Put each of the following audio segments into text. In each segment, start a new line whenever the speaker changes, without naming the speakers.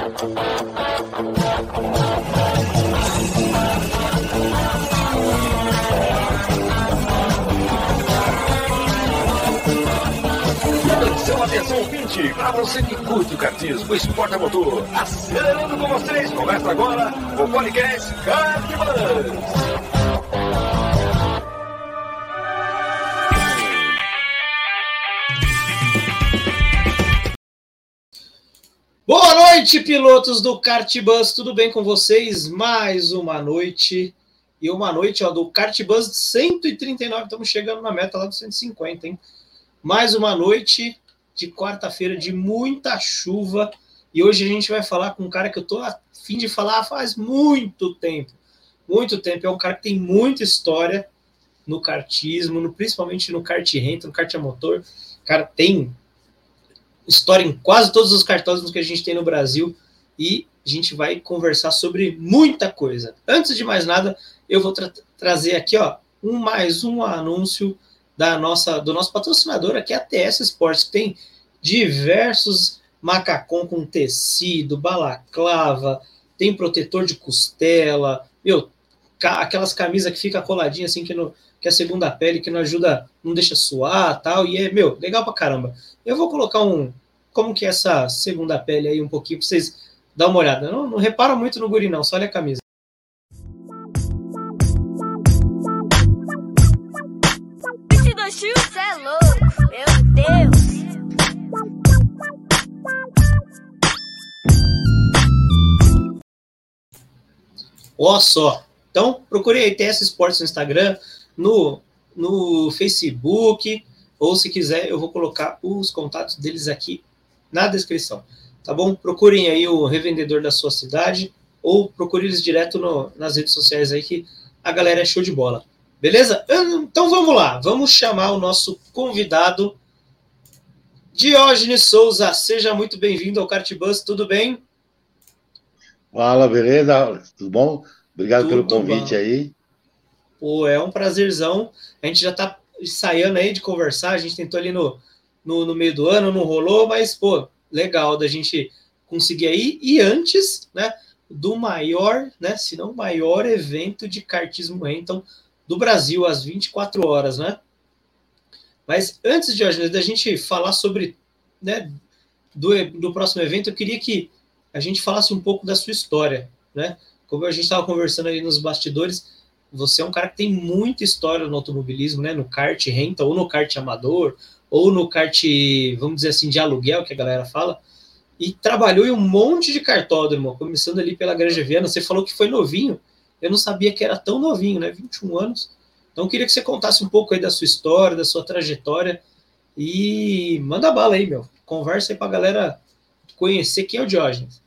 Atenção, ouvinte, para você que curte o kartismo, o esporte a motor, acelerando com vocês, começa agora o podcast Kartbus.
Boa noite, pilotos do Kartbus, tudo bem com vocês? Mais uma noite, e uma noite do Kartbus 139, estamos chegando na meta lá dos 150, hein? Mais uma noite de quarta-feira de muita chuva, e hoje a gente vai falar com um cara que eu tô a fim de falar faz muito tempo, é um cara que tem muita história no kartismo, principalmente no kart renta, no kart a motor. O cara tem história em quase todos os kartódromos que a gente tem no Brasil, e a gente vai conversar sobre muita coisa. Antes de mais nada, eu vou trazer aqui mais um anúncio do nosso patrocinador aqui, a TS Sports, que tem diversos macacão com tecido, balaclava, tem protetor de costela, aquelas camisas que fica coladinha assim, que é a segunda pele, que não ajuda, não deixa suar, tal, e legal pra caramba. Eu vou colocar como que é essa segunda pele aí um pouquinho pra vocês dar uma olhada. Não repara muito no guri não, só olha a camisa.
Você é louco, meu Deus.
Ó só, então procure aí TS Sports no Instagram, no Facebook, ou se quiser eu vou colocar os contatos deles aqui na descrição, tá bom? Procurem aí o revendedor da sua cidade, ou procure eles direto nas redes sociais aí, que a galera é show de bola. Beleza? Então vamos lá, vamos chamar o nosso convidado, Diógenes Souza. Seja muito bem-vindo ao Kartbus, tudo bem?
Fala, beleza? Tudo bom? Obrigado
Tudo
pelo convite
bom.
aí.
Pô, é um prazerzão. A gente já tá ensaiando aí de conversar, a gente tentou ali no meio do ano, não rolou, mas, pô, legal da gente conseguir aí. E antes, né, do maior, né, se não o maior evento de kartismo rental do Brasil, às 24 horas, né? Mas antes de hoje, da gente falar sobre, né, do próximo evento, eu queria que a gente falasse um pouco da sua história, né? Como a gente estava conversando aí nos bastidores, você é um cara que tem muita história no automobilismo, né? No kart renta, ou no kart amador, ou no kart, vamos dizer assim, de aluguel, que a galera fala, e trabalhou em um monte de kartódromo, começando ali pela Granja Viana. Você falou que foi novinho, eu não sabia que era tão novinho, né? 21 anos. Então eu queria que você contasse um pouco aí da sua história, da sua trajetória, e manda bala aí, meu. Conversa aí pra galera conhecer quem é o Diógenes.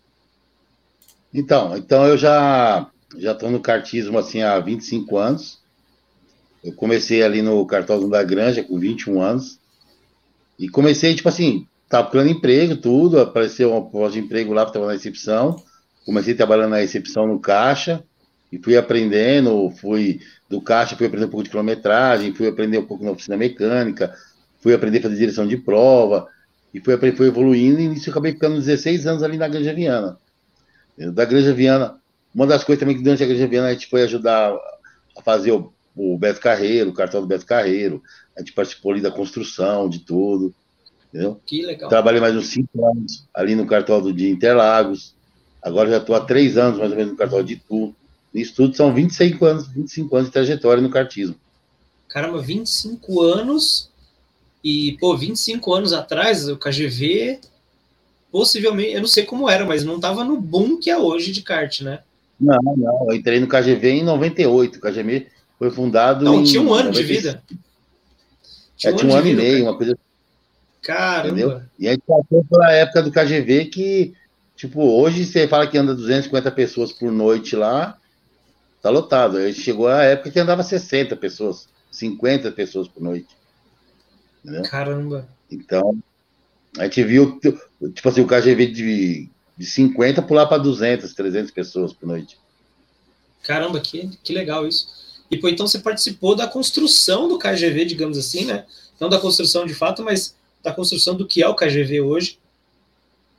Então eu já estou no kartismo assim há 25 anos. Eu comecei ali no kartódromo da Granja com 21 anos. E comecei, tipo assim, tava procurando emprego, tudo, apareceu uma proposta de emprego lá, que estava na recepção. Comecei trabalhando na recepção no caixa, e fui aprendendo, do caixa, fui aprender um pouco de quilometragem, fui aprender um pouco na oficina mecânica, fui aprender a fazer direção de prova, e fui evoluindo, e nisso eu acabei ficando 16 anos ali na Granja Viana. Da Granja Viana, uma das coisas também que durante a Granja Viana a gente foi ajudar a fazer o Beto Carreiro, o cartão do Beto Carreiro, a gente participou ali da construção, de tudo, entendeu?
Que legal.
Trabalhei mais uns 5 anos ali no cartódromo de Interlagos, agora já estou há 3 anos mais ou menos no cartódromo de Itu. Isso tudo são 25 anos de trajetória no kartismo.
Caramba, 25 anos, e, pô, 25 anos atrás, o KGV, possivelmente, eu não sei como era, mas não estava no boom que é hoje de kart, né?
Não, eu entrei no KGV em 98, o KGV foi fundado
Não,
em...
tinha um ano
95.
de vida.
Tinha um ano e meio,
cara.
uma coisa...
Caramba.
Entendeu? E a gente passou pela época do KGV que, tipo, hoje você fala que anda 250 pessoas por noite lá, tá lotado. A gente chegou à época que andava 60 pessoas, 50 pessoas por noite. Entendeu?
Caramba.
Então, a gente viu, tipo assim, o KGV de 50 pular para 200, 300 pessoas por noite.
Caramba, que legal isso. E, pô, então você participou da construção do KGV, digamos assim, né? Não da construção de fato, mas da construção do que é o KGV hoje.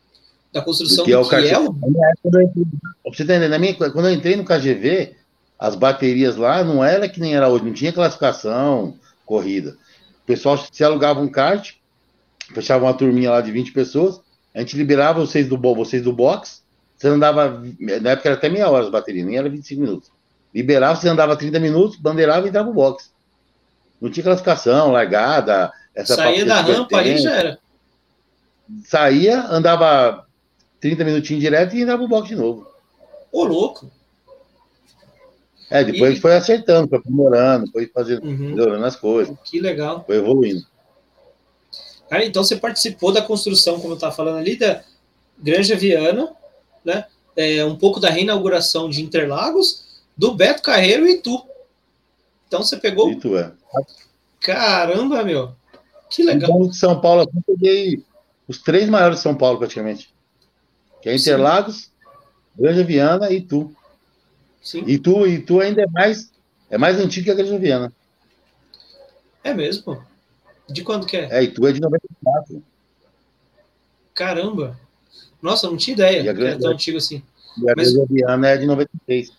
Da construção
do
do que é
o... Pra você entender, quando eu entrei no KGV, as baterias lá não era que nem era hoje, não tinha classificação, corrida. O pessoal se alugava um kart, fechava uma turminha lá de 20 pessoas, a gente liberava vocês do box, você andava, na época era até meia hora as baterias, nem era 25 minutos. Liberava, você andava 30 minutos, bandeirava e entrava no box. Não tinha classificação, largada, essa
saía da rampa ali já era.
Saía, andava 30 minutinhos direto e entrava no box de novo.
Ô, louco!
Depois a gente foi acertando, foi aprimorando, foi fazendo, melhorando as coisas.
Que legal.
Foi evoluindo.
Cara, então você participou da construção, como eu estava falando ali, da Granja Viana, né? Um pouco da reinauguração de Interlagos, do Beto Carreiro e Itu. Então você pegou...
Itu,
Caramba, meu! Que legal.
Então, de São Paulo, eu peguei os 3 maiores de São Paulo, praticamente. Que é Interlagos, Granja Viana e Itu.
Sim.
Itu ainda é mais antigo que a Granja Viana.
É mesmo? De quando que é?
Itu é de 94.
Caramba! Nossa, eu não tinha ideia que era tão antigo assim.
E a Granja Viana é de 96.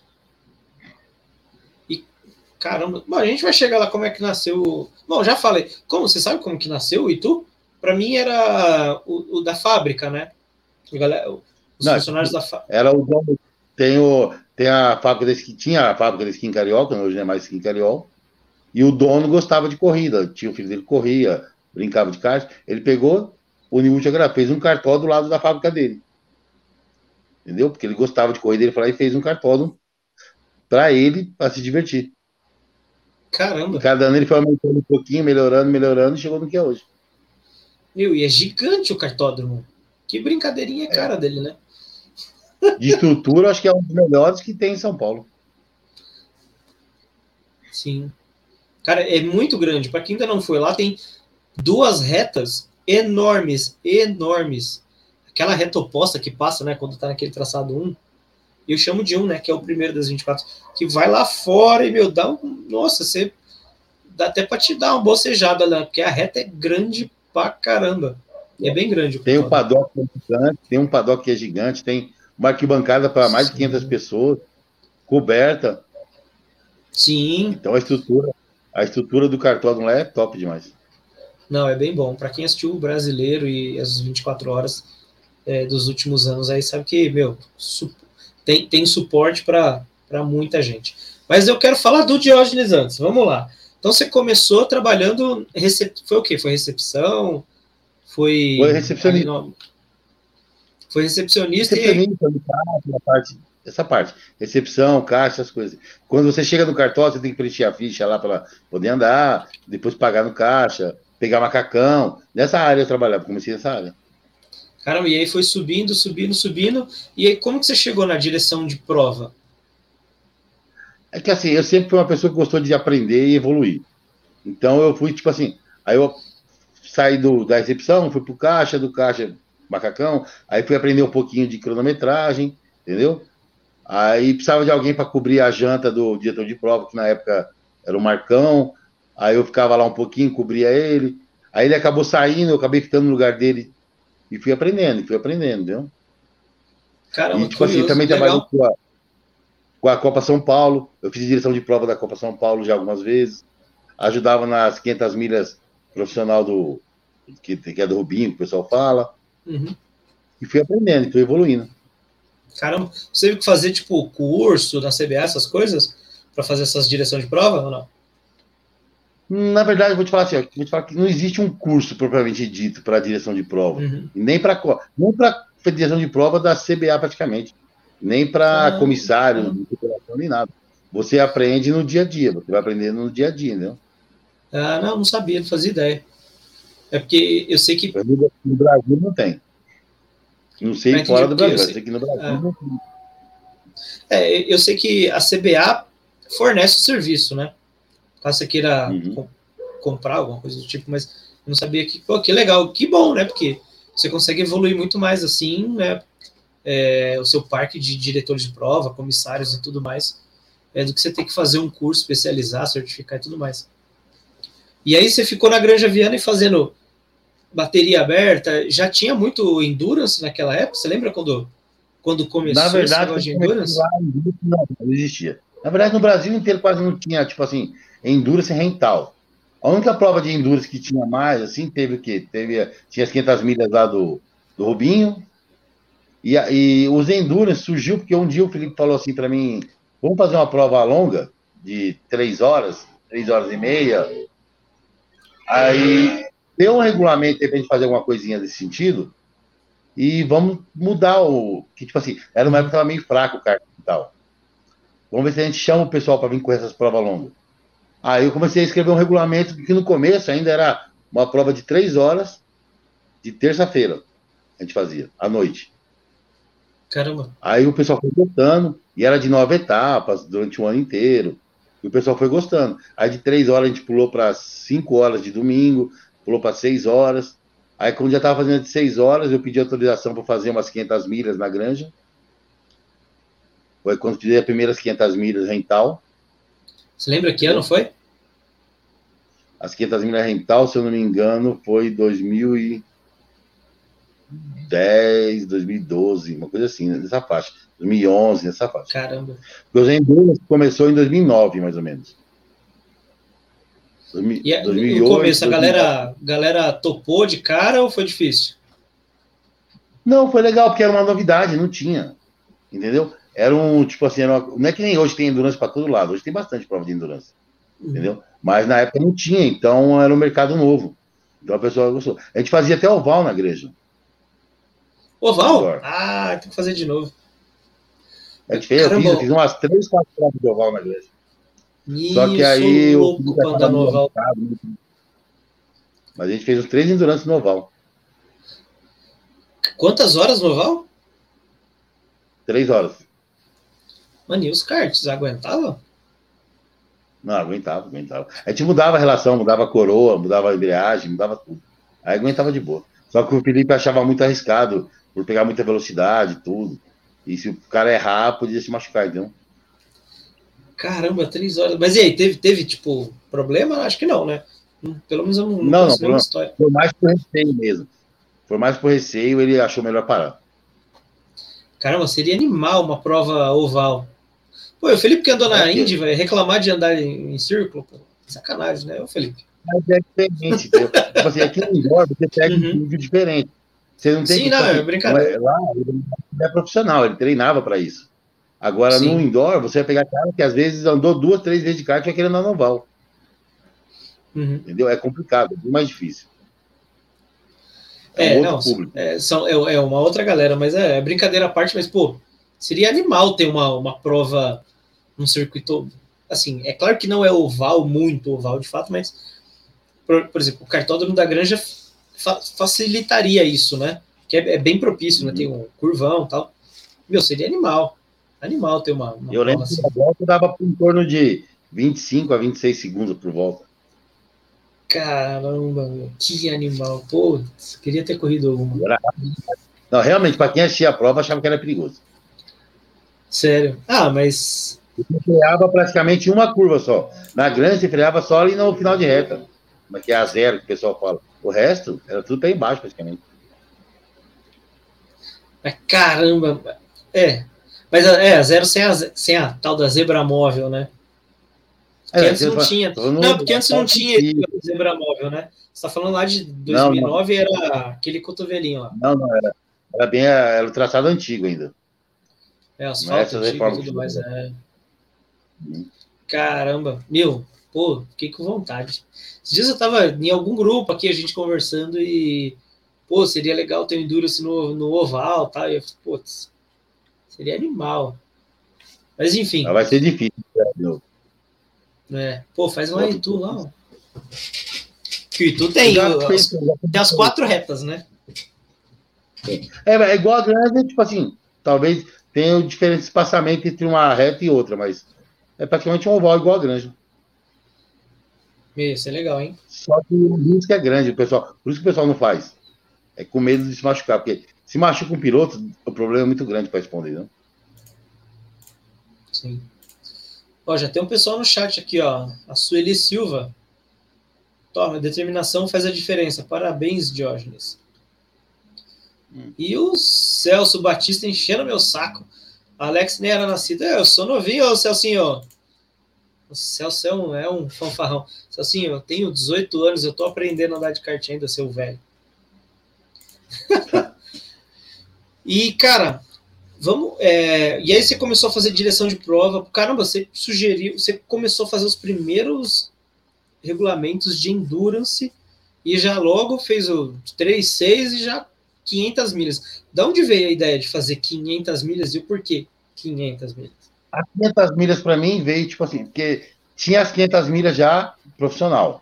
E, caramba! Bom, a gente vai chegar lá como é que nasceu... Bom, já falei. Você sabe como que nasceu o Itu? Para mim era o da fábrica, né? Os funcionários da fábrica.
Era o dono... Tem a fábrica da Skin, tinha a fábrica da Skin Carioca, hoje não é mais Skin Carioca, e o dono gostava de corrida, tinha o filho dele que corria, brincava de kart, ele pegou, uniu fez um cartódromo do lado da fábrica dele, entendeu? Porque ele gostava de corrida, ele foi lá e fez um cartódromo para ele, para se divertir.
Caramba!
E cada ano ele foi aumentando um pouquinho, melhorando, e chegou no que é hoje.
E é gigante o cartódromo. Que brincadeirinha cara dele, né?
De estrutura, acho que é um dos melhores que tem em São Paulo.
Sim. Cara, é muito grande. Para quem ainda não foi lá, tem 2 retas enormes. Aquela reta oposta que passa, né, quando tá naquele traçado 1. Eu chamo de 1, né, que é o primeiro das 24, que vai lá fora e, meu, nossa, você dá até para te dar uma bocejada lá, porque a reta é grande pra caramba. É bem grande.
Tem um paddock gigante, tem um paddock que é gigante, tem uma arquibancada para mais de 500 pessoas, coberta.
Sim.
Então a estrutura do cartódromo lá é top demais.
Não, é bem bom. Para quem assistiu o Brasileiro e as 24 horas dos últimos anos, aí sabe que, meu, tem suporte para muita gente. Mas eu quero falar do Diógenes antes. Vamos lá. Então você começou trabalhando... Foi o quê? Foi recepção? Foi recepcionista. Foi recepcionista
essa parte. Recepção, caixa, essas coisas. Quando você chega no cartório, você tem que preencher a ficha lá para poder andar, depois pagar no caixa, pegar macacão. Nessa área eu trabalhava, comecei nessa área.
Caramba, e aí foi subindo. E aí como que você chegou na direção de prova?
É que assim, eu sempre fui uma pessoa que gostou de aprender e evoluir. Então eu fui, tipo assim, aí eu saí da recepção, fui pro caixa, do caixa, macacão, aí fui aprender um pouquinho de cronometragem, entendeu? Aí precisava de alguém para cobrir a janta do diretor de prova, que na época era o Marcão, aí eu ficava lá um pouquinho, cobria ele, aí ele acabou saindo, eu acabei ficando no lugar dele e fui aprendendo, entendeu?
Caramba,
e tipo assim, também trabalhei com a Copa São Paulo, eu fiz direção de prova da Copa São Paulo já algumas vezes, ajudava nas 500 milhas profissional que é do Rubinho, que o pessoal fala. E fui aprendendo, fui evoluindo.
Caramba, você teve que fazer, tipo, curso na CBA, essas coisas, para fazer essas direções de prova ou não?
Na verdade, eu vou te falar assim, que não existe um curso propriamente dito para direção de prova. Nem para direção de prova da CBA praticamente. Nem para comissário, nem nada. Você aprende no dia a dia, você vai aprendendo no dia a dia, entendeu?
Não sabia, não fazia ideia. É porque eu sei que...
No Brasil não tem. Não sei fora do Brasil, eu sei que no Brasil não tem.
Eu sei que a CBA fornece o serviço, né? Caso você queira comprar alguma coisa do tipo, mas eu não sabia que... Pô, que legal, que bom, né? Porque você consegue evoluir muito mais assim, né? O seu parque de diretores de prova, comissários e tudo mais, do que você ter que fazer um curso, especializar, certificar e tudo mais. E aí você ficou na Granja Viana e fazendo bateria aberta, já tinha muito endurance naquela época? Você lembra quando começou
Na verdade,
esse negócio de endurance?
lá, não existia. Na verdade, no Brasil inteiro quase não tinha, tipo assim, endurance rental. A única prova de endurance que tinha mais, assim, teve o quê? Tinha as 500 milhas lá do Rubinho, e os endurance surgiu porque um dia o Felipe falou assim para mim, vamos fazer uma prova longa de 3 horas e meia. Aí deu um regulamento para a gente fazer alguma coisinha desse sentido, e vamos mudar que tipo assim, era uma época que estava meio fraco o kart e tal. Vamos ver se a gente chama o pessoal para vir com essas provas longas. Aí eu comecei a escrever um regulamento que no começo ainda era uma prova de 3 horas de terça-feira. A gente fazia, à noite.
Caramba.
Aí o pessoal foi gostando, e era de 9 etapas durante o ano inteiro. E o pessoal foi gostando. Aí de 3 horas a gente pulou para 5 horas de domingo, pulou para 6 horas. Aí quando já estava fazendo de 6 horas, eu pedi autorização para fazer umas 500 milhas na granja. Foi quando fiz as primeiras 500 milhas rental.
Você lembra que ano foi?
As 500 milhas rental, se eu não me engano, foi 2010, 2012, uma coisa assim, nessa faixa. 2011, nessa faixa.
Caramba.
Porque os endurance começou em 2009, mais ou menos.
E 2008, no começo, a galera topou de cara ou foi difícil?
Não, foi legal, porque era uma novidade, não tinha. Entendeu? Era um, tipo assim, não é que nem hoje tem endurance para todo lado, hoje tem bastante prova de endurance. Entendeu? Mas na época não tinha, então era um mercado novo. Então a pessoa gostou. A gente fazia até oval na igreja.
Oval? Ah, tem que fazer de novo.
Eu fiz umas 3, 4 provas de oval na igreja. Só que aí
eu andar no oval.
Mas a gente fez os 3 endurance no oval.
Quantas horas no oval?
3 horas.
Mano, e os karts aguentavam?
Não, aguentava. A gente mudava a relação, mudava a coroa, mudava a embreagem, mudava tudo. Aí aguentava de boa. Só que o Felipe achava muito arriscado, por pegar muita velocidade e tudo. E se o cara errar, podia se machucar, então.
Caramba, 3 horas. Mas e aí, teve tipo, problema? Acho que não, né? Pelo menos eu não conheço nenhuma história.
Foi mais por receio mesmo. Foi mais por receio, ele achou melhor parar.
Caramba, seria animal uma prova oval. Pô, o Felipe que andou na Indy vai reclamar de andar em círculo? Pô. Sacanagem, né, o Felipe?
Mas é diferente, entendeu? Tipo assim, aqui no indoor você pega um vídeo diferente. Você não tem.
Sim, não, é brincadeira.
Lá, ele é profissional, ele treinava para isso. Agora, no indoor, você vai pegar cara que às vezes andou 2, 3 vezes de kart e vai querendo andar no oval. Entendeu? É complicado, é bem mais difícil.
É uma outra galera, mas é brincadeira à parte, mas, pô, seria animal ter uma prova num circuito. Assim, é claro que não é oval, muito oval de fato, mas, por exemplo, o cartódromo da Granja facilitaria isso, né? Que é bem propício, né? Tem um curvão e tal. Meu, seria animal ter uma
eu lembro que a volta dava em torno de 25 a 26 segundos por volta.
Caramba, meu, que animal. Pô, queria ter corrido alguma.
Não, realmente, para quem assistia a prova, achava que era perigoso.
Sério? Ah, mas...
Você freava praticamente uma curva só. Na grande, você freava só ali no final de reta. Que é a zero, que o pessoal fala. O resto, era tudo pé embaixo, praticamente.
Mas caramba, mas a zero sem a tal da zebra móvel, né? Porque antes não tinha. Não, porque antes não tinha zebra móvel, né? Você tá falando lá de 2009, era aquele cotovelinho lá.
Não, era o traçado antigo ainda.
Asfalto antigo e tudo mais. Caramba, meu, pô, fiquei com vontade. Esses dias eu tava em algum grupo aqui, a gente conversando e, pô, seria legal ter um endurance no oval, tá? E eu falei, putz, seria animal. Mas enfim.
Vai ser difícil.
Pô, faz um Itu lá, ó. Que o Itu tem as 4 retas, né?
É igual a grande, tipo assim, talvez tenha um diferente espaçamento entre uma reta e outra, mas é praticamente um oval igual a granja.
Isso é legal, hein?
Só que o risco é grande, pessoal. Por isso que o pessoal não faz. É com medo de se machucar, porque se machuca um piloto, o problema é muito grande para responder, né?
Sim. Ó, já tem um pessoal no chat aqui, ó. A Sueli Silva. Toma, determinação faz a diferença. Parabéns, Diógenes. E o Celso Batista enchendo meu saco. Alex nem era nascido. Eu sou novinho, ô Celcinho. O Celso é um fanfarrão. Celcinho, eu tenho 18 anos, eu tô aprendendo a andar de kart ainda, seu velho. E, cara, vamos. E aí você começou a fazer direção de prova. Caramba, você começou a fazer os primeiros regulamentos de endurance e já logo fez o 3.6 e já 500 milhas. Da onde veio a ideia de fazer 500 milhas e o porquê 500 milhas?
As 500 milhas para mim veio, tipo assim, porque tinha as 500 milhas já profissional.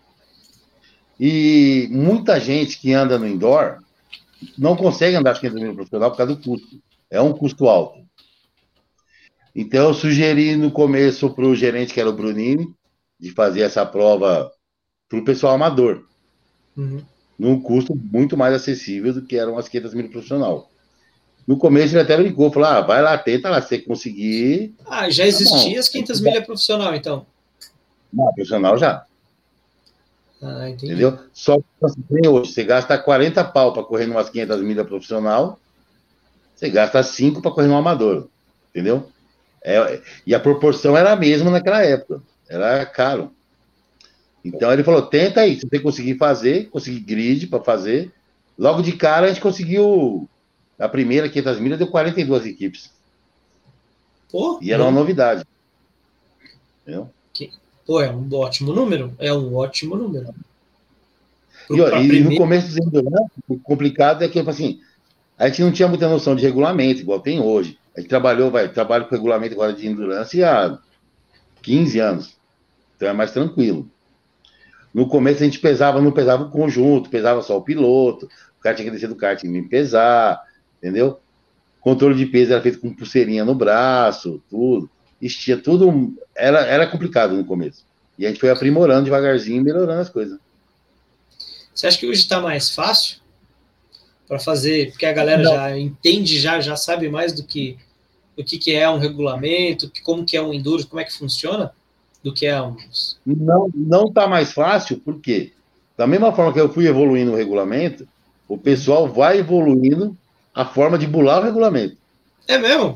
E muita gente que anda no indoor não consegue andar as 500 milhas profissional por causa do custo. É um custo alto. Então eu sugeri no começo para o gerente, que era o Brunini, de fazer essa prova para o pessoal amador. Num custo muito mais acessível do que eram as 500 milhas profissional. No começo ele até brincou, falou, vai lá, tenta lá, se você conseguir...
Já existia as 500 milhas profissional, então?
Não, profissional já.
Entendi.
Entendeu? Só que hoje, você gasta 40 pau para correr numas 500 milhas profissional, você gasta 5 para correr no amador, entendeu? E a proporção era a mesma naquela época, era caro. Então ele falou, tenta aí, se você conseguir grid para fazer. Logo de cara a gente conseguiu, a primeira 500 milhas deu 42 equipes.
Pô,
e era uma novidade. Entendeu?
Pô, é um ótimo número. É um ótimo número.
E no começo dos endurance, o complicado é que, assim, a gente não tinha muita noção de regulamento, igual tem hoje. A gente trabalha com regulamento agora de endurance há 15 anos. Então é mais tranquilo. No começo a gente não pesava o conjunto, pesava só o piloto, o cara tinha que descer do kart e me pesar, entendeu? Controle de peso era feito com pulseirinha no braço, tudo. Isso tinha tudo, era complicado no começo. E a gente foi aprimorando devagarzinho e melhorando as coisas.
Você acha que hoje está mais fácil para fazer, porque a galera já entende, já sabe mais do que é um regulamento, como que é um enduro, como é que funciona? Do que é uns...
Não está mais fácil, porque da mesma forma que eu fui evoluindo o regulamento, o pessoal vai evoluindo a forma de bular o regulamento.
É mesmo?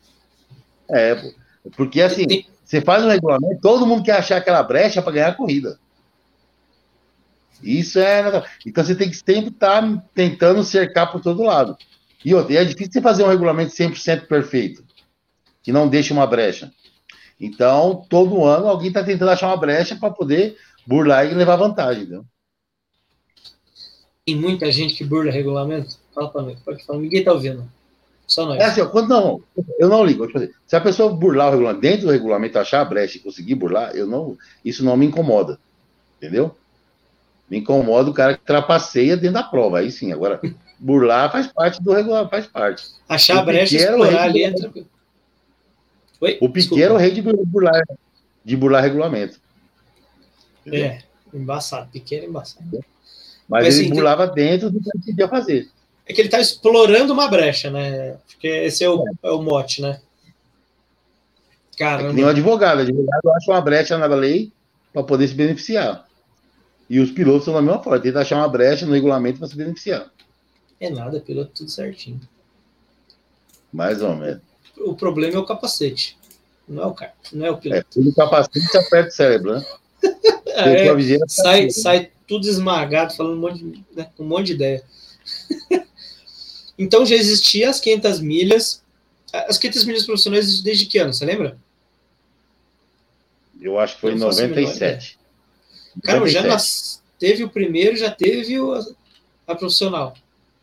Porque assim, você faz um regulamento, todo mundo quer achar aquela brecha para ganhar a corrida. Isso então você tem que sempre estar tentando cercar por todo lado. E é difícil você fazer um regulamento 100% perfeito, que não deixe uma brecha. Então, todo ano, alguém está tentando achar uma brecha para poder burlar e levar vantagem. Entendeu?
Tem muita gente que burla regulamento? Fala para mim, pode falar, ninguém está ouvindo. Só nós.
Assim, eu não ligo. Se a pessoa burlar o regulamento, dentro do regulamento, achar a brecha e conseguir burlar, isso não me incomoda. Entendeu? Me incomoda o cara que trapaceia dentro da prova. Aí sim, agora, burlar faz parte do regulamento, faz parte.
Achar a brecha e explorar ali entra...
O Piquet era o rei de burlar regulamento. Entendeu?
Embaçado. Piquet era embaçado.
Mas ele assim, burlava dentro do que ele podia fazer.
É que ele está explorando uma brecha, né? Porque esse é o mote, né?
Caramba. É que nem um advogado. O advogado acha uma brecha na lei para poder se beneficiar. E os pilotos são da mesma forma. Tenta achar uma brecha no regulamento para se beneficiar.
É nada, piloto tudo certinho.
Mais ou menos.
O problema é o capacete. Não é o cara, não é o piloto.
O capacete aperta o cérebro, né?
Sai tudo esmagado, falando um monte de ideia. Então já existia as 500 milhas. As 500 milhas profissionais desde que ano? Você lembra?
Eu acho que foi em 97.
Cara, já teve o primeiro, já teve a profissional.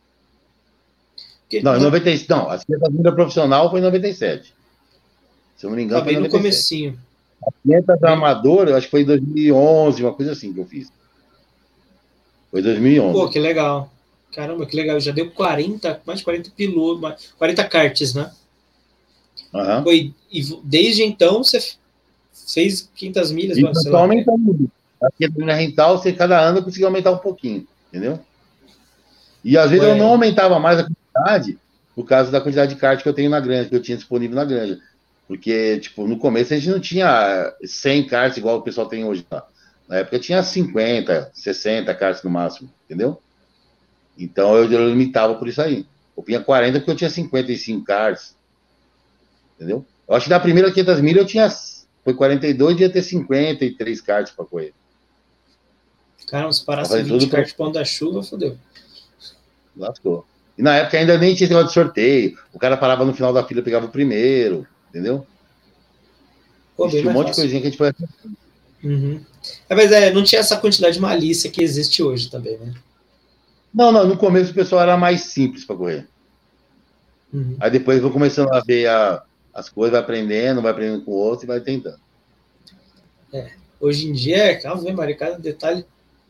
Não, em 96. Não, a 500 milhas profissional foi em 97. Se eu não me engano,
foi no comecinho.
A 500 amador, eu acho que foi em 2011, uma coisa assim que eu fiz. Foi 2011.
Pô, que legal. Caramba, que legal. Já deu mais de 40 pilotos, 40 karts, né?
Uhum.
E desde então você fez 500 milhas.
E só aumentando. A 500 milhas rental, você cada ano conseguiu aumentar um pouquinho, entendeu? E às vezes eu não aumentava mais a quantidade por causa da quantidade de kart que eu tenho na granja, que eu tinha disponível na granja. Porque, tipo, no começo a gente não tinha 100 karts igual o pessoal tem hoje. Tá? Na época tinha 50, 60 karts no máximo, entendeu? Então eu limitava por isso aí. Eu tinha 40 porque eu tinha 55 karts, entendeu? Eu acho que na primeira 500 milhas eu tinha, foi 42, devia ter 53 karts para correr.
Cara, se parasse 20 kart pão da chuva, fodeu.
Lascou. E na época ainda nem tinha esse negócio de sorteio. O cara parava no final da fila e pegava o primeiro, entendeu?
Pô,
tinha um monte de coisinha que a gente foi.
Uhum. Mas não tinha essa quantidade de malícia que existe hoje também, né?
Não, no começo o pessoal era mais simples para correr.
Uhum.
Aí depois vou começando a ver as coisas, vai aprendendo com o outro e vai tentando.
Hoje em dia, calma, Maria, cada detalhe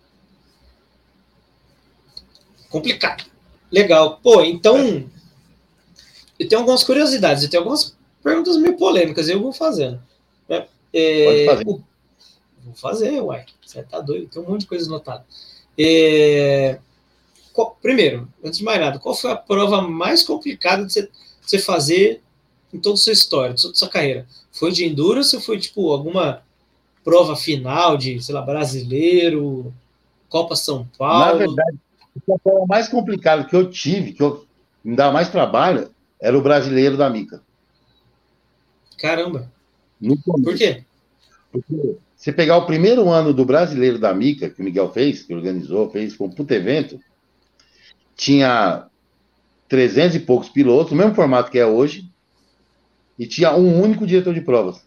complicado. Legal. Pô, então, eu tenho algumas curiosidades, eu tenho algumas perguntas meio polêmicas, eu vou fazendo.
Pode fazer.
Vou fazer, uai. Você tá doido, tem um monte de coisa anotada. Primeiro, antes de mais nada, qual foi a prova mais complicada de você fazer em toda a sua história, toda a sua carreira? Foi de endurance ou foi, tipo, alguma prova final de, sei lá, brasileiro, Copa São Paulo?
Na verdade, a prova mais complicada que eu tive, me dava mais trabalho, era o brasileiro da Mica.
Caramba.
Por quê? Porque você pegar o primeiro ano do brasileiro da Mica, que o Miguel fez, que organizou, foi um puto evento, tinha 300 e poucos pilotos, o mesmo formato que é hoje, e tinha um único diretor de provas,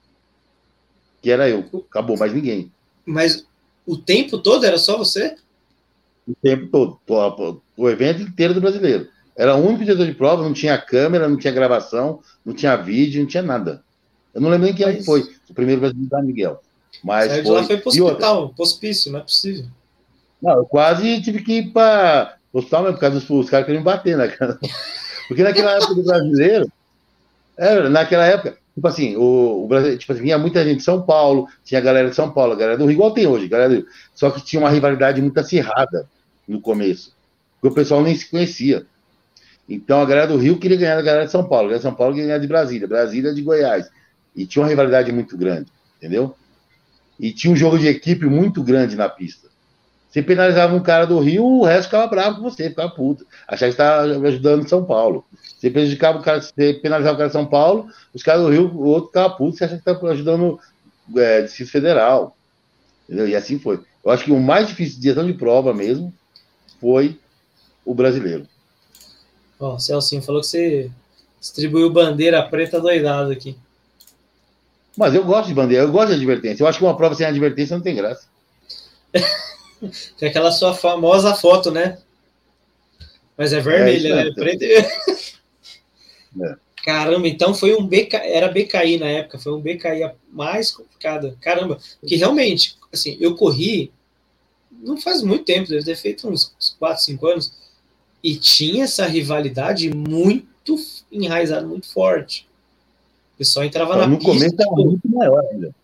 que era eu. Acabou, mais ninguém.
Mas o tempo todo era só você?
O tempo todo. O evento inteiro do brasileiro. Era o único diretor de prova, não tinha câmera, não tinha gravação, não tinha vídeo, não tinha nada. Eu não lembro nem quem foi o primeiro brasileiro da Miguel. Mas
saiu de lá, foi pro hospital, pro hospício, não é possível.
Não, eu quase tive que ir para o hospital mesmo, por causa dos caras queriam me bater, né, cara? Porque naquela época do brasileiro, naquela época, tipo assim, o Brasil, tipo assim, vinha muita gente de São Paulo, tinha a galera de São Paulo, a galera do Rio, igual tem hoje, galera do Rio. Só que tinha uma rivalidade muito acirrada no começo, porque o pessoal nem se conhecia. Então a galera do Rio queria ganhar da galera de São Paulo, a galera de São Paulo queria ganhar de Brasília, Brasília de Goiás. E tinha uma rivalidade muito grande, entendeu? E tinha um jogo de equipe muito grande na pista. Você penalizava um cara do Rio, o resto ficava bravo com você, ficava puto. Achava que estava ajudando São Paulo. Você prejudicava o cara, você penalizava o cara de São Paulo, os caras do Rio, o outro ficava puto, você achava que estava ajudando o Distrito Federal. Entendeu? E assim foi. Eu acho que o mais difícil de direção de prova mesmo foi o brasileiro.
Ó, Celcinho falou que você distribuiu bandeira preta doidado aqui.
Mas eu gosto de bandeira, eu gosto de advertência. Eu acho que uma prova sem advertência não tem graça.
Tem aquela sua famosa foto, né? Mas é vermelha, né? Preta. Caramba, então foi era BKI na época, foi um BKI mais complicado. Caramba, porque realmente, assim, eu corri não faz muito tempo, deve ter feito uns 4, 5 anos, e tinha essa rivalidade muito enraizada, muito forte. O pessoal entrava na pista.
No começo era muito maior ainda.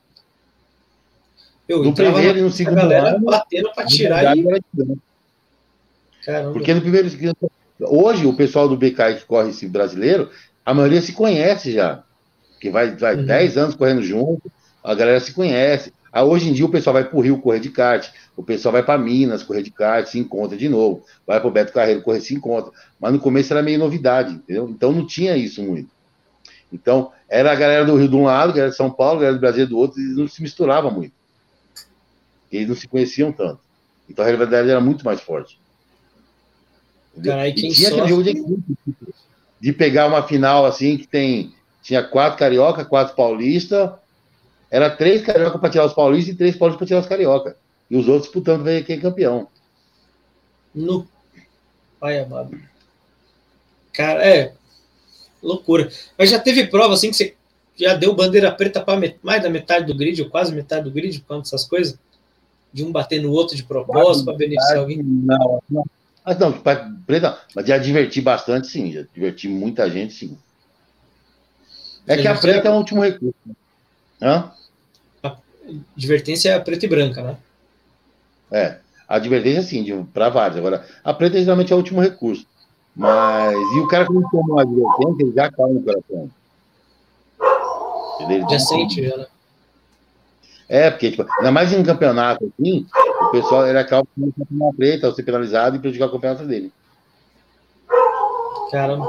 No primeiro e no segundo galera ano, batendo para tirar e...
Caramba. Porque no primeiro... Hoje, o pessoal do BKI que corre esse brasileiro, a maioria se conhece já. Que vai 10 anos correndo junto, a galera se conhece. Hoje em dia, o pessoal vai para o Rio correr de kart, o pessoal vai para Minas correr de kart, se encontra de novo. Vai para o Beto Carreiro correr, se encontra. Mas no começo era meio novidade, entendeu? Então não tinha isso muito. Então, era a galera do Rio de um lado, a galera de São Paulo, a galera do Brasil do outro, e eles não se misturavam muito. Eles não se conheciam tanto. Então a rivalidade era muito mais forte.
Carai,
e tinha aquele jogo de equipe, de pegar uma final assim, que tinha 4 carioca, 4 paulista, era 3 carioca para tirar os paulistas e 3 paulistas para tirar os carioca. E os outros disputando ver quem é campeão.
No pai amado. Cara, loucura. Mas já teve prova assim que você já deu bandeira preta para mais da metade do grid, ou quase metade do grid, por causa dessas coisas? De um bater no outro de propósito para beneficiar alguém?
Não. Mas não, mas já diverti bastante, sim. Já diverti muita gente, sim. É que a preta é o último recurso. Hã?
A advertência é preta e branca, né?
A advertência, sim, para vários. Agora, a preta geralmente é o último recurso. Mas, e o cara que não tomou a advertência, ele já cai no coração.
Já sente, já, né?
Porque, tipo, ainda mais em um campeonato assim, o pessoal era acaba com preta, ser penalizado e prejudicar o campeonato dele.
Caramba.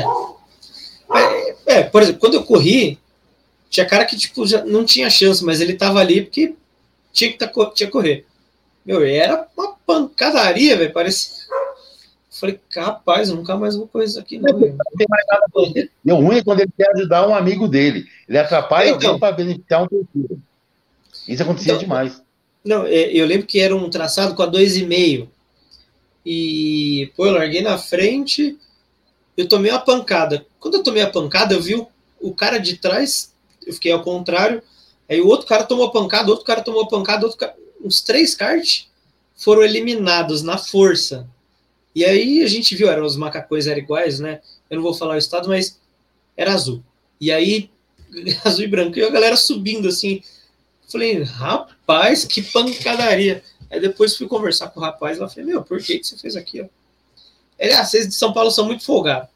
Por exemplo, quando eu corri, tinha cara que tipo, já não tinha chance, mas ele tava ali porque tinha que correr. Meu, era uma pancadaria, velho. Parecia. Falei, rapaz, eu nunca mais vou correr isso aqui, não. Não
tem mais nada pra fazer. E o ruim é quando ele quer ajudar um amigo dele. Ele atrapalha alguém para beneficiar um terceiro. Isso acontecia demais.
Não, eu lembro que era um traçado com a 2,5. E, pô, eu larguei na frente, eu tomei uma pancada. Quando eu tomei a pancada, eu vi o cara de trás, eu fiquei ao contrário, aí o outro cara tomou a pancada, outro cara tomou a pancada, uns 3 karts foram eliminados na força. E aí a gente viu, os macacões eram iguais, né? Eu não vou falar o estado, mas era azul. E aí, azul e branco, e a galera subindo assim. Falei, rapaz, que pancadaria. Aí depois fui conversar com o rapaz, lá falei, meu, por que você fez aquilo? Ele, vocês de São Paulo são muito folgados.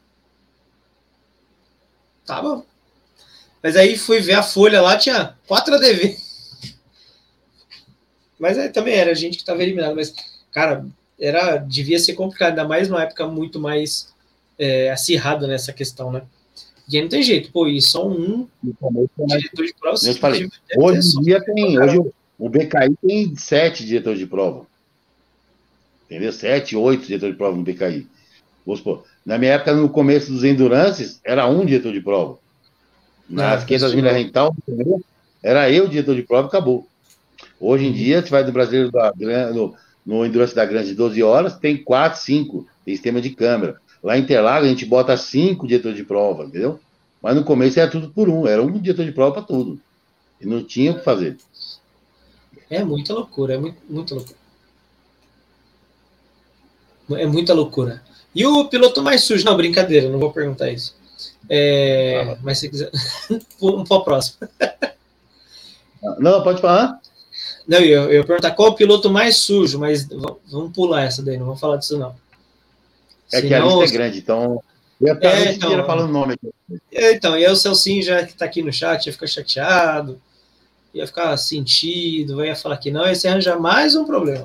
Tá bom. Mas aí fui ver a folha lá, tinha 4 ADV. Mas aí também era gente que estava eliminada. Mas, cara, devia ser complicado, ainda mais numa época muito mais acirrada nessa questão, né? E aí não tem jeito, pô, e só um diretor de prova.
Eu te falei, hoje em dia hoje o BKI tem 7 diretores de prova. Entendeu? 7, 8 diretores de prova no BKI. Vamos supor, na minha época, no começo dos Endurances, era um diretor de prova. Nas 500 milhas rental, era eu diretor de prova e acabou. Hoje em dia, você vai do Brasileiro no Endurance da Grande de 12 horas, tem 4, 5, tem sistema de câmera. Lá em Interlagos, a gente bota 5 diretores de prova, entendeu? Mas no começo era tudo por um, era um diretor de prova para tudo. E não tinha o que fazer.
É muita loucura, muita loucura. É muita loucura. E o piloto mais sujo? Não, brincadeira, não vou perguntar isso. Mas se quiser, vamos para o próximo.
Não, pode falar.
Não, eu ia perguntar qual o piloto mais sujo, mas vamos pular essa daí, não vamos falar disso não.
Que a lista é grande, então... Eu ia estar falando o nome aqui.
Então, e aí o Celcinho já que está aqui no chat, ia ficar chateado, ia ficar sentido, ia falar que não, ia se arranjar mais um problema.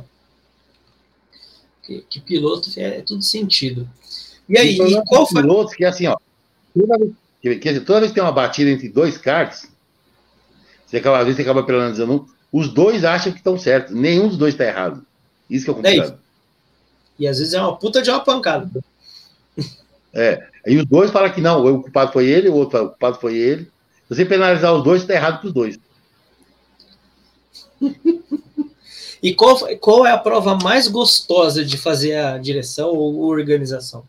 Que piloto é tudo sentido. E aí, qual foi...
pilotos que assim, ó, toda vez que tem uma batida entre 2 karts, às vezes você acaba penalizando os 2 acham que estão certos, nenhum dos 2 está errado. Isso que é complicado.
E às vezes é uma puta de uma pancada.
E os 2 falam que não, o culpado foi ele, o outro o culpado foi ele. Se você penalizar os 2, está errado para os 2.
E qual é a prova mais gostosa de fazer a direção ou organização?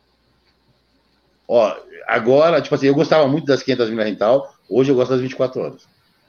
Ó, agora, tipo assim, eu gostava muito das 500 milhas rental, hoje eu gosto das 24 horas.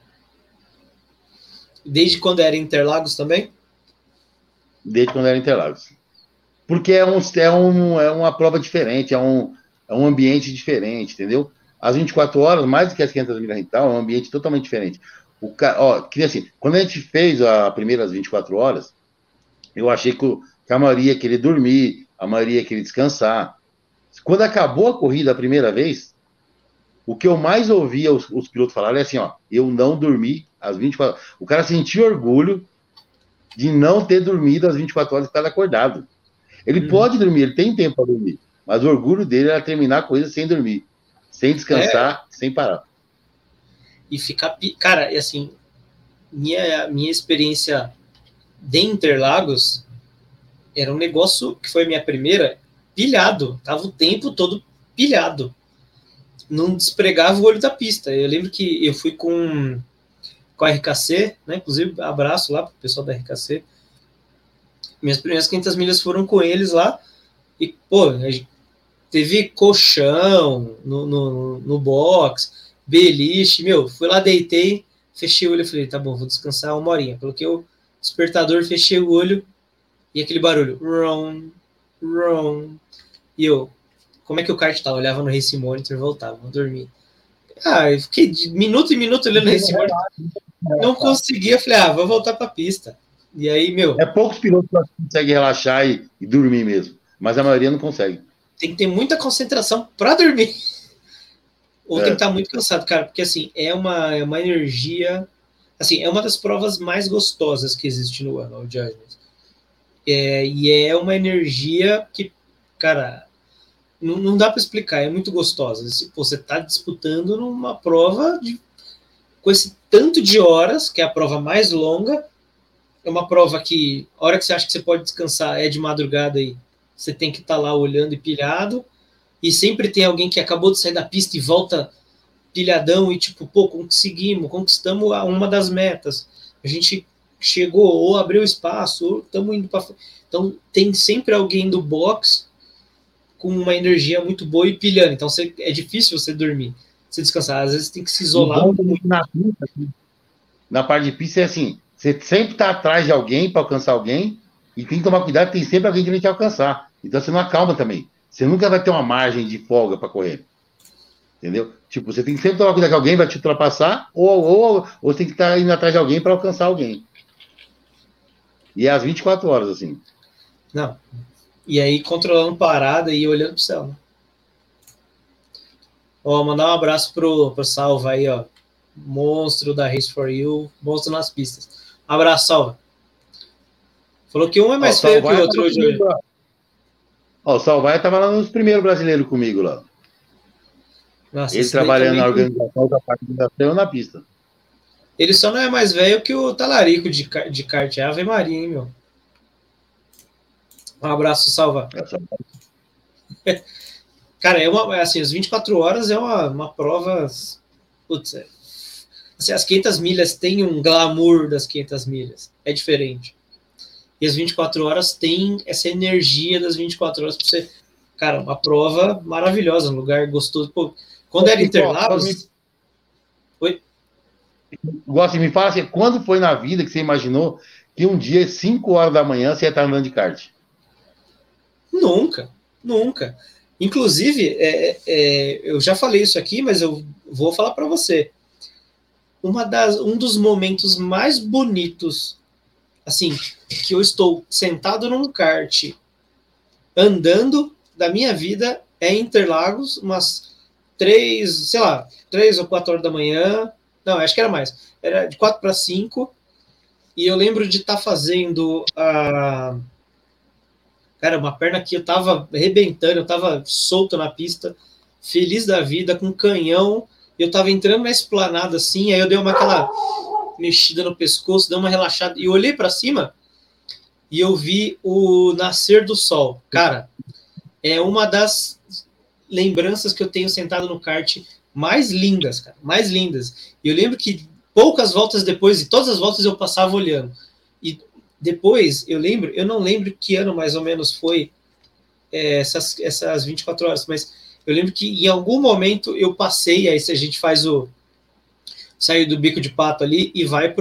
Desde quando era Interlagos também?
Desde quando era Interlagos. Porque é uma prova diferente, é um ambiente diferente, entendeu? As 24 horas, mais do que as 500 milhas rental, é um ambiente totalmente diferente. Que assim, quando a gente fez a primeira 24 horas, eu achei que a maioria ia querer dormir, a maioria ia querer descansar. Quando acabou a corrida a primeira vez, o que eu mais ouvia os pilotos falarem é assim, ó, eu não dormi às 24 horas. O cara sentia orgulho de não ter dormido às 24 horas e estar acordado. Ele pode dormir, ele tem tempo para dormir, mas o orgulho dele era terminar a corrida sem dormir, sem descansar, sem parar.
E ficar... Cara, assim, minha experiência de Interlagos era um negócio que foi a minha primeira, pilhado. Tava o tempo todo pilhado. Não despregava o olho da pista. Eu lembro que eu fui com a RKC, né? Inclusive, abraço lá pro pessoal da RKC. Minhas primeiras 500 milhas foram com eles lá. E, pô, teve colchão no box, beliche, fui lá, deitei, fechei o olho e falei, tá bom, vou descansar 1 horinha. Coloquei o despertador, fechei o olho e aquele barulho, rum. E eu, como é que o kart tá? Eu olhava no Race Monitor e voltava, vou dormir. Eu fiquei de minuto em minuto olhando no Race Monitor, não conseguia, falei, vou voltar pra pista. E aí,
É poucos pilotos que conseguem relaxar e dormir mesmo, mas a maioria não consegue.
Tem que ter muita concentração pra dormir. Ou tem que estar muito cansado, cara, porque assim, é uma energia. assim, é uma das provas mais gostosas que existe no ano, o Diogenes. E é uma energia que, cara, não dá para explicar, é muito gostosa. Você está disputando numa prova com esse tanto de horas, que é a prova mais longa, é uma prova que, a hora que você acha que você pode descansar é de madrugada e você tem que estar lá olhando e pilhado, e sempre tem alguém que acabou de sair da pista e volta pilhadão e tipo, pô, conquistamos uma das metas, a gente chegou, ou abriu espaço, ou estamos indo para... Então, tem sempre alguém do box com uma energia muito boa e pilhando, então é difícil você dormir, você descansar, às vezes tem que se isolar muito.
Na parte de pista é assim, você sempre está atrás de alguém para alcançar alguém, e tem que tomar cuidado, tem sempre alguém que vai te alcançar, então você não acalma também, você nunca vai ter uma margem de folga para correr, entendeu? Tipo, você tem que sempre tomar cuidado que alguém vai te ultrapassar, ou você tem que estar indo atrás de alguém para alcançar alguém. E é às 24 horas, assim.
Não. E aí, controlando parada e olhando pro céu, né? Ó, mandar um abraço pro Salva aí, ó. Monstro da Race for You, monstro nas pistas. Abraço, Salva. Falou que um é mais feio que o outro hoje.
Ó, o Salvaia tava lá nos primeiros brasileiros comigo lá.
Nossa,
ele trabalhando na organização da parte da organização na pista.
Ele só não é mais velho que o Talarico de kart. É Ave Maria, hein, meu? Um abraço, Salva. Cara, assim, as 24 horas é uma prova... Putz, assim, as 500 milhas tem um glamour das 500 milhas. É diferente. E as 24 horas tem essa energia das 24 horas pra você... Cara, uma prova maravilhosa, um lugar gostoso. Pô, quando era Interlagos... Oi?
Gosto de me falar assim, quando foi na vida que você imaginou que um dia, 5 horas da manhã, você ia estar andando de kart?
Nunca. Inclusive, eu já falei isso aqui, mas eu vou falar para você. Um dos momentos mais bonitos, assim, que eu estou sentado num kart, andando da minha vida, é em Interlagos, umas 3 ou 4 horas da manhã. Não, acho que era mais. Era de 4 para 5. E eu lembro de estar fazendo cara, uma perna que eu tava arrebentando, eu tava solto na pista, feliz da vida, com um canhão, eu tava entrando na esplanada assim, aí eu dei aquela mexida no pescoço, dei uma relaxada, e eu olhei para cima e eu vi o nascer do sol. Cara, é uma das lembranças que eu tenho sentado no kart mais lindas, cara, mais lindas. E eu lembro que poucas voltas depois, e todas as voltas eu passava olhando. E depois, eu não lembro que ano mais ou menos foi essas 24 horas, mas eu lembro que em algum momento eu passei, aí se a gente faz sair do Bico de Pato ali e vai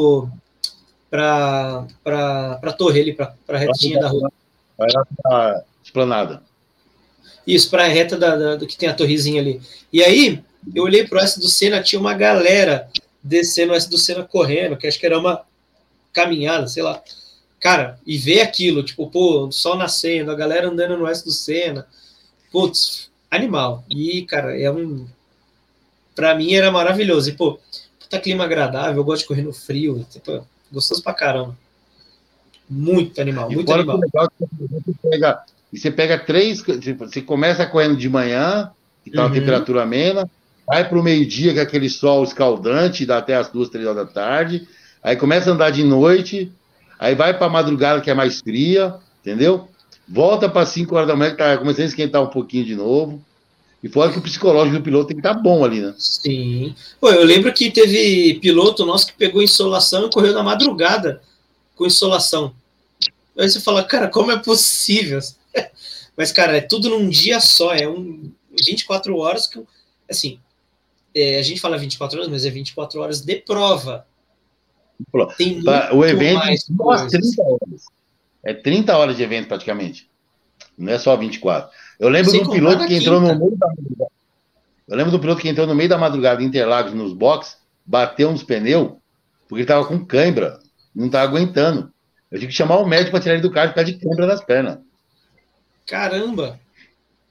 pra torre ali, pra retinha da rua.
Vai lá pra esplanada.
Isso, pra reta do que tem a torrezinha ali. E aí, eu olhei pro S do Senna, tinha uma galera descendo o S do Senna correndo, que acho que era uma caminhada, sei lá. Cara, e ver aquilo, tipo, pô, o sol nascendo, a galera andando no S do Senna. Putz, animal. E, cara, pra mim era maravilhoso. E, pô, puta clima agradável, eu gosto de correr no frio. Tipo, gostoso pra caramba. Muito animal, muito animal.
Você pega 3, você começa correndo de manhã, que tá uma temperatura amena, vai pro meio-dia, que é aquele sol escaldante, dá até as 2, 3 horas da tarde, aí começa a andar de noite, aí vai pra madrugada, que é mais fria, entendeu? Volta para 5 horas da manhã, que tá começando a esquentar um pouquinho de novo. E fora que o psicológico do piloto tem que estar bom ali, né?
Sim. Pô, eu lembro que teve piloto nosso que pegou insolação e correu na madrugada com insolação. Aí você fala, cara, como é possível? Mas, cara, é tudo num dia só, 24 horas que, assim, a gente fala 24 horas, mas é 24 horas de prova.
Tem muito o evento mais coisas. 30 horas. É 30 horas de evento, praticamente. Não é só 24. Eu lembro do piloto que entrou no meio da madrugada. Eu lembro do piloto que entrou no meio da madrugada em Interlagos, nos boxes, bateu nos pneus, porque ele tava com cãibra, não tava aguentando. Eu tive que chamar o médico para tirar ele do carro por causa de cãibra nas pernas.
Caramba!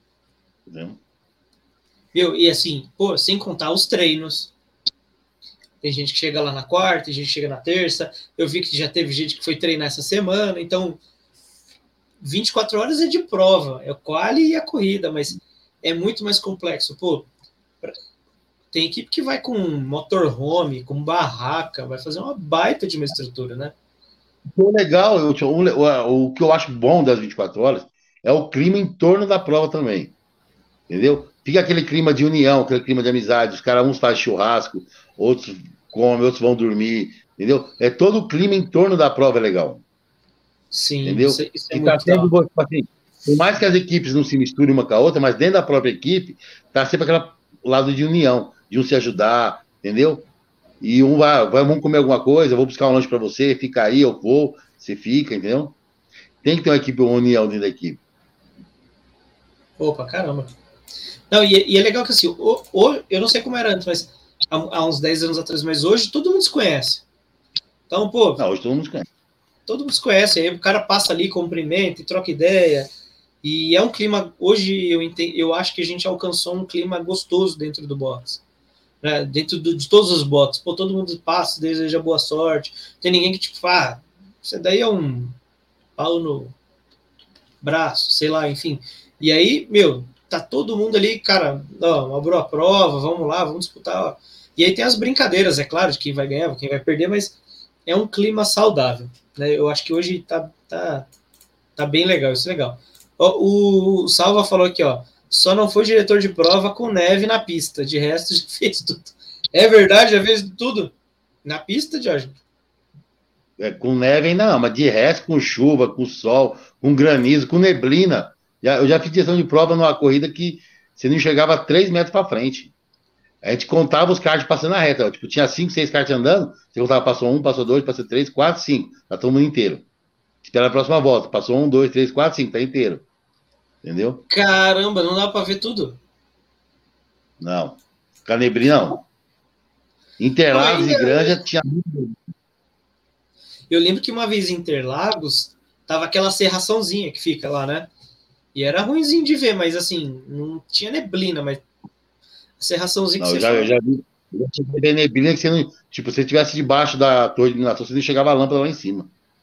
Entendeu? E assim, pô, sem contar os treinos. Tem gente que chega lá na quarta, tem gente que chega na terça. Eu vi que já teve gente que foi treinar essa semana. Então, 24 horas é de prova. É o quali e a corrida, mas é muito mais complexo. Pô, tem equipe que vai com motorhome, com barraca, vai fazer uma baita de uma estrutura, né?
O legal, o que eu acho bom das 24 horas é o clima em torno da prova também. Entendeu? Fica aquele clima de união, aquele clima de amizade. Os caras, uns fazem churrasco, outros comem, outros vão dormir. Entendeu? É todo o clima em torno da prova é legal.
Sim,
entendeu?
Isso é
e
muito
tá sempre, assim, por mais que as equipes não se misturem uma com a outra, mas dentro da própria equipe, tá sempre aquele lado de união, de um se ajudar, entendeu? E um vamos comer alguma coisa, vou buscar um lanche para você, fica aí, eu vou, você fica, entendeu? Tem que ter uma equipe, uma união dentro da equipe.
Opa, caramba. Não, e é legal que assim, eu não sei como era antes, mas há uns 10 anos atrás, mas hoje todo mundo se conhece. Então, pô.
Não, hoje todo mundo se conhece.
Todo mundo se conhece, aí o cara passa ali, cumprimenta e troca ideia. E é um clima. Hoje eu acho que a gente alcançou um clima gostoso dentro do box. Né? Dentro de todos os boxes. Pô, todo mundo passa, deseja boa sorte. Tem ninguém que tipo, isso daí é um pau no braço, sei lá, enfim. E aí, tá todo mundo ali, cara, abriu a prova, vamos lá, vamos disputar. Ó. E aí tem as brincadeiras, é claro, de quem vai ganhar, quem vai perder, mas é um clima saudável. Né? Eu acho que hoje tá bem legal, isso é legal. O Salva falou aqui, ó, só não foi diretor de prova com neve na pista, de resto já fez tudo. É verdade, já fez tudo? Na pista, Jorge?
Com neve ainda não, mas de resto, com chuva, com sol, com granizo, com neblina. Eu já fiz direção de prova numa corrida que você não chegava 3 metros para frente. A gente contava os karts passando na reta. Tipo, tinha 5, 6 karts andando, você contava, passou 1, passou 2, passou 3, 4, 5. Tá todo mundo inteiro. Espera a próxima volta. Passou 1, 2, 3, 4, 5, tá inteiro. Entendeu?
Caramba, não dá para ver tudo?
Não. Canebrina, não. Interlagos e Granja tinha...
Eu lembro que uma vez em Interlagos, tava aquela serraçãozinha que fica lá, né? E era ruimzinho de ver, mas assim, não tinha neblina, mas a serraçãozinha que
você eu já vi. Eu já tive neblina que você não... Tipo, se você estivesse debaixo da torre de iluminação, você não chegava a lâmpada lá em cima.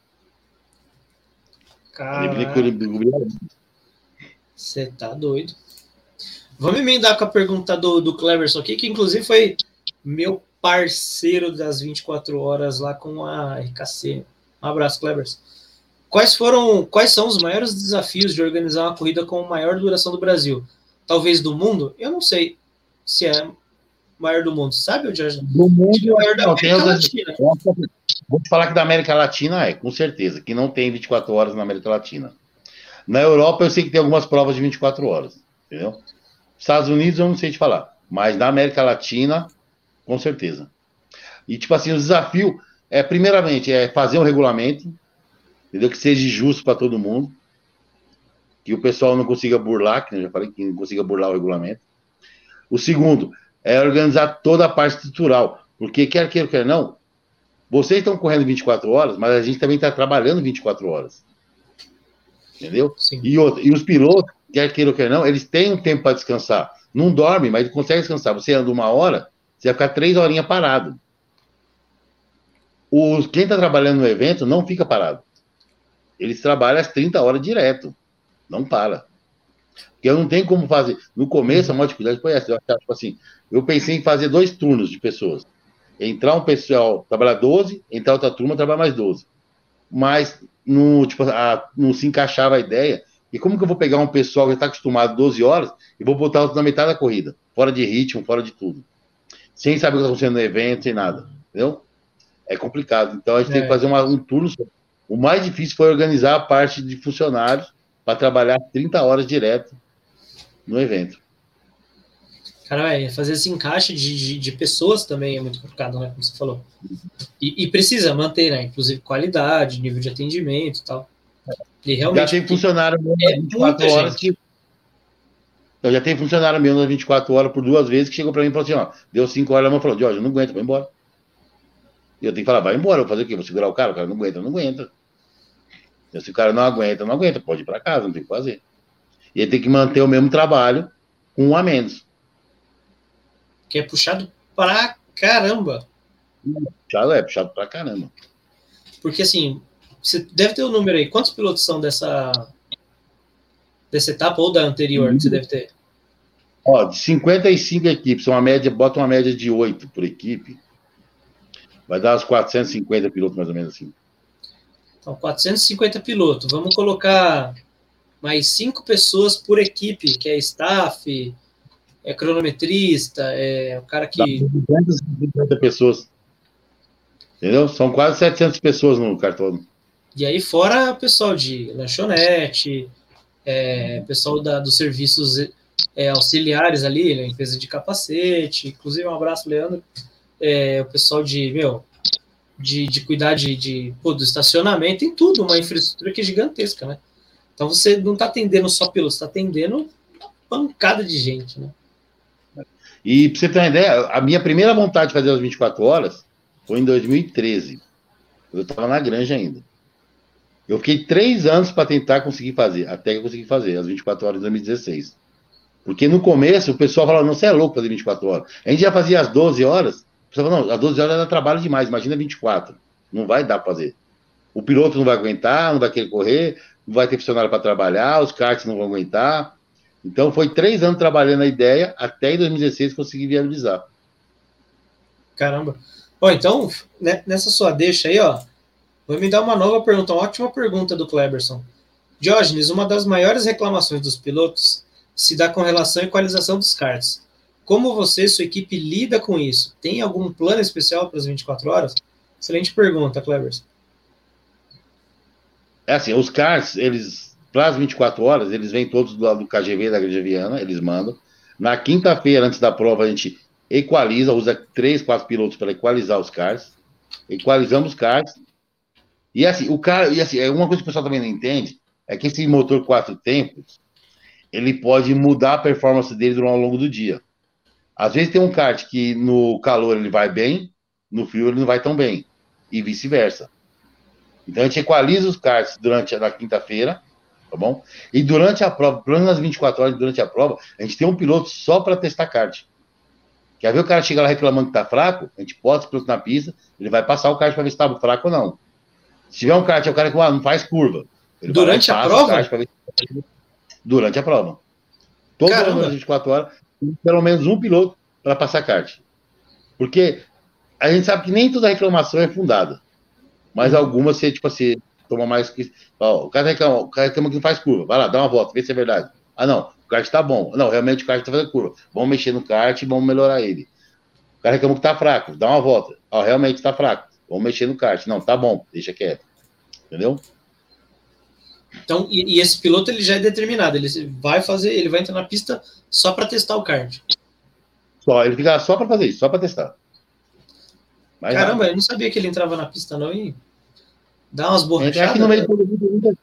Você tá doido. Vamos emendar com a pergunta do Cleverson aqui, que inclusive foi meu parceiro das 24 horas lá com a RKC. Um abraço, Cleverson. Quais são os maiores desafios de organizar uma corrida com maior duração do Brasil? Talvez do mundo? Eu não sei se é maior do mundo. Sabe, Jorge?
Do mundo,
maior da América Latina.
Vou te falar que da América Latina com certeza, que não tem 24 horas na América Latina. Na Europa eu sei que tem algumas provas de 24 horas, entendeu? Estados Unidos eu não sei te falar, mas na América Latina, com certeza. E tipo assim, o desafio primeiramente, fazer um regulamento, entendeu? Que seja justo para todo mundo, que o pessoal não consiga burlar, que eu já falei que não consiga burlar o regulamento. O segundo é organizar toda a parte estrutural, porque quer queira, quer não, vocês estão correndo 24 horas, mas a gente também está trabalhando 24 horas. Entendeu?
Sim.
E os pilotos, quer queira ou quer não, eles têm um tempo para descansar. Não dorme, mas consegue descansar. Você anda 1 hora, você vai ficar 3 horinhas parado. Quem está trabalhando no evento não fica parado. Eles trabalham as 30 horas direto. Não para. Porque eu não tenho como fazer. No começo, a maior dificuldade foi essa. Tipo assim, eu pensei em fazer 2 turnos de pessoas. Entrar um pessoal, trabalhar 12, entrar outra turma, trabalhar mais 12. Mas não se encaixava a ideia. E como que eu vou pegar um pessoal que está acostumado 12 horas e vou botar outro na metade da corrida? Fora de ritmo, fora de tudo. Sem saber o que está acontecendo no evento, sem nada. Entendeu? É complicado. Então a gente tem que fazer um turno só. O mais difícil foi organizar a parte de funcionários para trabalhar 30 horas direto no evento.
Cara, fazer esse encaixe de pessoas também é muito complicado, né? Como você falou. E precisa manter, né? Inclusive qualidade, nível de atendimento e tal. E realmente,
já tem funcionário meu nas 24 horas que... Eu já tenho funcionário meu nas 24 horas por 2 vezes que chegou para mim e falou assim, ó, deu 5 horas, ela falou, Jorge, eu não aguento, vai embora. E eu tenho que falar, vai embora, eu vou fazer o quê? Vou segurar o cara não aguenta, não aguenta. E se o cara não aguenta, pode ir para casa, não tem o que fazer. E ele tem que manter o mesmo trabalho com 1 a menos.
Que é puxado pra caramba.
Puxado pra caramba.
Porque, assim, você deve ter o número aí. Quantos pilotos são dessa etapa ou da anterior que você deve ter?
Ó, de 55 equipes, bota uma média de 8 por equipe, vai dar uns 450 pilotos, mais ou menos assim.
Então, 450 pilotos. Vamos colocar mais 5 pessoas por equipe, que é staff, é cronometrista, é o cara que...
250 pessoas. Entendeu? São quase 700 pessoas no cartódromo.
E aí, fora o pessoal de lanchonete, pessoal dos serviços auxiliares ali, né, empresa de capacete, inclusive um abraço, Leandro, o pessoal de cuidar do estacionamento, tem tudo, uma infraestrutura que é gigantesca, né? Então você não está atendendo só pilotos, está atendendo uma pancada de gente, né?
E para você ter uma ideia, a minha primeira vontade de fazer as 24 horas foi em 2013. Eu estava na Granja ainda. Eu fiquei 3 anos para tentar conseguir fazer, até que eu consegui fazer as 24 horas em 2016. Porque no começo o pessoal falava, não, você é louco fazer 24 horas. A gente já fazia as 12 horas, o pessoal falava, não, as 12 horas era trabalho demais, imagina 24. Não vai dar para fazer. O piloto não vai aguentar, não vai querer correr, não vai ter funcionário para trabalhar, os karts não vão aguentar. Então foi 3 anos trabalhando a ideia, até em 2016 conseguir viabilizar.
Caramba. Bom, então, nessa sua deixa aí, ó, vou me dar uma nova pergunta, uma ótima pergunta do Kleberson. Diógenes, uma das maiores reclamações dos pilotos se dá com relação à equalização dos karts. Como você e sua equipe lida com isso? Tem algum plano especial para as 24 horas? Excelente pergunta, Kleberson.
É assim, os karts, eles, para as 24 horas, eles vêm todos do lado do KGV, da Granja Viana, eles mandam. Na quinta-feira, antes da prova, a gente equaliza, usa 3, 4 pilotos para equalizar os karts. Equalizamos os karts. E assim, uma coisa que o pessoal também não entende é que esse motor 4 tempos, ele pode mudar a performance dele ao longo do dia. Às vezes tem um kart que no calor ele vai bem, no frio ele não vai tão bem, e vice-versa. Então a gente equaliza os karts durante a quinta-feira, tá bom? E durante a prova, pelo menos nas 24 horas durante a prova, a gente tem um piloto só para testar kart. Quer ver o cara chegar lá reclamando que tá fraco? A gente bota esse piloto na pista, ele vai passar o kart para ver se tá fraco ou não. Se tiver um kart, é o cara que não faz curva. Ele
durante a prova?
Durante a prova. Todas as 24 horas, pelo menos um piloto para passar kart. Porque a gente sabe que nem toda reclamação é fundada. Mas algumas você, tipo assim, toma mais que. Ó, o cara reclama que não faz curva. Vai lá, dá uma volta, vê se é verdade. Ah, não, o kart tá bom. Não, realmente o kart tá fazendo curva. Vamos mexer no kart e vamos melhorar ele. O cara reclama que tá fraco, dá uma volta. Ó, realmente tá fraco. Vamos mexer no kart. Não, tá bom, deixa quieto. Entendeu?
Então, e esse piloto ele já é determinado, ele vai entrar na pista só para testar o kart.
Ele fica só para fazer isso, só para testar.
Mas caramba, nada. Eu não sabia que ele entrava na pista não e dá umas borrachadas.
Aqui no meio do...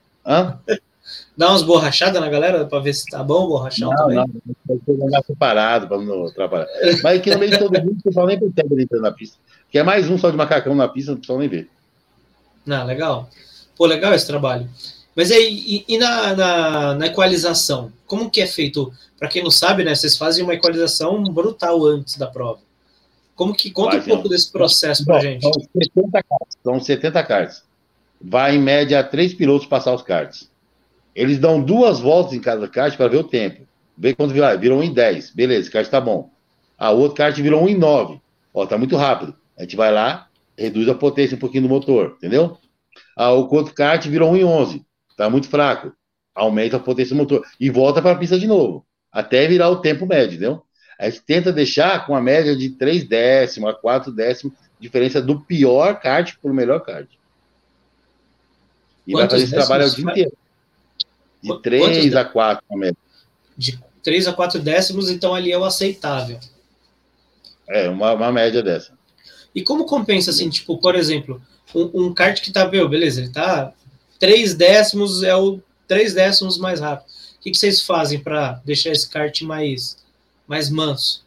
Dá umas borrachadas na galera para ver se tá bom borrachão também.
Não, andar separado para não atrapalhar. Mas aqui no meio de todo mundo, o pessoal nem percebe ele entrando na pista. Que é mais um só de macacão na pista, o pessoal nem vê.
Não, legal. Pô, legal esse trabalho. Mas aí, e na equalização? Como que é feito? Para quem não sabe, né? Vocês fazem uma equalização brutal antes da prova. Como que conta um pouco desse processo para a gente?
São 70 karts. Vai, em média, 3 pilotos passar os karts. Eles dão 2 voltas em cada kart para ver o tempo. Ver quando virou 1:10. Beleza, esse kart tá bom. O outro kart virou 1:09. Ó, tá muito rápido. A gente vai lá, reduz a potência um pouquinho do motor, entendeu? O outro kart virou 1:11. Tá muito fraco. Aumenta a potência do motor. E volta para a pista de novo. Até virar o tempo médio, entendeu? A gente tenta deixar com a média de 3 décimos a 4 décimos, diferença do pior kart para o melhor kart. E vai fazer esse trabalho o dia inteiro. De 3 a 4, a média.
De 3 a 4 décimos, então ali é o aceitável.
É, uma média dessa.
E como compensa, assim, tipo, por exemplo, um kart que tá, beleza, ele tá 3 décimos, é o 3 décimos mais rápido. O que vocês fazem para deixar esse kart mais manso?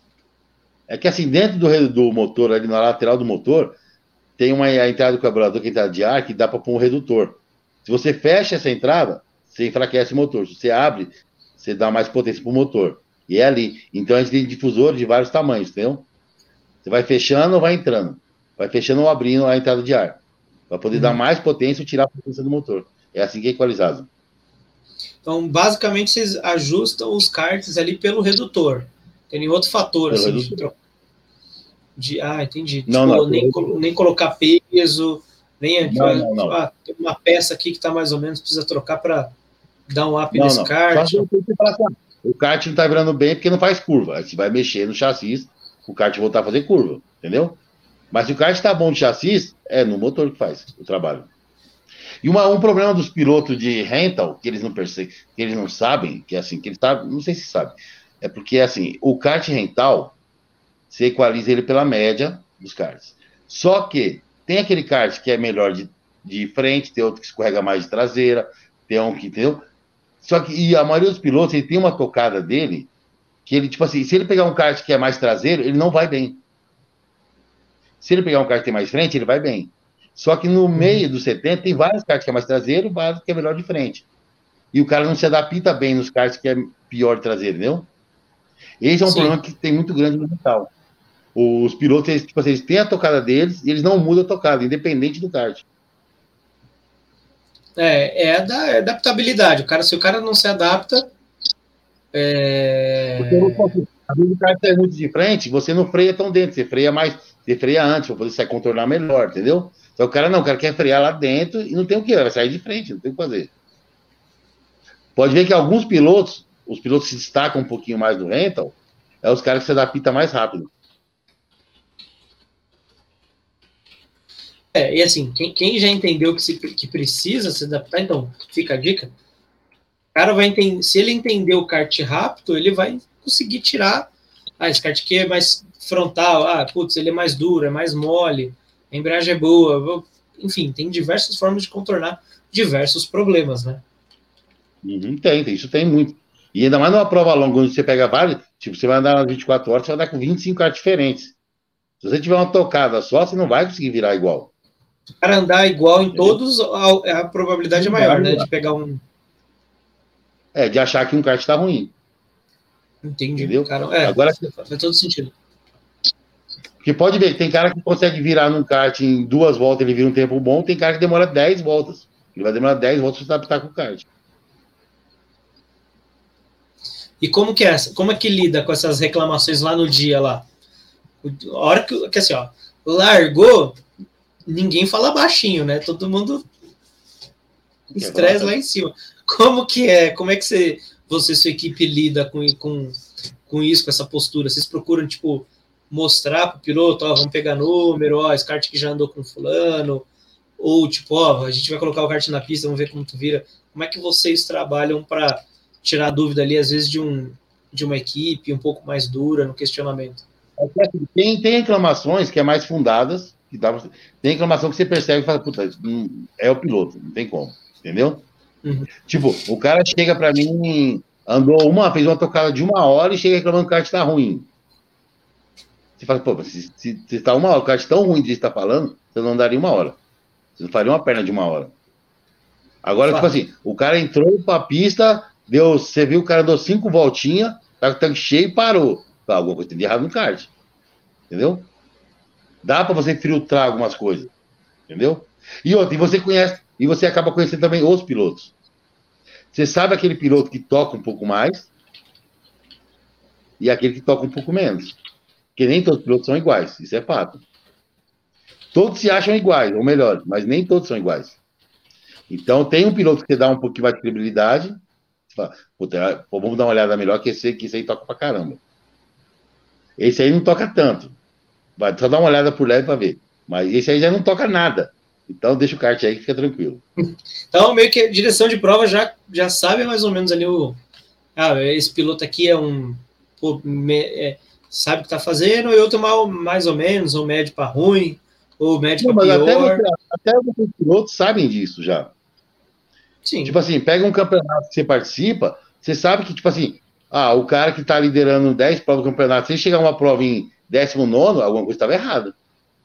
É que assim, dentro do motor, ali na lateral do motor, tem a entrada do carburador, que é a entrada de ar, que dá para pôr um redutor. Se você fecha essa entrada, você enfraquece o motor. Se você abre, você dá mais potência para o motor. E é ali. Então a gente tem difusores de vários tamanhos, entendeu? Você vai fechando ou vai entrando. Vai fechando ou abrindo a entrada de ar. Para poder dar mais potência e tirar a potência do motor. É assim que é equalizado.
Então, basicamente, vocês ajustam os karts ali pelo redutor. Tem nenhum outro fator,
Pelo
assim,
redutor.
entendi.
Não,
Tipo, nem colocar peso, nem
não.
Tem uma peça aqui que está mais ou menos, precisa trocar para dar um up
Não.
nesse kart.
Só que você fala assim, o kart não está virando bem porque não faz curva. Aí você vai mexer no chassi, o kart voltar a fazer curva, entendeu? Mas se o kart está bom de chassi, é no motor que faz o trabalho. E um problema dos pilotos de rental, que eles não percebem, que eles não sabem, que assim, que eles sabem, não sei se sabem, é porque assim, o kart rental, você equaliza ele pela média dos karts. Só que tem aquele kart que é melhor de frente, tem outro que escorrega mais de traseira, tem um que, entendeu? Só que, e a maioria dos pilotos, ele tem uma tocada dele, que ele, tipo assim, se ele pegar um kart que é mais traseiro, ele não vai bem. Se ele pegar um kart que tem mais frente, ele vai bem. Só que no meio dos 70, tem vários karts que é mais traseiro, vários que é melhor de frente. E o cara não se adapta bem nos karts que é pior de traseiro, entendeu? Esse é um problema que tem muito grande no mental. Os pilotos, eles, tipo assim, eles têm a tocada deles e eles não mudam a tocada, independente do kart.
É da adaptabilidade. Se o cara não se adapta.
Porque o kart sai muito de frente, você não freia tão dentro, você freia antes, para poder sair contornar melhor, entendeu? Então o cara quer frear lá dentro e não tem o que, vai sair de frente, não tem o que fazer. Pode ver que alguns pilotos, os pilotos se destacam um pouquinho mais do rental, é os caras que se adaptam mais rápido.
E assim, quem já entendeu que precisa se adaptar, então fica a dica. O cara vai entender, se ele entender o kart rápido, ele vai conseguir tirar. Esse kart aqui é mais frontal, ele é mais duro, é mais mole, a embreagem é boa. Enfim, tem diversas formas de contornar diversos problemas, né?
Isso tem muito. E ainda mais numa prova longa, onde você pega vários, tipo, você vai andar nas 24 horas, você vai andar com 25 karts diferentes. Se você tiver uma tocada só, você não vai conseguir virar igual.
Para andar igual em todos, a probabilidade é maior, né? De pegar um.
De achar que um kart está ruim.
Entendi.
Entendeu?
Cara,
agora
faz todo sentido.
Porque pode ver, tem cara que consegue virar num kart em 2 voltas, ele vira um tempo bom, tem cara que demora 10 voltas. Ele vai demorar 10 voltas para se adaptar com o kart.
E como que lida com essas reclamações lá no dia lá? A hora que assim, largou, ninguém fala baixinho, né? Todo mundo estresse lá em cima. Como que é? Como é que você e sua equipe lida com isso, com essa postura? Vocês procuram, tipo, mostrar para o piloto, vamos pegar número, esse kart que já andou com fulano, ou tipo, a gente vai colocar o kart na pista, vamos ver como tu vira. Como é que vocês trabalham para tirar a dúvida ali, às vezes, de uma equipe um pouco mais dura no questionamento?
Tem reclamações que é mais fundadas, tem reclamação que você percebe e fala, puta, é o piloto, não tem como, entendeu? Tipo, o cara chega pra mim, fez uma tocada de 1 hora e chega reclamando que o kart tá ruim. Você fala, pô, se tá 1 hora, o kart tão ruim de você tá falando, você não andaria 1 hora. Você não faria uma perna de 1 hora. Agora, tipo assim, o cara entrou pra pista, você viu o cara deu 5 voltinhas, tá com o tanque cheio e parou. Alguma coisa tem de errado no kart. Entendeu? Dá pra você filtrar algumas coisas. Entendeu? E você acaba conhecendo também os pilotos. Você sabe aquele piloto que toca um pouco mais e aquele que toca um pouco menos. Porque nem todos os pilotos são iguais. Isso é fato. Todos se acham iguais, ou melhor, mas nem todos são iguais. Então, tem um piloto que dá um pouquinho mais de credibilidade. Você fala, vamos dar uma olhada melhor que esse aí toca pra caramba. Esse aí não toca tanto. Vai só dar uma olhada por leve pra ver. Mas esse aí já não toca nada. Então, deixa o kart aí que fica tranquilo.
Então, meio que a direção de prova já sabe mais ou menos ali esse piloto aqui sabe o que tá fazendo, e outro mais ou menos, ou médio para ruim, ou médio para pior.
Até os pilotos sabem disso já.
Sim.
Tipo assim, pega um campeonato que você participa, você sabe que, tipo assim, o cara que tá liderando 10 provas do campeonato, se chegar uma prova em 19º, alguma coisa estava errada.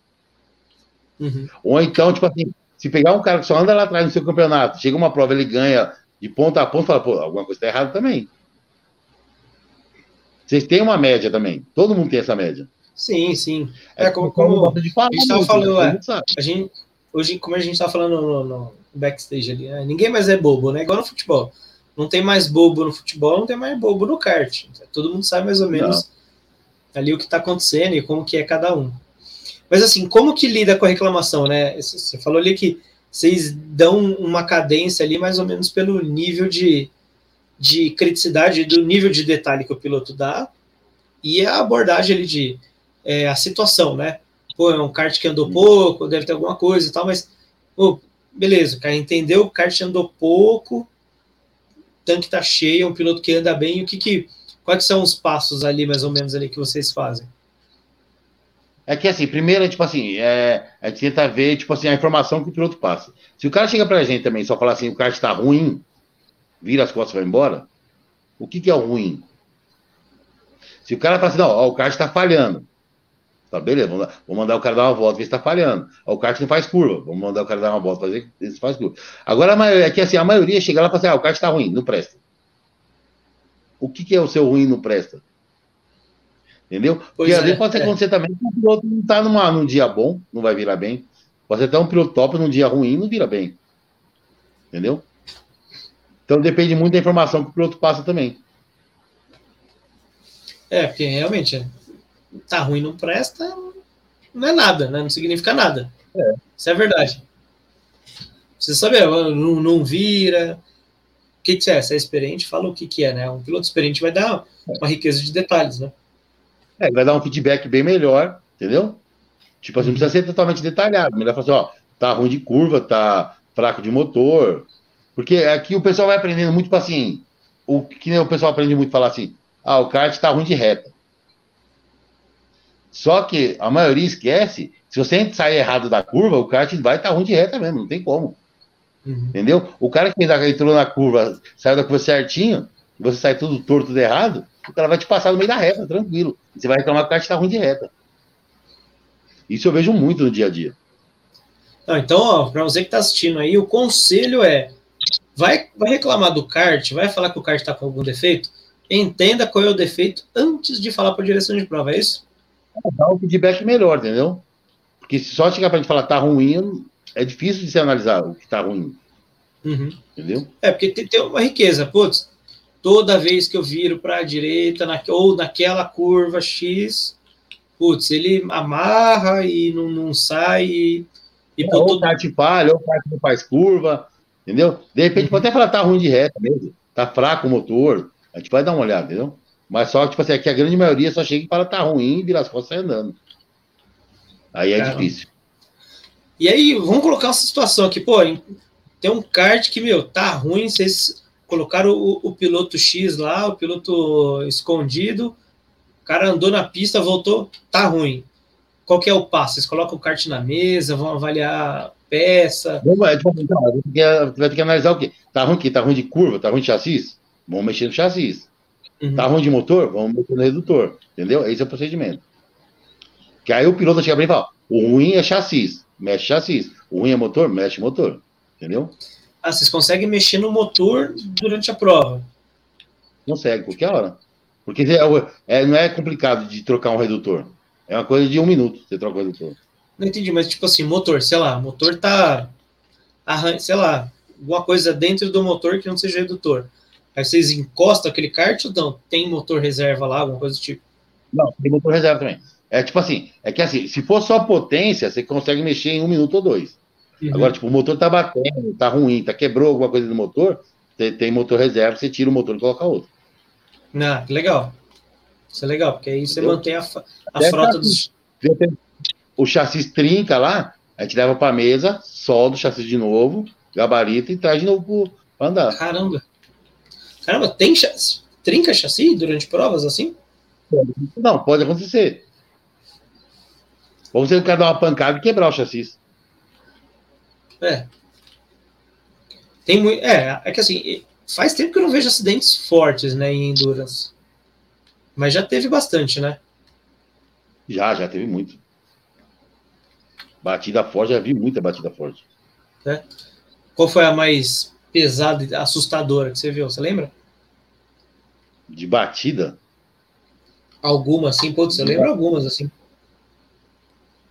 Ou então, tipo assim, se pegar um cara que só anda lá atrás no seu campeonato, chega uma prova, ele ganha de ponta a ponta, fala, pô, alguma coisa está errada também. Vocês têm uma média também. Todo mundo tem essa média.
Sim, sim.
Como
A gente estava falando, como a gente estava falando no backstage ali, né? Ninguém mais é bobo, né? Igual no futebol. Não tem mais bobo no futebol, não tem mais bobo no kart. Todo mundo sabe mais ou menos ali o que está acontecendo e como que é cada um. Mas assim, como que lida com a reclamação, né? Você falou ali que vocês dão uma cadência ali mais ou menos pelo nível de criticidade, do nível de detalhe que o piloto dá e a abordagem ali de a situação, né? Pô, é um kart que andou pouco, deve ter alguma coisa e tal, mas, pô, beleza, o cara entendeu, o kart andou pouco, o tanque tá cheio, é um piloto que anda bem, quais são os passos ali, mais ou menos, ali que vocês fazem?
É que assim, primeiro, tipo assim, a gente tenta ver, tipo assim, a informação que o piloto passa. Se o cara chega pra gente também e só falar assim, o kart tá ruim, vira as costas e vai embora, o que é o ruim? Se o cara fala assim, não, ó, o kart tá falhando, tá, beleza, vamos mandar o cara dar uma volta, ver se tá falhando. Ó, o kart não faz curva, vamos mandar o cara dar uma volta, fazer se faz curva. Agora, é que assim, a maioria chega lá e fala assim, o kart tá ruim, não presta. O que é o seu ruim não presta? Entendeu? Porque às vezes pode acontecer também que o piloto não tá num dia bom, não vai virar bem. Pode ser até um piloto top num dia ruim, não vira bem. Entendeu? Então depende muito da informação que o piloto passa também.
Porque realmente tá ruim, não presta, não é nada, né? Não significa nada. Isso é verdade. Você sabe, não vira. O que é? Se é experiente, fala o que é, né? Um piloto experiente vai dar uma riqueza de detalhes, né?
Vai dar um feedback bem melhor, entendeu? Tipo assim, não precisa ser totalmente detalhado. Melhor falar assim, ó, tá ruim de curva, tá fraco de motor. Porque aqui o pessoal vai aprendendo muito, assim, o que o pessoal aprende muito falar assim, o kart tá ruim de reta. Só que a maioria esquece, se você sair errado da curva, o kart vai estar ruim de reta mesmo, não tem como. Entendeu? O cara que entrou na curva, saiu da curva certinho, e você sai tudo torto, tudo errado, o cara vai te passar no meio da reta, tranquilo. Você vai reclamar que o kart tá ruim de reta. Isso eu vejo muito no dia a dia.
Então, para você que está assistindo aí, o conselho vai reclamar do kart, vai falar que o kart está com algum defeito, entenda qual é o defeito antes de falar para a direção de prova, é isso?
Dá um feedback melhor, entendeu? Porque se só chegar para a gente falar tá ruim, é difícil de se analisar o que tá ruim. Entendeu?
Porque tem uma riqueza, putz, toda vez que eu viro para a direita, ou naquela curva X, putz, ele amarra e não sai.
Ou o kart falha, ou o kart não faz curva, entendeu? De repente pode até falar tá ruim de reta mesmo, tá fraco o motor, a gente vai dar uma olhada, entendeu? Mas só, tipo assim, aqui a grande maioria só chega e fala tá ruim, vira as costas e sai andando. Aí é difícil.
E aí, vamos colocar uma situação aqui, pô, tem um kart que, tá ruim, vocês colocaram o piloto X lá, o piloto escondido, o cara andou na pista, voltou, tá ruim. Qual que é o passo? Vocês colocam o kart na mesa, vão avaliar a peça?
Vai ter que analisar o quê? Tá ruim aqui? Tá ruim de curva? Tá ruim de chassi? Vamos mexer no chassi. Tá ruim de motor? Vamos mexer no redutor. Entendeu? Esse é o procedimento. Que aí o piloto chega bem e fala, o ruim é chassi, mexe chassi. O ruim é motor, mexe motor. Entendeu?
Vocês conseguem mexer no motor durante a prova?
Consegue, qualquer hora. Porque não é complicado de trocar um redutor. É uma coisa de 1 minuto, você troca o redutor.
Não entendi, mas tipo assim, motor, sei lá, motor tá, sei lá, alguma coisa dentro do motor que não seja redutor. Aí vocês encostam aquele kart ou não? Tem motor reserva lá, alguma coisa do tipo?
Não, tem motor reserva também. É tipo assim, se for só potência, você consegue mexer em 1 minuto ou 2. Agora, tipo, o motor tá batendo, tá ruim, quebrou alguma coisa no motor, tem motor reserva, você tira o motor e coloca outro.
Que legal. Isso é legal, porque aí você mantém a frota dos...
O chassi trinca lá, a gente leva pra mesa, solda o chassi de novo, gabarita e traz de novo pra andar.
Caramba, tem chassi? Trinca chassi durante provas assim?
Não, pode acontecer. Ou você quer dar uma pancada e quebrar o chassi.
Tem muito. É que assim, faz tempo que eu não vejo acidentes fortes, né, em endurance. Mas já teve bastante, né?
Já teve muito. Batida forte, já vi muita batida forte.
Qual foi a mais pesada e assustadora que você viu? Você lembra?
De batida?
Alguma, assim? Pô, você lembra algumas, assim?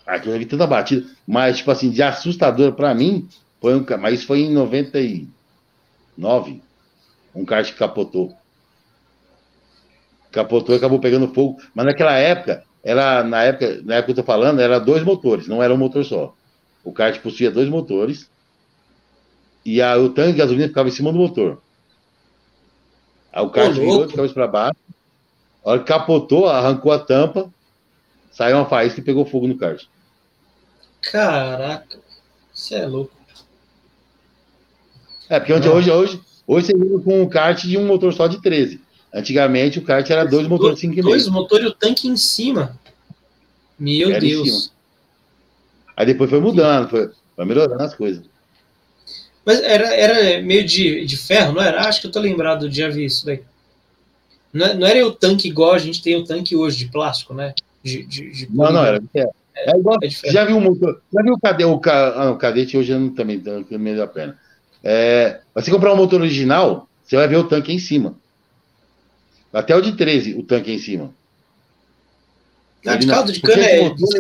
Aqui eu já vi tanta batida, mas, tipo assim, de assustador pra mim, mas isso foi em 99, um kart que capotou. Capotou e acabou pegando fogo, mas naquela época, na época que eu tô falando, era 2 motores, não era um motor só. O kart possuía 2 motores, e o tanque de gasolina ficava em cima do motor. Aí o kart virou de cabeça para baixo, a hora que capotou, arrancou a tampa, saiu uma faísca e pegou fogo no kart.
Caraca, você é louco.
Porque hoje você vive com um kart de um motor só de 13. Antigamente o kart era 2 motores de 5,5.
2 motores e o tanque em cima. Meu
era
Deus.
Aí depois foi mudando, foi melhorando as coisas.
Mas era meio de ferro, não era? Acho que eu tô lembrado de já vi isso daí. Não era o tanque igual a gente tem o tanque hoje, de plástico, né?
Não, era de ferro. É igual,
de ferro.
Já viu o motor? Já viu o cadete hoje também tá meio da perna. Você comprar um motor original, você vai ver o tanque em cima. Até o de 13, o tanque em cima.
De caldo de cana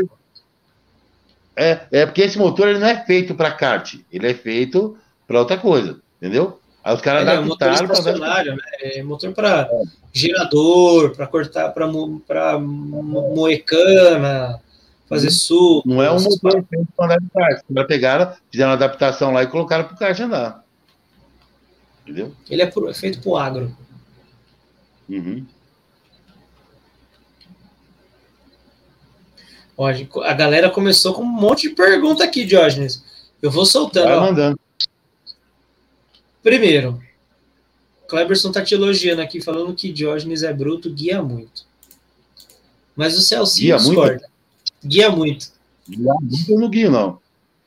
porque esse motor ele não é feito para kart, ele é feito para outra coisa, entendeu? Aí os caras
adaptaram. Motor estacionário, né? Motor para gerador, para cortar, para moer cana, fazer suco.
Não é um motor feito para andar de kart. Os caras pegaram, fizeram uma adaptação lá e colocaram para o kart andar. Entendeu?
Ele é feito para o agro.
Uhum.
A galera começou com um monte de pergunta aqui, Diógenes. Eu vou soltando.
Vai mandando.
Primeiro, Cleberson tá te elogiando aqui, falando que Diógenes é bruto, guia muito. Mas o Celcinho discorda. Guia muito.
Guia muito, eu não guio, não.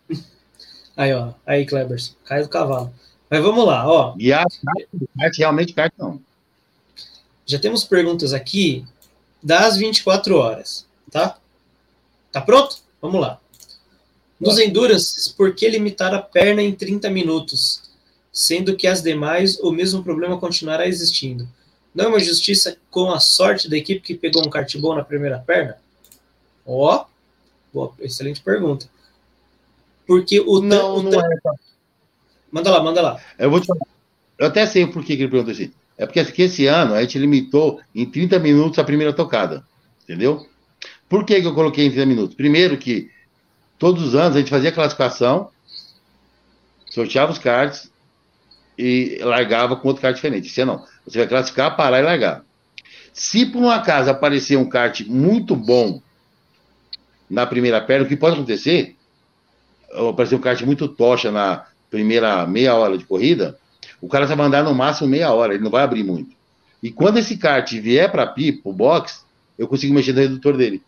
Aí, Cleberson, cai do cavalo. Mas vamos lá, ó.
Guiar realmente kart não.
Já temos perguntas aqui das 24 horas, tá? Tá pronto? Vamos lá. Nos Endurances, por que limitar a perna em 30 minutos? Sendo que as demais, o mesmo problema continuará existindo. Não é uma justiça com a sorte da equipe que pegou um kart bom na primeira perna? Boa, excelente pergunta. Porque
não é.
Manda lá.
Eu vou te falar. Eu até sei por que ele perguntou assim. É porque esse ano a gente limitou em 30 minutos a primeira tocada. Entendeu? Por que eu coloquei em 30 minutos? Primeiro que todos os anos a gente fazia classificação, sorteava os karts e largava com outro kart diferente. Esse ano não. Você vai classificar, parar e largar. Se por um acaso aparecer um kart muito bom na primeira perna, o que pode acontecer, aparecer um kart muito tocha na primeira meia hora de corrida, o cara vai andar no máximo meia hora, ele não vai abrir muito. E quando esse kart vier para o box, eu consigo mexer no redutor dele.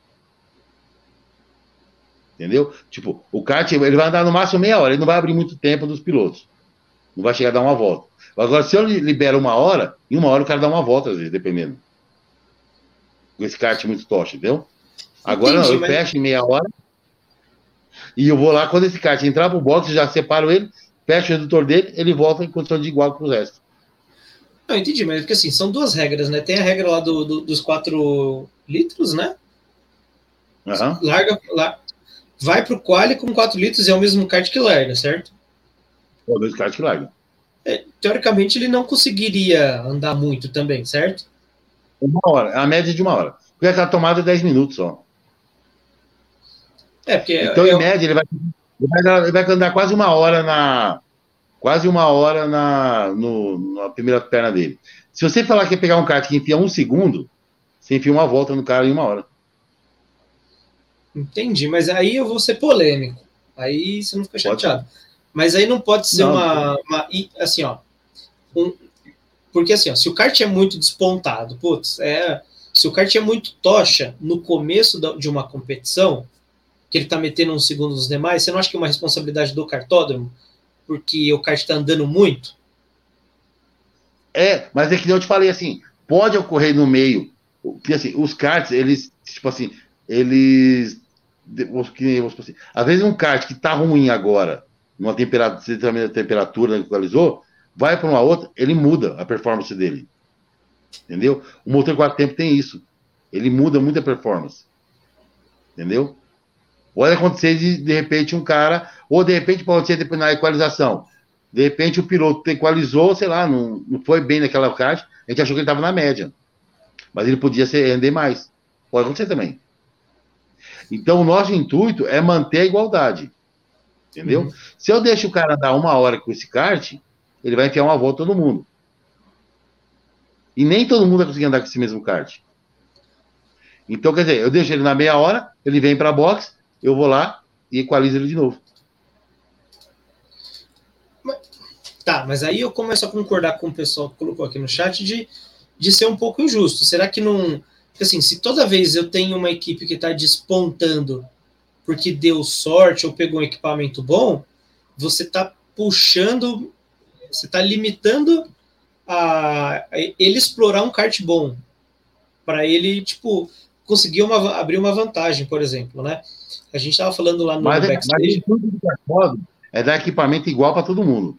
Entendeu? Tipo, o kart ele vai andar no máximo meia hora, ele não vai abrir muito tempo dos pilotos. Não vai chegar a dar uma volta. Agora, se eu libero uma hora, em uma hora o cara dá uma volta, às vezes, dependendo. Com esse kart muito tocha, entendeu? Agora eu fecho em meia hora e eu vou lá, quando esse kart entrar pro box, eu já separo ele, fecho o redutor dele, ele volta em condição de igual pro resto.
Não, entendi, mas porque assim, são duas regras, né? Tem a regra lá dos 4 litros, né?
Uhum.
Vai pro quali com 4 litros e é o mesmo kart que larga, certo?
É o mesmo kart que larga.
Teoricamente, ele não conseguiria andar muito também, certo?
Uma hora, a média de uma hora. Porque aquela tomada é 10 minutos só. Então, em média, ele vai andar quase uma hora na primeira perna dele. Se você falar que ia pegar um kart que enfia 1 segundo, você enfia uma volta no cara em uma hora.
Entendi, mas aí eu vou ser polêmico. Aí você não fica chateado. Mas aí não pode ser assim, ó. Porque assim, ó, se o kart é muito despontado, se o kart é muito tocha no começo de uma competição, que ele tá metendo 1 segundo nos demais, você não acha que é uma responsabilidade do kartódromo? Porque o kart tá andando muito?
Mas é que eu te falei assim, pode ocorrer no meio, porque assim, os karts, eles, tipo assim, às vezes um kart que tá ruim agora, numa temperatura que equalizou, vai para uma outra, ele muda a performance dele. Entendeu? O motor 4 tempos tem isso. Ele muda muito a performance. Entendeu? Pode acontecer de repente um cara, ou de repente pode ser depois na equalização. De repente o piloto equalizou, sei lá, não foi bem naquela kart, a gente achou que ele estava na média. Mas ele podia render mais. Pode acontecer também. Então o nosso intuito é manter a igualdade. Entendeu? Uhum. Se eu deixo o cara andar 1 hora com esse kart, ele vai enfiar uma volta todo mundo. E nem todo mundo vai conseguir andar com esse mesmo kart. Então, quer dizer, eu deixo ele na meia hora, ele vem para a box, eu vou lá e equalizo ele de novo.
Mas aí eu começo a concordar com o pessoal que colocou aqui no chat de ser um pouco injusto. Será que não... Assim, se toda vez eu tenho uma equipe que está despontando porque deu sorte ou pegou um equipamento bom, você está puxando, você está limitando a ele explorar um kart bom, para ele, tipo, conseguir abrir uma vantagem, por exemplo, né? A gente estava falando lá no backstage.
Mas tudo que é dar equipamento igual para todo mundo.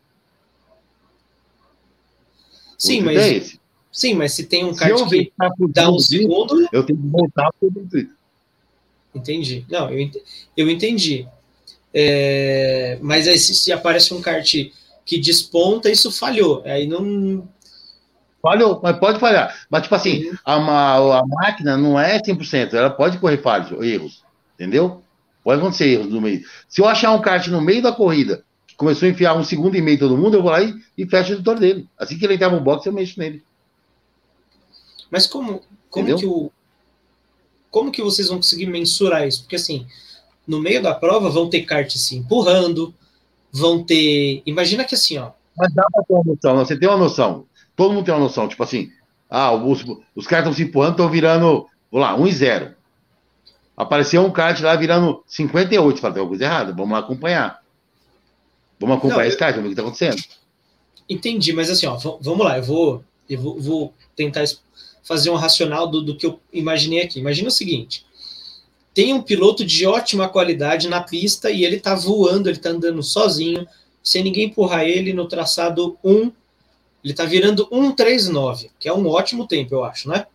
Sim, mas se tem um kart que dá um segundo...
Eu tenho que voltar para o circuito.
Entendi. Não, eu entendi. Mas aí se aparece um kart que desponta, isso falhou. Aí não...
Falhou, mas pode falhar. Mas, tipo assim, a máquina não é 100%. Ela pode correr falhas, erros. Entendeu? Pode acontecer erros no meio. Se eu achar um kart no meio da corrida que começou a enfiar 1,5 segundos todo mundo, eu vou lá e fecho o editor dele. Assim que ele entrar no box, eu mexo nele.
Mas como que vocês vão conseguir mensurar isso? Porque, assim, no meio da prova vão ter kart se empurrando, vão ter... Imagina que assim, ó...
Mas dá pra ter uma noção, você tem uma noção. Todo mundo tem uma noção, tipo assim, os caras estão se empurrando, estão virando, vamos lá, 1-0. Apareceu um kart lá virando 58, fala, tem alguma coisa errada, vamos lá acompanhar. Vamos acompanhar esse kart, vamos ver o que está acontecendo.
Entendi, mas assim, ó, vamos lá, eu vou tentar fazer um racional do que eu imaginei aqui. Imagina o seguinte, tem um piloto de ótima qualidade na pista e ele tá voando, ele tá andando sozinho, sem ninguém empurrar ele no traçado 1, ele tá virando 1:39, que é um ótimo tempo, eu acho, né?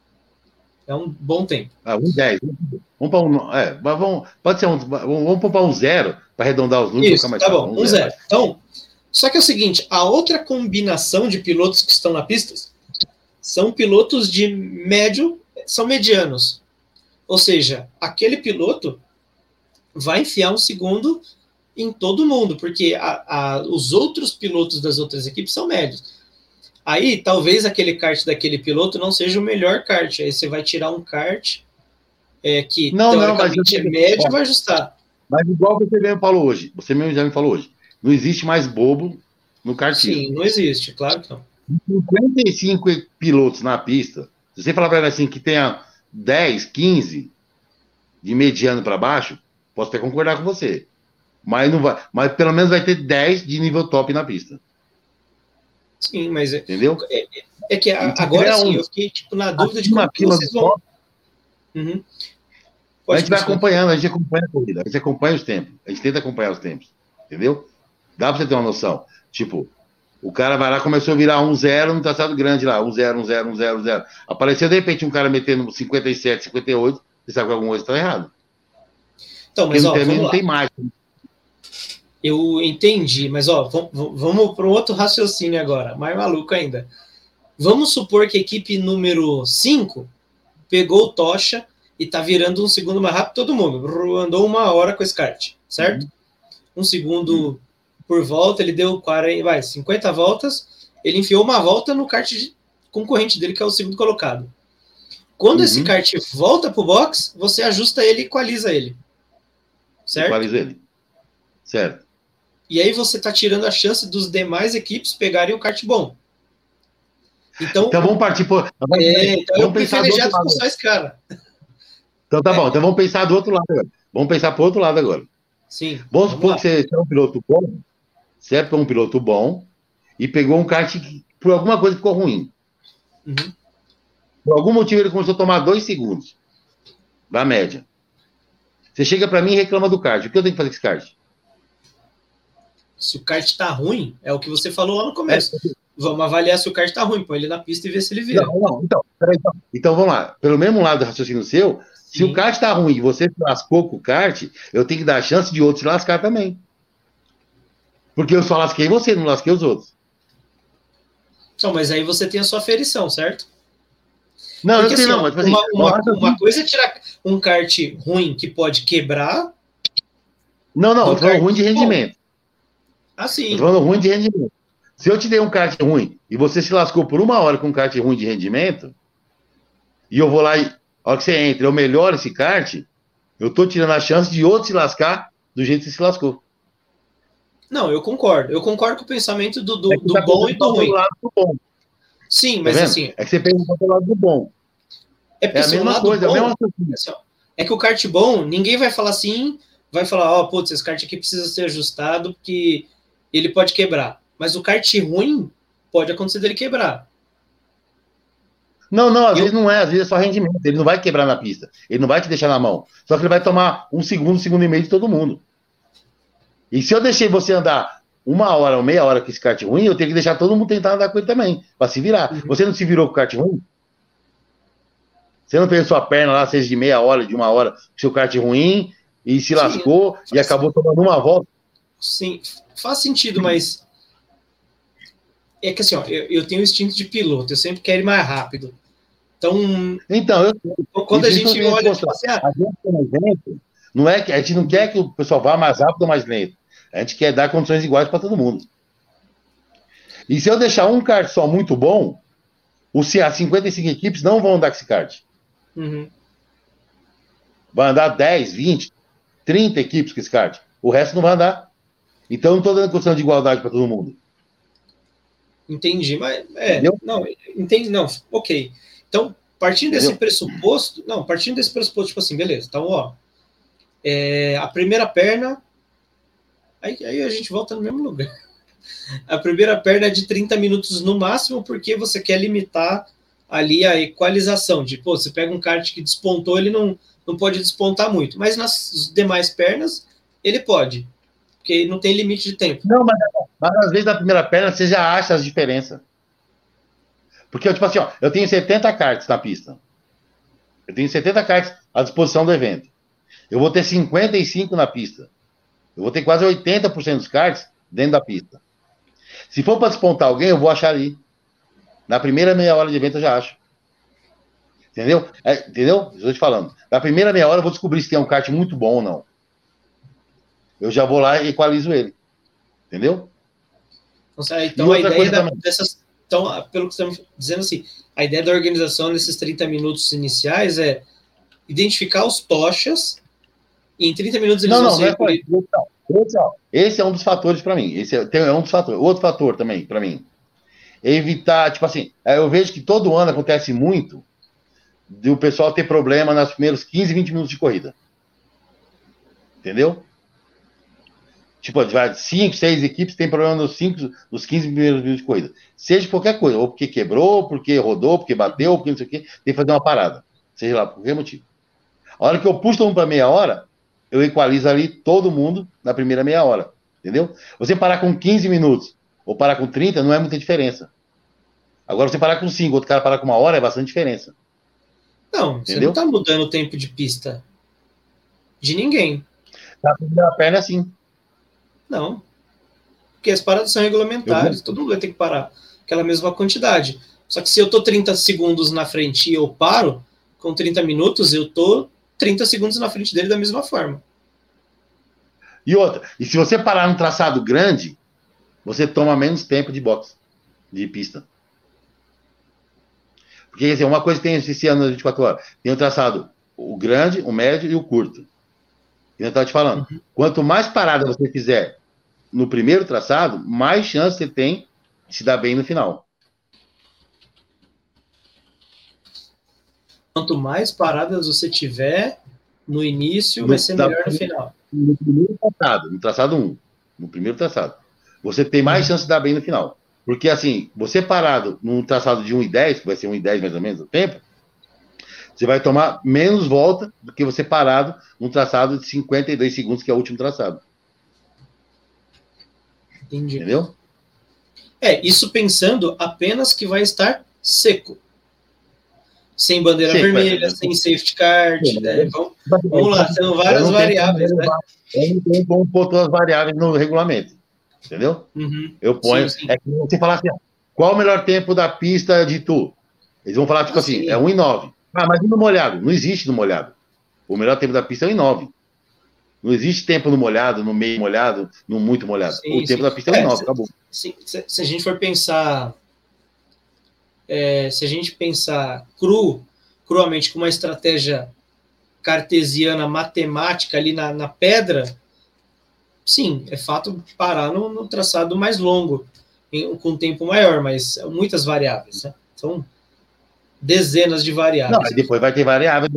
É um bom tempo.
1:10. Vamos para pode ser vamos para 1:0 para arredondar os números.
Isso, tá bom, 1:0. Então, só que é o seguinte, a outra combinação de pilotos que estão na pista são pilotos de médio, são medianos. Ou seja, aquele piloto vai enfiar 1 segundo em todo mundo, porque os outros pilotos das outras equipes são médios. Aí, talvez aquele kart daquele piloto não seja o melhor kart. Aí você vai tirar um kart que teoricamente é médio e vai ajustar.
Mas igual você mesmo falou hoje, você mesmo já me falou hoje, não existe mais bobo no kartismo.
Sim, não existe, claro que não.
55 pilotos na pista, se você falar para ele assim que tenha 10, 15 de mediano para baixo, posso até concordar com você. Mas não vai, mas pelo menos vai ter 10 de nível top na pista.
Sim, mas
entendeu?
É que agora sim, eu fiquei tipo, na dúvida de como que vocês vão.
Uhum. A gente vai acompanhando, a gente acompanha a corrida, a gente acompanha os tempos, a gente tenta acompanhar os tempos, entendeu? Dá pra você ter uma noção. Tipo, o cara vai lá, começou a virar 1-0 no traçado grande lá, 1-0, 1-0, 1-0, 1-0. Apareceu de repente um cara metendo 57, 58, você sabe que alguma coisa está errado.
Então, mas ó,
não tem mais.
Eu entendi, mas ó, vamos para um outro raciocínio agora, mais maluco ainda. Vamos supor que a equipe número 5 pegou o tocha e tá virando 1 segundo mais rápido todo mundo. Andou 1 hora com esse kart, certo? 1 segundo por volta, ele deu 50 voltas, ele enfiou uma volta no kart concorrente dele, que é o segundo colocado. Quando esse kart volta pro box, você ajusta ele e equaliza ele. Certo?
Equaliza ele. Certo.
E aí você está tirando a chance dos demais equipes pegarem o kart bom. Então
vamos partir por...
então vamos privilegiado com só esse cara.
Então tá bom, então vamos pensar do outro lado agora. Vamos pensar pro outro lado agora.
Sim.
Vamos supor que você é um piloto bom, você é um piloto bom e pegou um kart que por alguma coisa ficou ruim.
Uhum.
Por algum motivo ele começou a tomar 2 segundos da média. Você chega para mim e reclama do kart. O que eu tenho que fazer com esse kart?
Se o kart tá ruim, é o que você falou lá no começo. Vamos avaliar se o kart tá ruim, põe ele na pista e vê se ele vira.
Não, então, peraí, então vamos lá. Pelo mesmo lado do raciocínio seu, se o kart tá ruim e você se lascou com o kart, eu tenho que dar a chance de outros se lascar também. Porque eu só lasquei você, não lasquei os outros.
Não, mas aí você tem a sua aferição, certo?
Não,
porque,
eu sei
assim,
não, mas tipo assim,
uma coisa é tirar um kart ruim que pode quebrar.
Não, eu tô falando ruim de rendimento.
Assim.
Eu tô falando ruim de rendimento. Se eu te dei um kart ruim e você se lascou por 1 hora com um kart ruim de rendimento, e eu vou lá e, a hora que você entra, eu melhoro esse kart, eu tô tirando a chance de outro se lascar do jeito que você se lascou.
Não, eu concordo. Eu concordo com o pensamento do bom e do ruim.
Do bom.
Sim, mas assim...
É que você pensa pelo lado do bom.
É a mesma coisa, bom, é a mesma coisa. É que o kart bom, ninguém vai falar assim, vai falar, ó, putz, esse kart aqui precisa ser ajustado porque ele pode quebrar. Mas o kart ruim, pode acontecer dele quebrar.
Não, às vezes não é, às vezes é só rendimento. Ele não vai quebrar na pista. Ele não vai te deixar na mão. Só que ele vai tomar 1 segundo, 1,5 segundos de todo mundo. E se eu deixei você andar 1 hora ou meia hora com esse kart ruim, eu tenho que deixar todo mundo tentar andar com ele também, para se virar. Uhum. Você não se virou com o kart ruim? Você não fez sua perna lá, seja de meia hora, de 1 hora, com seu kart ruim, e se lascou e acabou tomando uma volta?
Sim, faz sentido, mas... É que assim, ó, eu tenho o instinto de piloto, eu sempre quero ir mais rápido. Então quando a gente olha, tipo assim,
a gente tem um exemplo, não é que a gente não quer que o pessoal vá mais rápido ou mais lento. A gente quer dar condições iguais para todo mundo. E se eu deixar um kart só muito bom, as 55 equipes não vão andar com esse kart.
Uhum.
Vai andar 10, 20, 30 equipes com esse kart. O resto não vai andar. Então eu não estou dando condição de igualdade para todo mundo.
Entendi, mas ok. Então, partindo desse pressuposto, tipo assim, beleza, então, ó, a primeira perna, aí a gente volta no mesmo lugar. A primeira perna é de 30 minutos no máximo, porque você quer limitar ali a equalização, de, pô, você pega um kart que despontou, ele não pode despontar muito, mas nas demais pernas, ele pode, porque não tem limite de tempo.
Não, mas às vezes na primeira perna você já acha as diferenças. Porque, tipo assim, ó, eu tenho 70 karts na pista. Eu tenho 70 karts à disposição do evento. Eu vou ter 55 na pista. Eu vou ter quase 80% dos karts dentro da pista. Se for para despontar alguém, eu vou achar ali. Na primeira meia hora de evento eu já acho. Entendeu? Entendeu? Estou te falando. Na primeira meia hora eu vou descobrir se tem um kart muito bom ou não. Eu já vou lá e equalizo ele. Entendeu?
Então a ideia dessas... Então, pelo que você está dizendo assim, a ideia da organização nesses 30 minutos iniciais é identificar os tochas e em 30 minutos eles vão ser...
Esse é um dos fatores para mim. Esse é um dos fatores. Outro fator também, para mim. Evitar, tipo assim, eu vejo que todo ano acontece muito de o pessoal ter problema nos primeiros 15, 20 minutos de corrida. Entendeu? Tipo, 5, 6 equipes tem problema nos 15 primeiros minutos de corrida. Seja qualquer coisa, ou porque quebrou, porque rodou, porque bateu, porque não sei o quê, tem que fazer uma parada. Seja lá, por qualquer motivo. A hora que eu puxo todo mundo para meia hora, eu equalizo ali todo mundo na primeira meia hora. Entendeu? Você parar com 15 minutos ou parar com 30 não é muita diferença. Agora, você parar com 5, outro cara parar com 1 hora é bastante diferença.
Não, entendeu? Você não está mudando o tempo de pista de ninguém.
Na primeira perna é assim.
Não. Porque as paradas são regulamentares, todo mundo vai ter que parar aquela mesma quantidade. Só que se eu tô 30 segundos na frente e eu paro, com 30 minutos, eu tô 30 segundos na frente dele da mesma forma.
E outra, e se você parar num traçado grande, você toma menos tempo de boxe, de pista. Porque assim, uma coisa que tem esse ano nas 24 horas, tem o traçado, o grande, o médio e o curto. E eu estava te falando, quanto mais parada você fizer no primeiro traçado, mais chance você tem de se dar bem no final.
Quanto mais paradas você tiver no início, vai ser melhor no final.
No primeiro traçado, no traçado 1, no primeiro traçado, você tem mais chance de dar bem no final. Porque, assim, você parado num traçado de 1,10, que vai ser 1,10 mais ou menos o tempo, você vai tomar menos volta do que você parado num traçado de 52 segundos, que é o último traçado.
Entendi.
Entendeu?
Isso pensando apenas que vai estar seco. Sem bandeira
Seco,
vermelha, sem safety car. Vamos lá, são várias variáveis, né?
Eu não tenho como pôr todas as variáveis no regulamento. Entendeu?
Uhum.
Eu ponho.
Sim.
É que você falar assim, qual o melhor tempo da pista de Tu? Eles vão falar, tipo assim, é 1:09. Mas e no molhado? Não existe no molhado. O melhor tempo da pista é 1:09. Não existe tempo no molhado, no meio molhado, no muito molhado. O tempo da pista é 1:09, acabou.
Se a gente for pensar, se a gente pensar cruamente com uma estratégia cartesiana, matemática ali na pedra, sim, é fato parar no traçado mais longo, com tempo maior, mas muitas variáveis, né? São dezenas de variáveis.
Não, mas depois vai ter variáveis.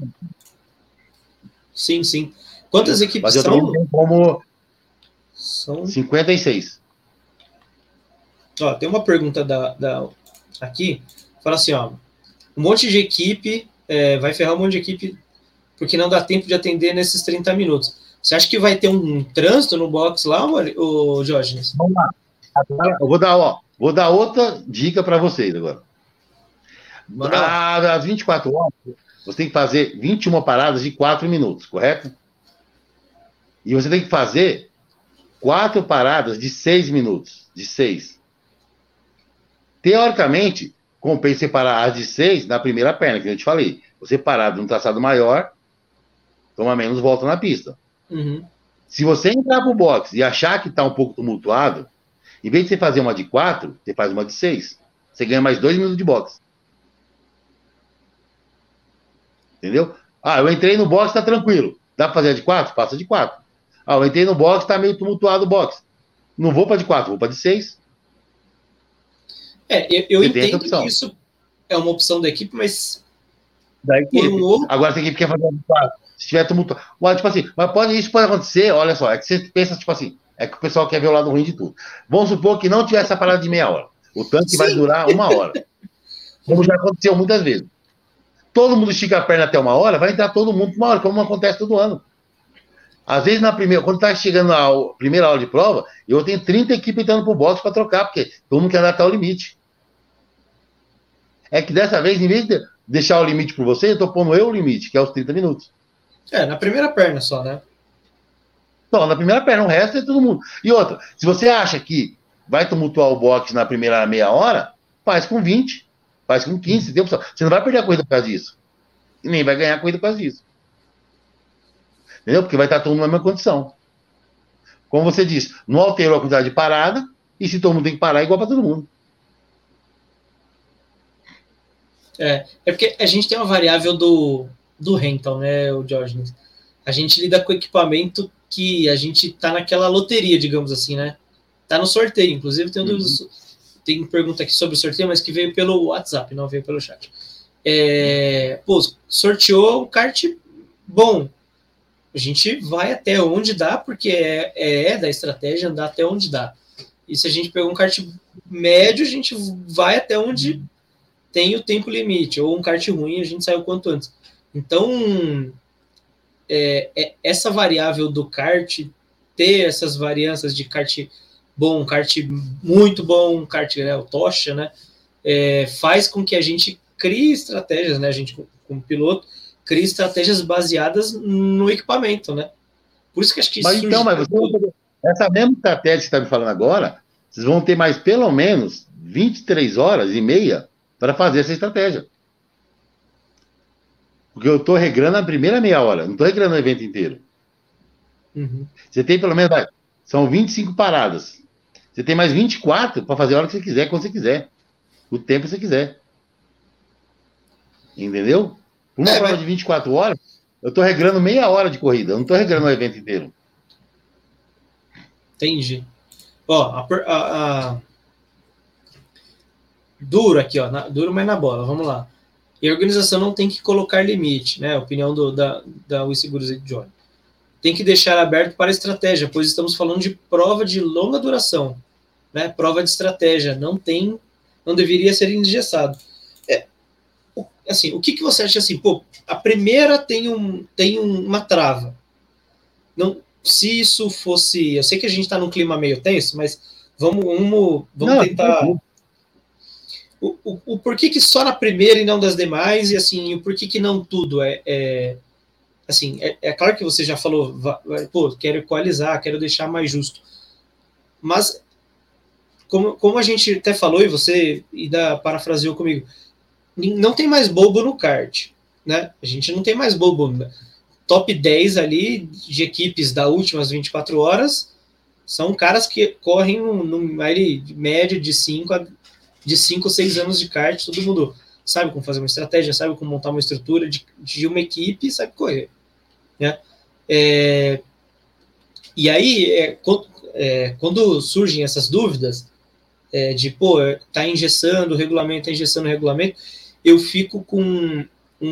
Sim. Quantas equipes
mas eu são? Tenho como...
São
56.
Ó, tem uma pergunta aqui, fala assim, ó, um monte de equipe, vai ferrar um monte de equipe porque não dá tempo de atender nesses 30 minutos. Você acha que vai ter um trânsito no box lá, o Diógenes?
Vamos lá. Agora, eu vou dar outra dica para vocês agora. Às 24 horas, você tem que fazer 21 paradas de 4 minutos, correto? E você tem que fazer 4 paradas de 6 minutos. De 6. Teoricamente, compensa você parar as de 6 na primeira perna, que eu te falei. Você parar num traçado maior, toma menos volta na pista.
Uhum.
Se você entrar pro box e achar que tá um pouco tumultuado, em vez de você fazer uma de 4, você faz uma de 6. Você ganha mais 2 minutos de box. Entendeu? Eu entrei no box, tá tranquilo. Dá pra fazer a de 4? Passa de 4. Eu entrei no box, tá meio tumultuado o box. Não vou pra de 4, vou pra de 6.
Eu entendo que isso é uma opção da equipe, mas...
Da equipe. Agora, se a equipe quer fazer a de 4, se tiver tumultuado... Tipo assim, mas isso pode acontecer, olha só, é que você pensa, tipo assim, é que o pessoal quer ver o lado ruim de tudo. Vamos supor que não tiver essa parada de meia hora. O tanque vai durar 1 hora. Como já aconteceu muitas vezes. Todo mundo estica a perna até 1 hora, vai entrar todo mundo por 1 hora, como acontece todo ano. Às vezes, quando está chegando a primeira aula de prova, eu tenho 30 equipes entrando pro box para trocar, porque todo mundo quer adaptar o limite. É que dessa vez, em vez de deixar o limite para você, eu estou pondo o limite, que é os 30 minutos.
Na primeira perna só, né?
Não, na primeira perna, o resto é todo mundo. E outra, se você acha que vai tumultuar o box na primeira meia hora, faz com 20, faz com 15, tem opção. Você não vai perder a corrida por causa disso. E nem vai ganhar a corrida por causa disso. Entendeu? Porque vai estar todo mundo na mesma condição. Como você disse, não alterou a quantidade de parada, e se todo mundo tem que parar, é igual para todo mundo.
É porque a gente tem uma variável do rental, né, o Diógenes? A gente lida com equipamento que a gente tá naquela loteria, digamos assim, né? Tá no sorteio, inclusive tem pergunta aqui sobre o sorteio, mas que veio pelo WhatsApp, não veio pelo chat. Sorteou um kart bom. A gente vai até onde dá, porque é da estratégia andar até onde dá. E se a gente pegou um kart médio, a gente vai até onde tem o tempo limite, ou um kart ruim, a gente sai o quanto antes. Então, essa variável do kart, ter essas variâncias de kart bom, kart muito bom, kart, o tocha, né, faz com que a gente crie estratégias, né, a gente, como piloto, cria estratégias baseadas no equipamento, né? Por isso que acho que
mas essa mesma estratégia que você está me falando agora, vocês vão ter mais pelo menos 23 horas e meia para fazer essa estratégia. Porque eu estou regrando a primeira meia hora, não estou regrando o evento inteiro.
Uhum.
Você tem pelo menos, são 25 paradas. Você tem mais 24 para fazer a hora que você quiser, quando você quiser. O tempo que você quiser. Entendeu? Uma prova de 24 horas, eu estou regrando meia hora de corrida, eu não estou regrando o evento inteiro.
Entendi. Ó, duro aqui, ó, duro, mas na bola, vamos lá. E a organização não tem que colocar limite, né? A opinião da WeSeguros e Johnny. Tem que deixar aberto para estratégia, pois estamos falando de prova de longa duração, né? Prova de estratégia, não deveria ser engessado. Assim, o que você acha assim? A primeira tem uma trava. Não, se isso fosse... Eu sei que a gente está num clima meio tenso, mas Vamos
Não,
tentar. O porquê que só na primeira e não das demais, e assim, o porquê que não tudo assim, é claro que você já falou, pô, quero equalizar, quero deixar mais justo. Mas, como a gente até falou, e você ainda parafraseou comigo, não tem mais bobo no kart, né? A gente não tem mais bobo. Top 10 ali de equipes das últimas 24 horas são caras que correm numa média de 5 ou 6 anos de kart, todo mundo sabe como fazer uma estratégia, sabe como montar uma estrutura de uma equipe, sabe correr. Né? E aí, quando surgem essas dúvidas de, pô, tá engessando o regulamento, eu fico com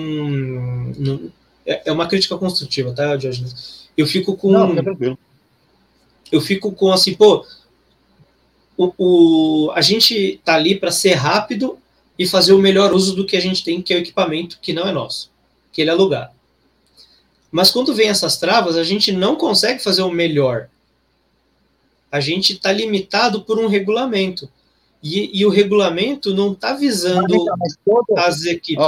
é uma crítica construtiva, tá, Diógenes? Eu fico com...
Não, fica tranquilo.
Eu fico com, assim, pô, a gente tá ali para ser rápido e fazer o melhor uso do que a gente tem, que é o equipamento, que não é nosso, que ele é alugado. Mas quando vem essas travas, a gente não consegue fazer o melhor. A gente está limitado por um regulamento. E o regulamento não está visando as equipes.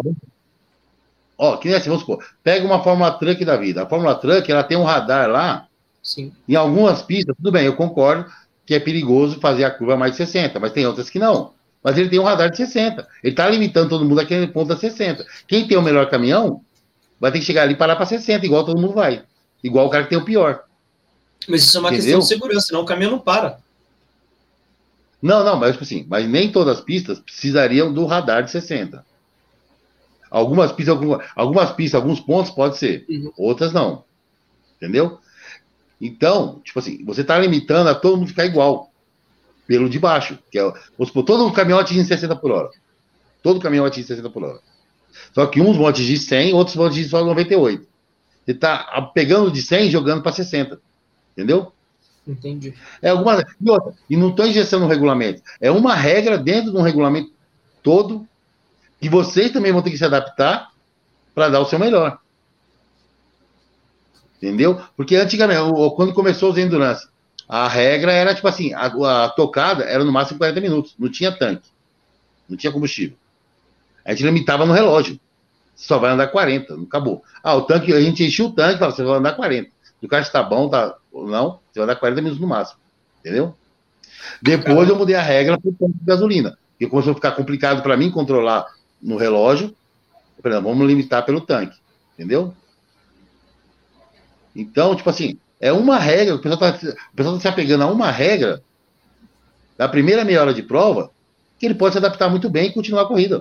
Que nem assim, vamos supor, pega uma Fórmula Truck da vida. A Fórmula Truck, ela tem um radar lá.
Sim.
Em algumas pistas, tudo bem, eu concordo que é perigoso fazer a curva mais de 60, mas tem outras que não. Mas ele tem um radar de 60. Ele está limitando todo mundo àquele ponto da 60. Quem tem o melhor caminhão vai ter que chegar ali e parar para 60, igual todo mundo vai. Igual o cara que tem o pior.
Mas isso é uma questão de segurança, senão o caminhão não para.
Não, mas assim, mas nem todas as pistas precisariam do radar de 60. Algumas pistas, alguns pontos pode ser, outras não. Entendeu? Então, tipo assim, você está limitando a todo mundo ficar igual, pelo de baixo. Que é, vamos supor, todo caminhão atinge 60 por hora. Todo caminhão atinge 60 por hora. Só que uns vão atingir 100, outros vão atingir só 98. Você está pegando de 100 e jogando para 60. Entendeu?
Entendi.
E não estou injeção no regulamento. É uma regra dentro de um regulamento todo que vocês também vão ter que se adaptar para dar o seu melhor. Entendeu? Porque antigamente, quando começou os Endurance, a regra era tipo assim, a tocada era no máximo 40 minutos, não tinha tanque, não tinha combustível. A gente limitava no relógio, só vai andar 40, não acabou. O tanque, a gente enchia o tanque e falava, você vai andar 40. Se o carro está bom, não, você vai andar 40 minutos no máximo, entendeu? Depois eu mudei a regra para o tanque de gasolina, porque começou a ficar complicado para mim controlar no relógio. Eu falei, vamos limitar pelo tanque, entendeu? Então, tipo assim, é uma regra, o pessoal está se apegando a uma regra da primeira meia hora de prova, que ele pode se adaptar muito bem e continuar a corrida.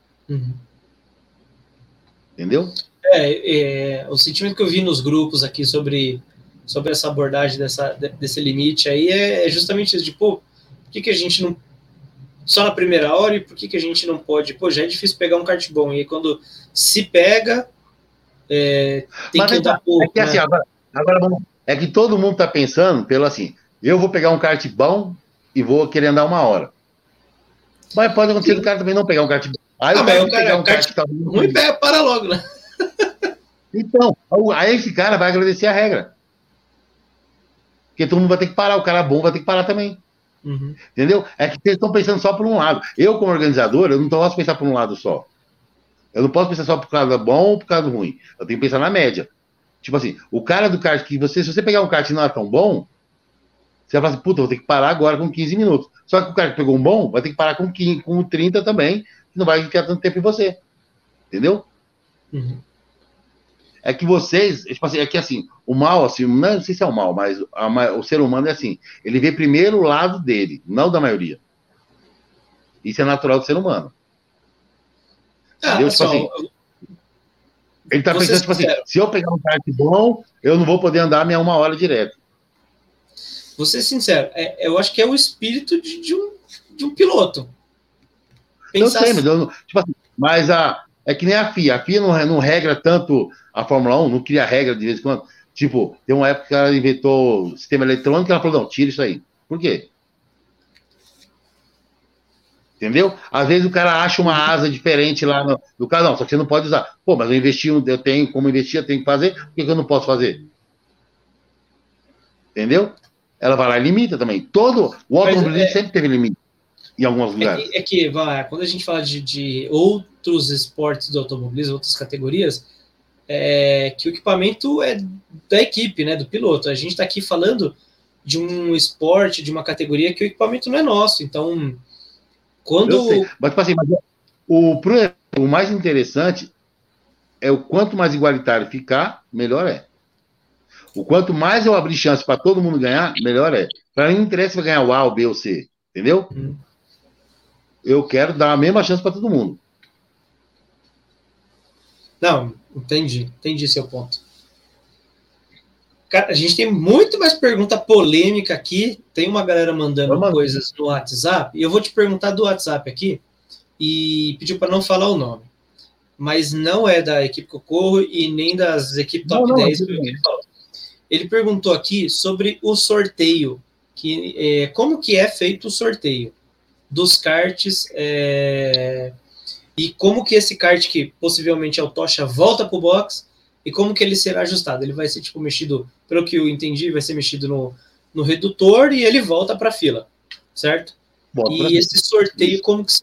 Entendeu?
O sentimento que eu vi nos grupos aqui sobre essa abordagem desse limite aí é justamente isso, de, pô, por que a gente não... Só na primeira hora, e por que a gente não pode... Pô, já é difícil pegar um kart bom, e aí quando se pega... tem que andar pouco.
É que, assim, agora é que todo mundo está pensando pelo assim, eu vou pegar um kart bom e vou querer andar 1 hora. Mas pode acontecer do cara também não pegar um kart bom. Aí o cara pegar um kart que tá
ruim, para logo, né?
Então, aí esse cara vai agradecer a regra. Porque todo mundo vai ter que parar, o cara bom vai ter que parar também. Entendeu? É que vocês estão pensando só por um lado. Eu, como organizador, eu não posso pensar por um lado só. Eu não posso pensar só por causa do bom ou por causa do ruim. Eu tenho que pensar na média. Tipo assim, o cara do kart que se você pegar um kart que não é tão bom, você vai falar assim, puta, vou ter que parar agora com 15 minutos. Só que o cara que pegou um bom vai ter que parar com 30 também, que não vai ficar tanto tempo em você. Entendeu? É que vocês, tipo assim, é que assim, o mal, assim, não sei se é o mal, mas o ser humano é assim, ele vê primeiro o lado dele, não da maioria. Isso é natural do ser humano. Tipo assim, ele tá pensando, tipo assim, se eu pegar um kart bom, eu não vou poder andar a minha 1 hora direto.
Vou ser sincero, eu acho que é o espírito de um piloto.
Pensar eu sei, mas é que nem a FIA. A FIA não regra tanto a Fórmula 1, não cria regra de vez em quando. Tipo, tem uma época que ela inventou o sistema eletrônico e ela falou, não, tira isso aí. Por quê? Entendeu? Às vezes o cara acha uma asa diferente lá no carro, não, só que você não pode usar. Pô, mas eu tenho como investir, eu tenho que fazer, por que eu não posso fazer? Entendeu? ela vai lá e limita também. O automobilismo sempre teve limite em alguns lugares.
Quando a gente fala de outros esportes do automobilismo, outras categorias, que o equipamento é da equipe, né, do piloto. A gente está aqui falando de um esporte, de uma categoria que o equipamento não é nosso. Então, quando...
Mas, tipo assim, o mais interessante é o quanto mais igualitário ficar, melhor é. O quanto mais eu abrir chance para todo mundo ganhar, melhor é. Para mim não interessa se vai ganhar o A, o B ou C, entendeu? Eu quero dar a mesma chance para todo mundo.
Não, entendi seu ponto. Cara, a gente tem muito mais pergunta polêmica aqui. Tem uma galera mandando coisas no WhatsApp. E eu vou te perguntar do WhatsApp aqui. E pediu para não falar o nome. Mas não é da equipe que eu corro e nem das equipes top 10 que ele falou. Ele perguntou aqui sobre o sorteio. Como que é feito o sorteio dos karts e como que esse kart, que possivelmente é o Tocha, volta para o box e como que ele será ajustado. Ele vai ser mexido, pelo que eu entendi, vai ser mexido no redutor e ele volta para a fila, certo? E esse sorteio, como que se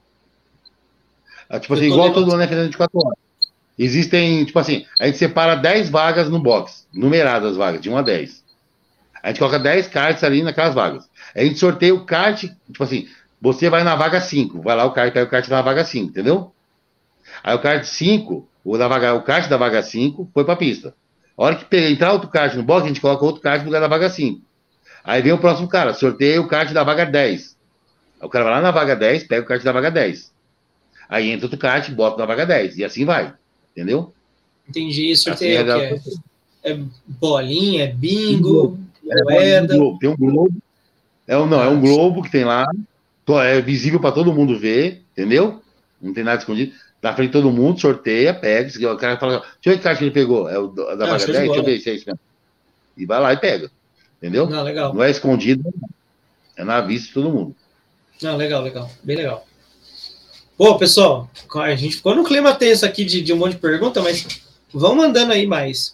dá?
Tipo assim, igual todo ano é feito 24 horas. Existem, tipo assim, a gente separa 10 vagas no box, numeradas as vagas, de 1 a 10. A gente coloca 10 karts ali naquelas vagas. A gente sorteia o kart, tipo assim, você vai na vaga 5, vai lá o kart, pega o kart na vaga 5, entendeu? Aí o kart 5, o kart da vaga 5 foi pra pista. A hora que entrar outro kart no box, a gente coloca outro kart no lugar da vaga 5. Aí vem o próximo cara, sorteia o kart da vaga 10. Aí o cara vai lá na vaga 10, pega o kart da vaga 10. Aí entra outro kart, bota na vaga 10. E assim vai. Entendeu?
Entendi. Sorteio assim é bolinha, é bingo, moeda.
Tem um globo. É um globo que tem lá. É visível para todo mundo ver. Entendeu? Não tem nada escondido. Na frente de todo mundo, sorteia, pega. O cara fala, deixa eu ver que caixa que ele pegou. É o da vaga 10? Deixa eu ver se é isso mesmo. E vai lá e pega. Entendeu?
Não, legal.
Não é escondido. É na vista de todo mundo.
Não, legal. Bem legal. Pô, pessoal, a gente ficou no clima tenso aqui de um monte de pergunta, mas vão mandando aí mais.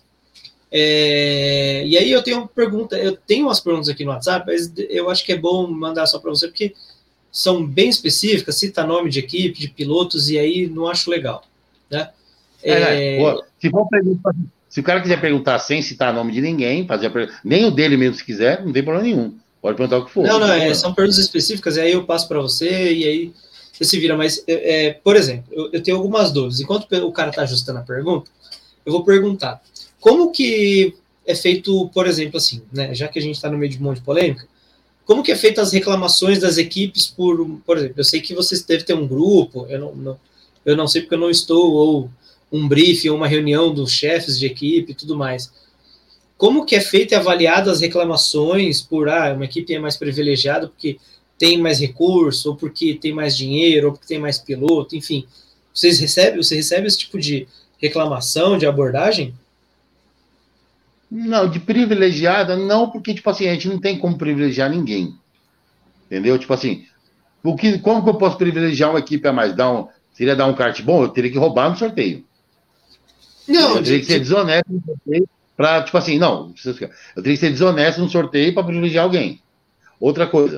E aí eu tenho umas perguntas aqui no WhatsApp, mas eu acho que é bom mandar só para você, porque são bem específicas, cita nome de equipe, de pilotos, e aí não acho legal. Né?
Se o cara quiser perguntar sem citar nome de ninguém, nem o dele mesmo se quiser, não tem problema nenhum. Pode perguntar o que for.
São perguntas específicas, e aí eu passo para você, e aí você se vira. Mas, por exemplo, eu tenho algumas dúvidas. Enquanto o cara está ajustando a pergunta, eu vou perguntar. Como que é feito, por exemplo, assim, né, já que a gente está no meio de um monte de polêmica, como que é feito as reclamações das equipes por exemplo, eu sei que vocês devem ter um grupo, eu não sei porque eu não estou, ou um briefing, ou uma reunião dos chefes de equipe e tudo mais. Como que é feito e avaliado as reclamações por, uma equipe é mais privilegiada porque tem mais recurso, ou porque tem mais dinheiro, ou porque tem mais piloto, enfim. Você recebe esse tipo de reclamação, de abordagem?
Não, de privilegiada, não, porque, tipo assim, a gente não tem como privilegiar ninguém. Entendeu? Tipo assim, como que eu posso privilegiar uma equipe a mais? Seria dar um kart bom? Eu teria que roubar no sorteio.
Não,
eu teria que ser desonesto no sorteio para, tipo assim, não. Eu teria que ser desonesto no sorteio para privilegiar alguém. Outra coisa.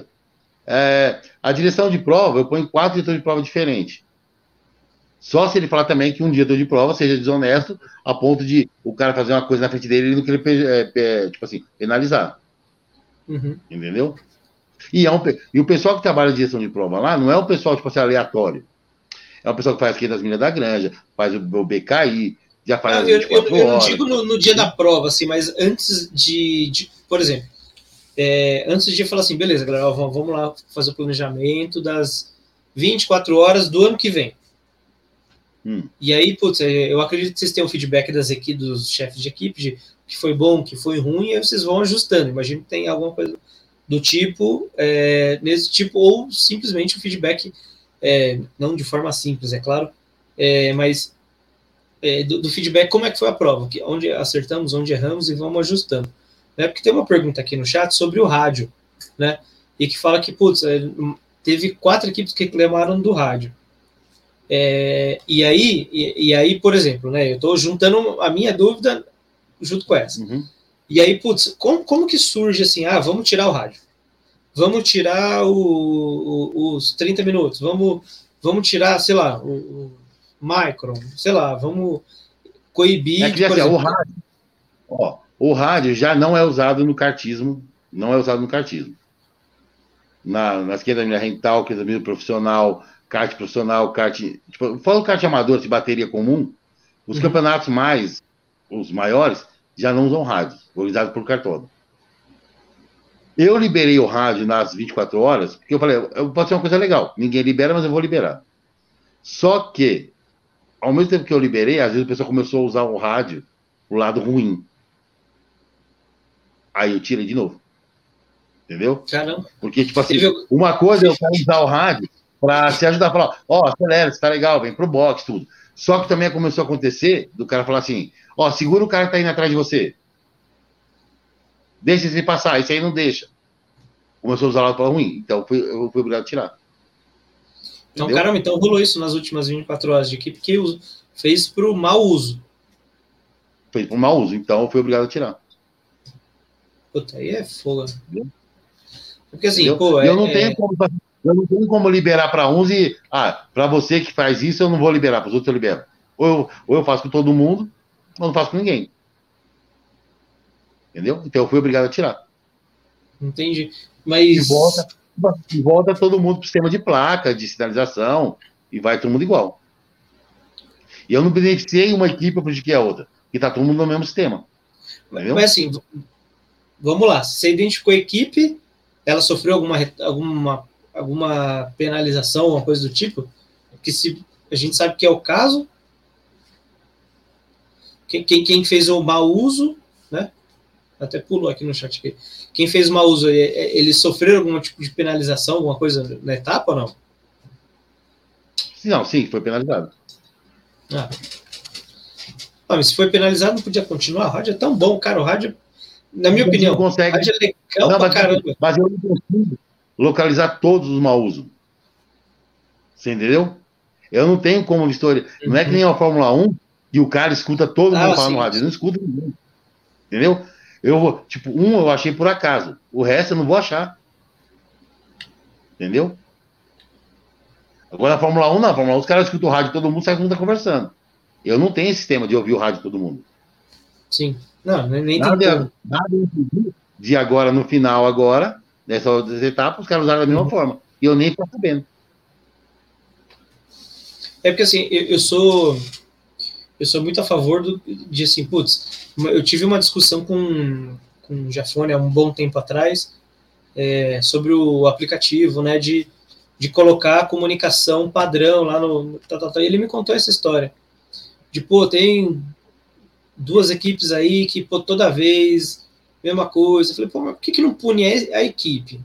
A direção de prova, eu ponho 4 diretores de prova diferentes. Só se ele falar também que um diretor de prova seja desonesto a ponto de o cara fazer uma coisa na frente dele e não querer, tipo assim, penalizar.
Uhum.
Entendeu? E o pessoal que trabalha de direção de prova lá não é um pessoal, tipo assim, aleatório. É um pessoal que faz aqui das Minas da Granja, faz o BKI, já faz as 24 horas.
Eu não digo no dia da prova, assim, mas antes por exemplo, antes de falar assim, beleza, galera, vamos lá fazer o planejamento das 24 horas do ano que vem. E aí, putz, eu acredito que vocês tenham feedback dos chefes de equipe, de que foi bom, que foi ruim, e aí vocês vão ajustando. Imagino que tem alguma coisa do tipo, nesse tipo, ou simplesmente o feedback, não de forma simples, é claro, mas do feedback, como é que foi a prova, onde acertamos, onde erramos, e vamos ajustando. Né? Porque tem uma pergunta aqui no chat sobre o rádio, né? E que fala que, putz, teve 4 equipes que reclamaram do rádio. E aí, por exemplo, né, eu estou juntando a minha dúvida junto com essa.
Uhum.
E aí, putz, como que surge assim, vamos tirar o rádio, vamos tirar os 30 minutos, vamos tirar, sei lá, o micron, sei lá, vamos coibir,
que,
por exemplo,
o rádio já não é usado no kartismo, nas quedas rental, queda profissional, kart profissional, kart, tipo, fora o kart amador de bateria comum, os campeonatos os maiores, já não usam rádio, organizado por cartódromo. Eu liberei o rádio nas 24 horas, porque eu falei, pode ser uma coisa legal, ninguém libera, mas eu vou liberar. Só que, ao mesmo tempo que eu liberei, às vezes o pessoal começou a usar o rádio pro lado ruim. Aí eu tirei de novo. Entendeu?
Caramba.
Porque, tipo assim, uma coisa é eu quero usar o rádio para se ajudar a falar, acelera, você tá legal, vem pro box, tudo. Só que também começou a acontecer do cara falar assim, segura o cara que tá indo atrás de você. Deixa ele passar, isso aí não deixa. Começou a usar o lado para ruim, então eu fui obrigado a tirar.
Então, caramba, então rolou isso nas últimas 24 horas de equipe que fez pro mau uso.
Fez pro mau uso, então eu fui obrigado a tirar.
Puta, aí é fogo.
Entendeu?
Porque assim,
eu não tenho como liberar para uns e, para você que faz isso, eu não vou liberar, para os outros eu libero. Ou eu faço com todo mundo, ou não faço com ninguém. Entendeu? Então eu fui obrigado a tirar.
Entendi. Mas...
volta todo mundo para o sistema de placa, de sinalização, e vai todo mundo igual. E eu não beneficiei uma equipe, eu prejudiquei a outra. E tá todo mundo no mesmo sistema. Entendeu?
Mas assim, vamos lá. Você identificou a equipe, ela sofreu alguma penalização, alguma coisa do tipo? Que se a gente sabe que é o caso, quem fez o mau uso, né? Até pulou aqui no chat aqui. Quem fez mau uso, eles sofreram algum tipo de penalização, alguma coisa na etapa ou não?
Não, sim, foi penalizado.
Mas se foi penalizado, não podia continuar. O rádio é tão bom, cara. O rádio, na minha opinião, o rádio é legal pra caramba.
Mas eu não consigo localizar todos os mau usos. Você entendeu? Eu não tenho como história. Não é que nem a Fórmula 1 que o cara escuta todo mundo falar no rádio. Eu não escuto ninguém. Entendeu? Eu vou, tipo, eu achei por acaso. O resto eu não vou achar. Entendeu? Agora na Fórmula 1, não. Na Fórmula 1 os caras escutam o rádio, todo mundo sai com mundo conversando. Eu não tenho esse sistema de ouvir o rádio de todo mundo.
Sim. Não, nem
nada de agora, no final agora, nessas etapas, os caras usaram da mesma forma. E eu nem estou sabendo.
É porque assim, eu sou muito a favor de assim, putz, eu tive uma discussão com o Jafone há um bom tempo atrás sobre o aplicativo, né, de colocar a comunicação padrão lá no e ele me contou essa história de, tem 2 equipes aí que, toda vez mesma coisa. Eu falei, mas por que não pune a equipe?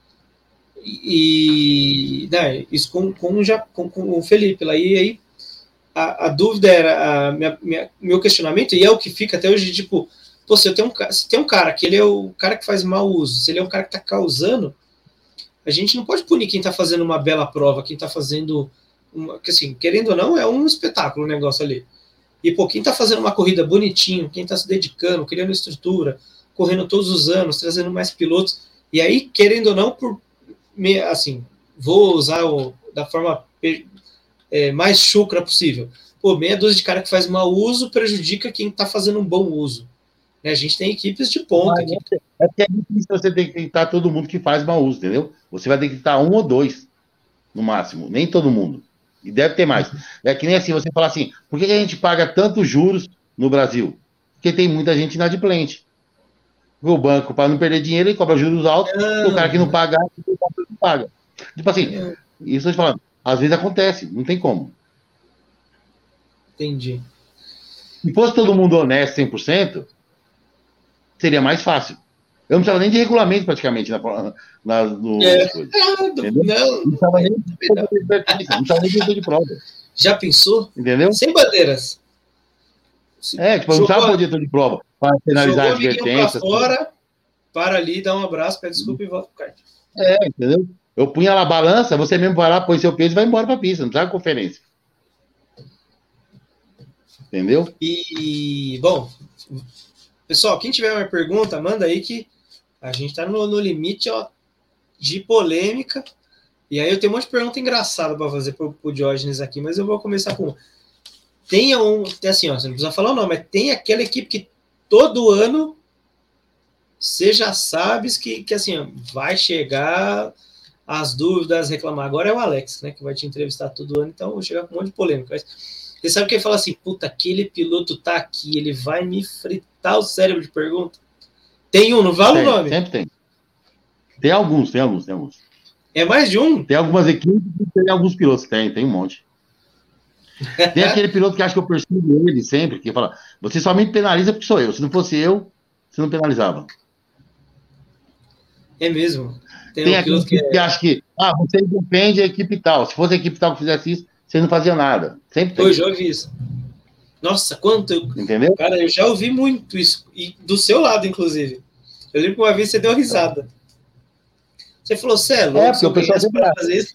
E né, isso com o Felipe lá, e aí a dúvida era, meu questionamento, e é o que fica até hoje, tipo, se tem um cara que ele é o cara que faz mau uso, se ele é um cara que está causando, a gente não pode punir quem está fazendo uma bela prova, quem está fazendo, que assim, querendo ou não, é um espetáculo o negócio ali. E, quem está fazendo uma corrida bonitinho, quem está se dedicando, criando estrutura, correndo todos os anos, trazendo mais pilotos, e aí, querendo ou não, assim, vou usar da forma mais chucra possível. Meia dúzia de cara que faz mau uso prejudica quem está fazendo um bom uso. A gente tem equipes de ponta.
É porque é difícil você detectar todo mundo que faz mau uso, entendeu? Você vai detectar 1 ou 2, no máximo, nem todo mundo. E deve ter mais. É que nem assim, você fala assim, por que a gente paga tantos juros no Brasil? Porque tem muita gente inadimplente. O banco, para não perder dinheiro, ele cobra juros altos, o cara que não paga, não paga. Tipo assim, isso eu estou falando, às vezes acontece, não tem como.
Entendi.
Se fosse todo mundo honesto 100%, seria mais fácil. Eu não precisava nem de regulamento, praticamente, no coisas. Não precisava nem de diretor de prova.
Já pensou?
Entendeu?
Sem bandeiras.
Não precisava de diretor de prova para penalizar a advertência.
Fora, para ali, dá um abraço, pede desculpa e volta pro kart.
Entendeu? Eu punha lá a balança, você mesmo vai lá, põe seu peso e vai embora para a pista, não precisa de conferência. Entendeu?
E, bom, Pessoal, quem tiver uma pergunta, manda aí que a gente tá no limite, ó, de polêmica. E aí eu tenho um monte de pergunta engraçada para fazer pro Diógenes aqui, mas eu vou começar com... Tem assim, ó, você não precisa falar o nome, mas tem aquela equipe que todo ano você já sabe que assim, ó, vai chegar as dúvidas, reclamar. Agora é o Alex, né, que vai te entrevistar todo ano, então eu vou chegar com um monte de polêmica. Mas você sabe que ele fala assim, puta, aquele piloto tá aqui, ele vai me fritar o cérebro de pergunta? Tem um, não vale o nome?
Sempre tem. Tem alguns.
É mais de um?
Tem algumas equipes e tem alguns pilotos. Tem um monte. Tem aquele piloto que acha que eu persigo ele sempre, que fala, você só me penaliza porque sou eu. Se não fosse eu, você não penalizava.
É mesmo.
Tem aquele que acha que, você depende da equipe tal. Se fosse a equipe tal que fizesse isso, você não fazia nada. Sempre tem.
Eu já ouvi isso. Nossa, quanto...
Entendeu?
Cara, eu já ouvi muito isso. E do seu lado, inclusive. Eu lembro que uma vez você deu risada. Você falou, você é louco,
porque o pessoal sempre
fazer isso.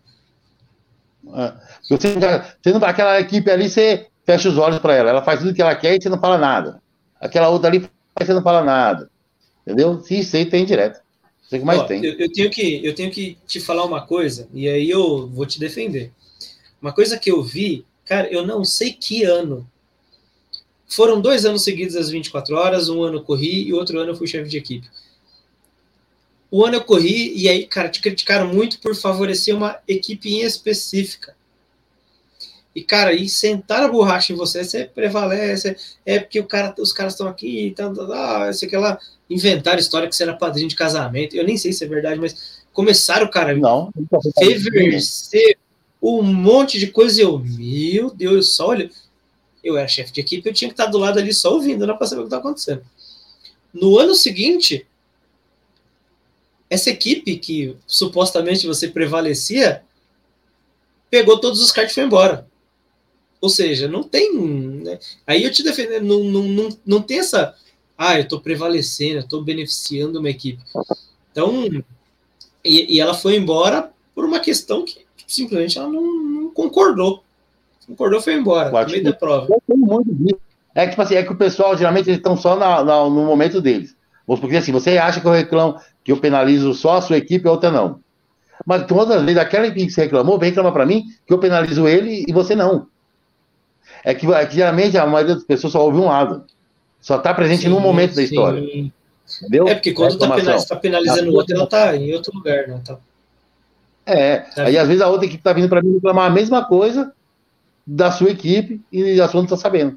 Você não, aquela equipe ali, você fecha os olhos para ela. Ela faz tudo o que ela quer e você não fala nada. Aquela outra ali, você não fala nada. Entendeu? Isso aí tem direto. Sei que mais tem.
Eu tenho que te falar uma coisa, e aí eu vou te defender. Uma coisa que eu vi, cara, eu não sei que ano. Foram 2 anos seguidos às 24 horas, um ano eu corri e outro ano eu fui chefe de equipe. O ano eu corri e aí, cara, te criticaram muito por favorecer uma equipe em específica. E, cara, e sentar a borracha em você prevalece, porque os caras estão aqui, isso aqui lá, inventaram história que você era padrinho de casamento. Eu nem sei se é verdade, mas começaram, cara, reverser um monte de coisa e eu, meu Deus, só olha, eu era chefe de equipe, eu tinha que estar do lado ali só ouvindo, não para saber o que está acontecendo. No ano seguinte, essa equipe que supostamente você prevalecia, pegou todos os cards e foi embora. Ou seja, não tem... Né? Aí eu te defendo, não tem essa... eu estou prevalecendo, eu estou beneficiando uma equipe. Então, e ela foi embora por uma questão que simplesmente ela não concordou. Concordou, foi embora, no meio da prova.
É que, tipo assim, que o pessoal, geralmente, eles estão só no momento deles. Porque assim, você acha que eu reclamo, que eu penalizo só a sua equipe e a outra não. Mas todas as vezes, aquela equipe que você reclamou, vem reclamar para mim que eu penalizo ele e você não. É que geralmente a maioria das pessoas só ouve um lado. Só está presente num momento da história. Entendeu?
É porque quando está penalizando o outro, ela está em outro lugar, né? Tá.
Aí às vezes a outra equipe está vindo para mim reclamar a mesma coisa da sua equipe e a sua não está sabendo.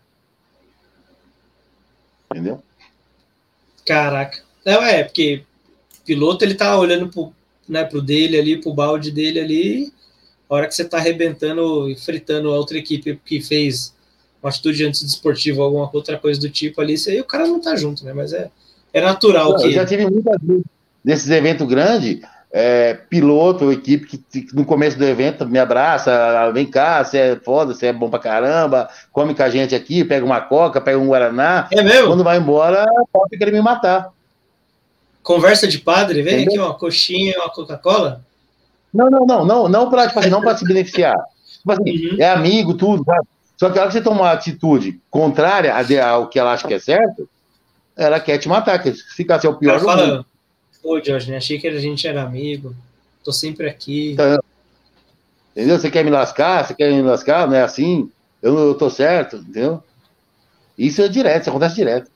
Entendeu?
Caraca. Não, porque o piloto, ele tá olhando pro dele ali, pro balde dele ali, a hora que você tá arrebentando e fritando a outra equipe que fez uma atitude antidesportiva, alguma outra coisa do tipo ali, isso aí o cara não tá junto, né? Mas é natural que...
Eu já tive muitas vezes nesses eventos grandes, piloto, equipe que no começo do evento me abraça, vem cá, você é foda, você é bom pra caramba, come com a gente aqui, pega uma coca, pega um guaraná.
É mesmo?
Quando vai embora, pode querer me matar.
Conversa de padre, vem aqui uma coxinha, uma Coca-Cola?
Não pra, tipo assim, não pra se beneficiar. Tipo assim, é amigo, tudo, sabe? Só que a hora que você toma uma atitude contrária ao que ela acha que é certo, ela quer te matar, quer ficar ser o pior do mundo.
Pô, Jorge, achei que a gente era amigo, tô sempre aqui.
Então, entendeu? Você quer me lascar? Não é assim? Eu tô certo, entendeu? Isso é direto, isso acontece direto.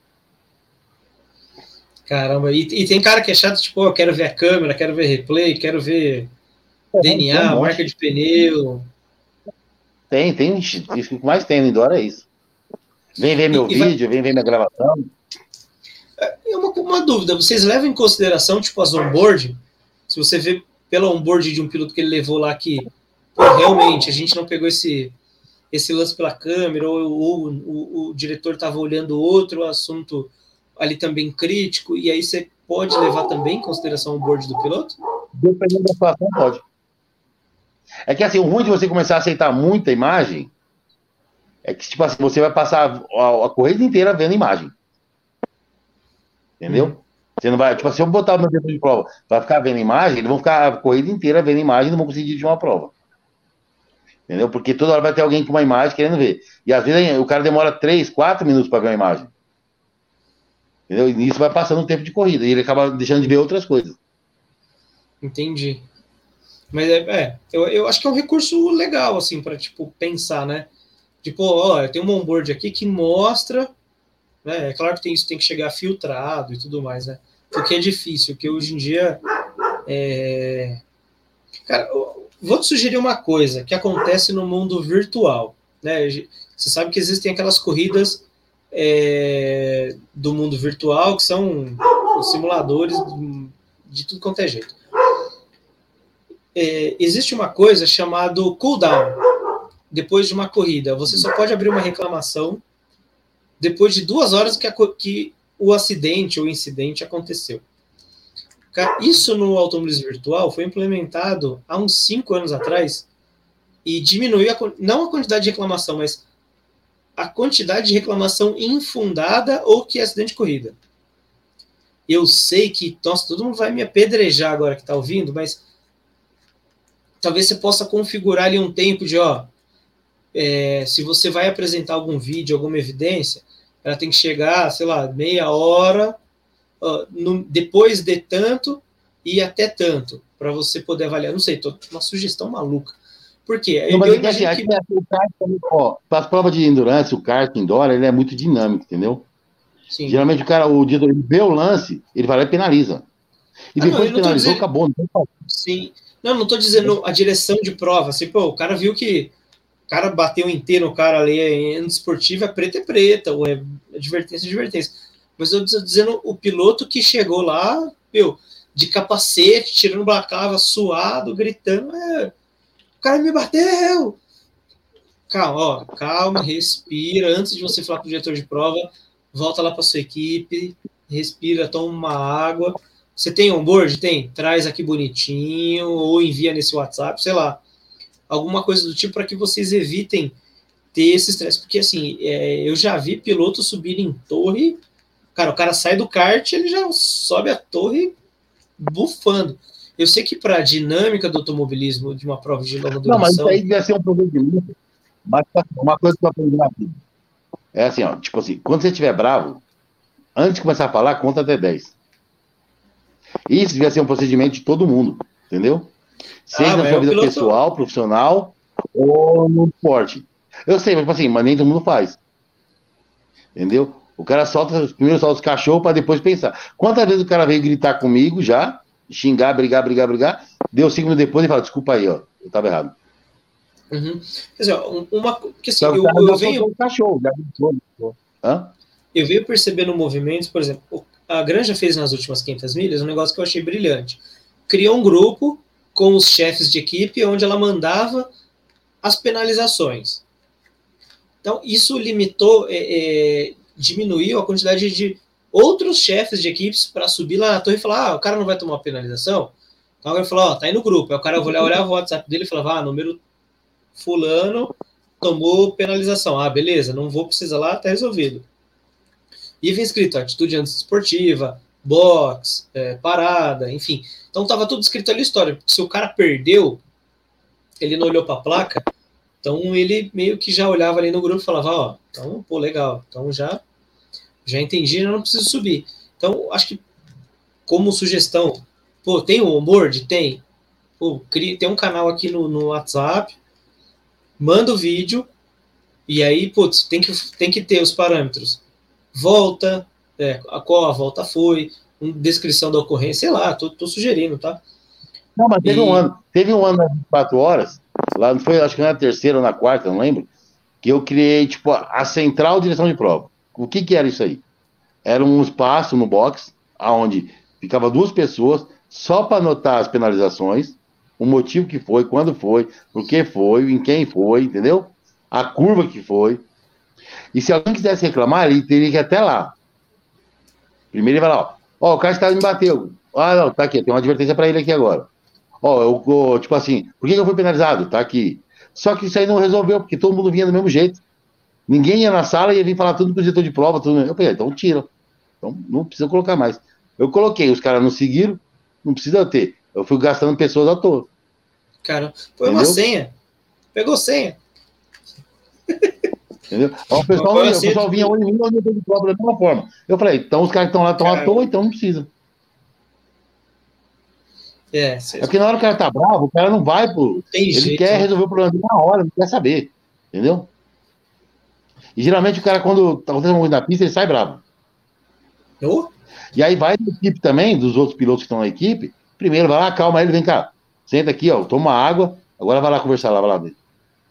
Caramba, e tem cara que é chato, tipo, eu quero ver a câmera, quero ver replay, quero ver DNA, marca de pneu.
Tem, isso que mais tem no indoor é isso. Vem ver meu vídeo, vem ver minha gravação.
Uma dúvida, vocês levam em consideração, tipo, as onboard? Se você vê pela onboard de um piloto que ele levou lá que, realmente, a gente não pegou esse lance pela câmera, ou o diretor estava olhando outro assunto ali também crítico, e aí você pode levar também em consideração o onboard do piloto?
Dependendo da situação, pode. É que assim, o ruim de você começar a aceitar muita imagem é que, tipo assim, você vai passar a corrida inteira vendo imagem. Entendeu? Você não vai, tipo assim, se eu botar o meu tempo de prova, vai ficar vendo imagem, eles vão ficar a corrida inteira vendo imagem e não vão conseguir dirigir uma prova. Entendeu? Porque toda hora vai ter alguém com uma imagem querendo ver. E às vezes o cara demora 3, 4 minutos para ver uma imagem. Entendeu? E nisso vai passando o tempo de corrida. E ele acaba deixando de ver outras coisas.
Entendi. Mas eu acho que é um recurso legal, assim, para tipo, pensar, né? Tipo, ó, tem um onboard aqui que mostra, né? É claro que isso tem que chegar filtrado e tudo mais, né? Porque é difícil, porque hoje em dia. Cara, vou te sugerir uma coisa que acontece no mundo virtual, né? Você sabe que existem aquelas corridas do mundo virtual que são os simuladores de tudo quanto é jeito. Existe uma coisa chamada cooldown. Depois de uma corrida, você só pode abrir uma reclamação depois de 2 horas que o acidente ou incidente aconteceu. Isso no automobilismo virtual foi implementado há uns 5 anos atrás e diminuiu não a quantidade de reclamação, mas a quantidade de reclamação infundada ou que é acidente de corrida. Eu sei que, nossa, todo mundo vai me apedrejar agora que está ouvindo, mas talvez você possa configurar ali um tempo de, se você vai apresentar algum vídeo, alguma evidência, ela tem que chegar, sei lá, meia hora, depois de tanto e até tanto, para você poder avaliar. Não sei, uma sugestão maluca. Por quê?
Eu imagino que o kart, para as provas de endurance, o kart indoor, ele é muito dinâmico, entendeu? Sim. Geralmente o diretor ele vê o lance, ele vai lá e penaliza. E depois penalizou, acabou. Não
Sim. Não estou dizendo a direção de prova. Assim, o cara viu que o cara bateu inteiro no cara ali em esportivo, é preta, ou é advertência, advertência. Mas eu estou dizendo o piloto que chegou lá, de capacete, tirando balaclava, suado, gritando, o cara me bateu. Calma, respira. Antes de você falar com o diretor de prova, volta lá para sua equipe, respira, toma uma água. Você tem onboard? Tem? Traz aqui bonitinho, ou envia nesse WhatsApp, sei lá. Alguma coisa do tipo para que vocês evitem ter esse estresse. Porque, assim, eu já vi piloto subir em torre. Cara, o cara sai do kart, ele já sobe a torre bufando. Eu sei que para a dinâmica do automobilismo, de uma prova de longa duração...
Não, mas isso aí deve ser um problema de muito. Mas uma coisa que eu aprendi na vida. É assim, tipo assim, quando você estiver bravo, antes de começar a falar, conta até 10. Isso devia ser um procedimento de todo mundo, entendeu? Seja na sua vida pessoal, profissional ou no esporte. Eu sei, mas tipo assim, mas nem todo mundo faz. Entendeu? O cara primeiro solta os cachorros para depois pensar. Quantas vezes o cara veio gritar comigo já, xingar, brigar, deu 5 minutos depois e fala, desculpa aí, eu tava errado.
Uhum. Quer dizer, que assim, eu venho...
Cachorro,
eu venho percebendo movimentos, por exemplo, a Granja fez nas últimas 500 milhas um negócio que eu achei brilhante. Criou um grupo com os chefes de equipe, onde ela mandava as penalizações. Então, isso limitou, diminuiu a quantidade de outros chefes de equipes para subir lá na torre e falar, o cara não vai tomar uma penalização? Então, ele falou, tá aí no grupo. Aí o cara olhava o WhatsApp dele e falava, número fulano tomou penalização. Beleza, não vou precisar lá, tá resolvido. E vem escrito atitude antiesportiva, box, parada, enfim. Então estava tudo escrito ali a história. Se o cara perdeu, ele não olhou para a placa, então ele meio que já olhava ali no grupo e falava, então, legal, então já entendi, eu não preciso subir. Então, acho que como sugestão, tem um onboard? Tem. Tem um canal aqui no WhatsApp, manda o vídeo, e aí, tem que ter os parâmetros. Volta, qual a volta foi, descrição da ocorrência, sei lá, tô sugerindo, tá?
Não, mas teve um ano nas 24 horas, lá, acho que na terceira ou na quarta, não lembro, que eu criei, tipo, a central de direção de prova. O que era isso aí? Era um espaço no box, onde ficava 2 pessoas, só para anotar as penalizações, o motivo que foi, quando foi, por que foi, em quem foi, entendeu? A curva que foi. E se alguém quisesse reclamar, ele teria que ir até lá. Primeiro ele vai lá, o cara me bateu. Não, tá aqui, tem uma advertência para ele aqui agora. Tipo assim, por que eu fui penalizado? Tá aqui. Só que isso aí não resolveu, porque todo mundo vinha do mesmo jeito. Ninguém ia na sala e ia vir falar tudo pro diretor de prova. Tudo. Eu falei, então tira. Então não precisa colocar mais. Eu coloquei, os caras não seguiram, não precisa ter. Eu fui gastando pessoas à toa.
Cara, foi uma senha. Pegou senha.
Entendeu? O pessoal vinha olho em mim, olhando de prova da mesma forma. Eu falei, então os caras que estão lá estão à toa, então não precisa. É porque na hora que o cara tá bravo, o cara não vai pro. Ele quer resolver o problema na hora, não quer saber. Entendeu? E geralmente o cara, quando tá acontecendo uma coisa na pista, ele sai bravo. E aí vai da equipe também, dos outros pilotos que estão na equipe. Primeiro vai lá, calma ele, vem cá. Senta aqui, ó, toma água. Agora vai lá conversar lá, vai lá ver.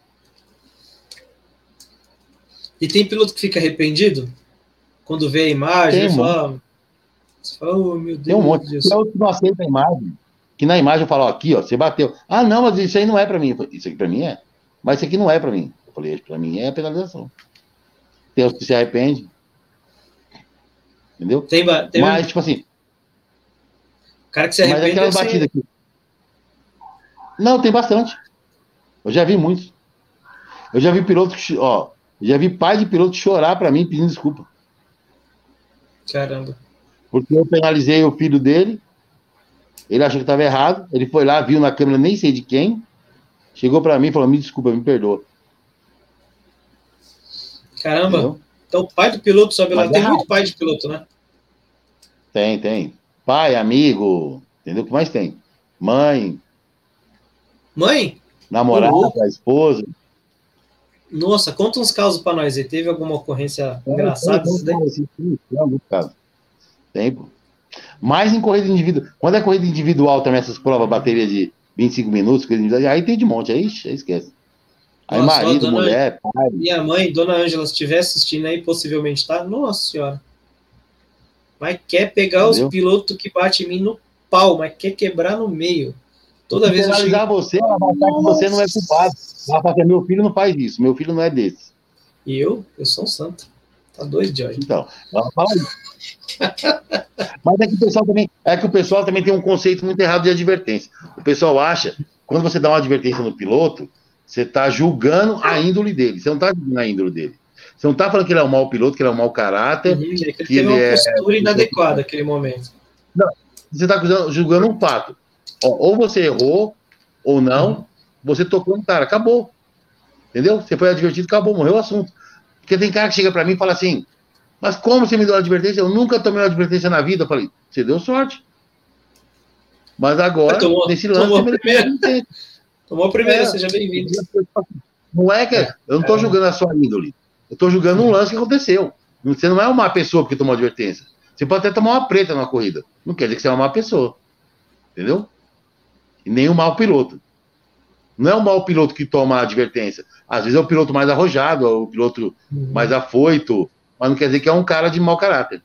E tem piloto que fica arrependido quando vê a imagem e fala, oh, meu Deus.
Tem um monte. Tem outro que não aceita a imagem. Que na imagem eu falo, ó, aqui, ó, você bateu. Ah, não, mas isso aí não é pra mim. Isso aqui pra mim é. Mas isso aqui não é pra mim. Eu falei, pra mim é a penalização. Tem os que se arrependem. Entendeu? Mas, tipo assim.
Cara que se arrepende.
Mas aquelas batidas aqui. Não, tem bastante. Eu já vi muitos. Eu já vi piloto que, ó, já vi pai de piloto chorar pra mim pedindo desculpa.
Caramba.
Porque eu penalizei o filho dele, ele achou que estava errado, ele foi lá, viu na câmera, nem sei de quem, chegou pra mim e falou, me desculpa, me perdoa.
Caramba. Entendeu? Então o pai do piloto sobe lá, tem muito pai de piloto, né?
Tem. Pai, amigo, entendeu? O que mais tem? Mãe? Namorada, esposa.
Nossa, conta uns casos pra nós. E teve alguma ocorrência engraçada?
Tem, pô. Mais em corrida individual. Quando é corrida individual também, essas provas, bateria de 25 minutos, aí tem de monte, aí esquece. Aí nossa, marido, mulher, pai.
Minha mãe, Dona Ângela, se estiver assistindo aí, possivelmente, tá? Nossa senhora. Mas quer pegar os pilotos que batem em mim no pau, mas quer quebrar no meio. Toda vez eu chego...
você, ela vai achar que você não é culpado. Ela fala que meu filho não faz isso, meu filho não é desse.
E eu sou um santo. Tá doido, Jorge.
Então, ela fala isso. Mas é que o pessoal também tem um conceito muito errado de advertência. O pessoal acha, quando você dá uma advertência no piloto, você está julgando a índole dele. Você não está julgando a índole dele. Você não está falando que ele é um mau piloto, que ele é um mau caráter.
Que ele teve uma postura inadequada naquele momento.
Não, você está julgando um fato. Ou você errou, ou não, você tocou no cara, acabou. Entendeu? Você foi advertido, acabou, morreu o assunto. Porque tem cara que chega para mim e fala assim, mas como você me deu uma advertência? Eu nunca tomei uma advertência na vida. Eu falei, você deu sorte. Mas agora, nesse lance...
Tomou a primeira, seja bem-vindo.
Não é que... Eu não estou julgando a sua índole. Eu estou julgando um lance que aconteceu. Você não é uma má pessoa porque tomou advertência. Você pode até tomar uma preta numa corrida. Não quer dizer que você é uma má pessoa. Entendeu? E nem um mau piloto. Não é um mau piloto que toma a advertência. Às vezes é o piloto mais arrojado, é o piloto mais afoito, mas não quer dizer que é um cara de mau caráter.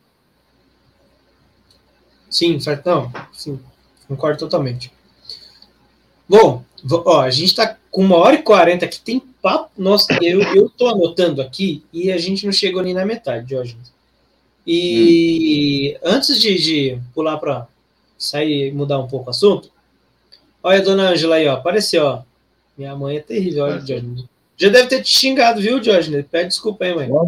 Sim, sim, concordo totalmente. Bom, ó, a gente tá com 1h40 aqui, tem papo. Nossa, eu tô anotando aqui e a gente não chegou nem na metade, Jorge. E antes de pular para sair e mudar um pouco o assunto, olha a Dona Ângela aí, ó, apareceu, ó. Minha mãe é terrível, olha, Jorge. Já deve ter te xingado, viu, Jorge? Pede desculpa aí, mãe.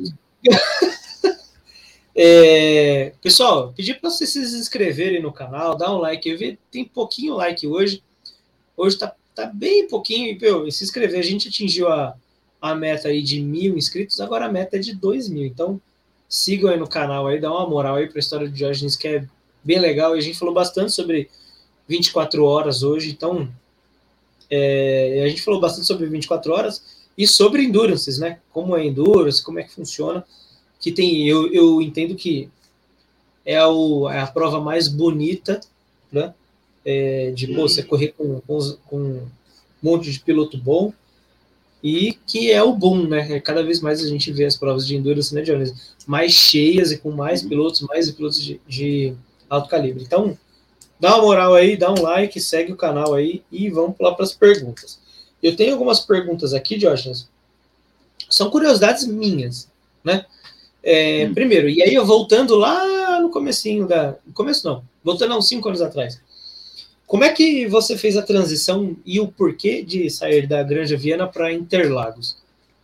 Pessoal, pedi para vocês se inscreverem no canal, dar um like. Eu vi tem pouquinho like hoje. Hoje tá bem pouquinho. E se inscrever, a gente atingiu a meta aí de 1.000 inscritos, agora a meta é de 2.000. Então, sigam aí no canal aí, dá uma moral aí para a história de Diógenes, que é bem legal. E a gente falou bastante sobre 24 horas hoje, então a gente falou bastante sobre 24 horas e sobre Endurances, né? Como é Endurance, como é que funciona. Que tem, eu entendo que é a prova mais bonita, né? De você correr com um monte de piloto bom, e que é o boom, né? Cada vez mais a gente vê as provas de Endurance, né, Jones? Mais cheias e com mais pilotos de alto calibre. Então, dá uma moral aí, dá um like, segue o canal aí e vamos lá para as perguntas. Eu tenho algumas perguntas aqui, Jones. São curiosidades minhas, né? Primeiro, e aí eu voltando lá no comecinho voltando a uns 5 anos atrás. Como é que você fez a transição e o porquê de sair da Granja Viana para Interlagos?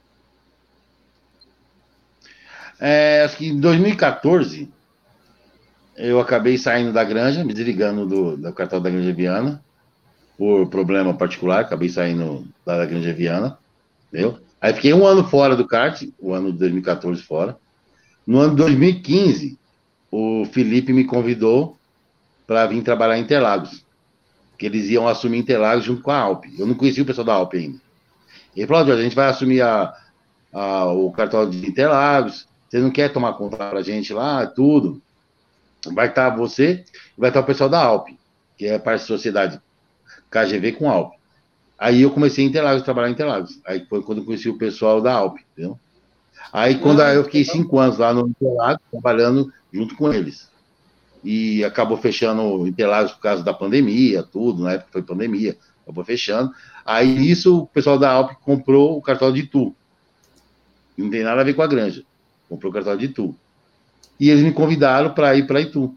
Acho que em 2014 eu acabei saindo da Granja, me desligando do cartão da Granja Viana por problema particular, acabei saindo da Granja Viana, entendeu? Aí fiquei um ano fora do kart, o ano de 2014 fora. No ano de 2015, o Felipe me convidou para vir trabalhar em Interlagos, que eles iam assumir Interlagos junto com a Alp. Eu não conhecia o pessoal da Alp ainda. Ele falou, a gente vai assumir o cartório de Interlagos, você não quer tomar conta pra gente lá, tudo. Vai estar você e vai estar o pessoal da Alp, que é a parte de sociedade KGV com Alp. Aí eu comecei em Interlagos, trabalhar em Interlagos. Aí foi quando eu conheci o pessoal da Alp, entendeu? Aí quando eu fiquei 5 anos lá no Interlagos, trabalhando junto com eles. E acabou fechando o Interlagos por causa da pandemia, tudo, na época foi pandemia, acabou fechando. Aí nisso o pessoal da Alp comprou o cartório de Itu. Não tem nada a ver com a Granja. Comprou o cartório de Itu. E eles me convidaram para ir para Itu.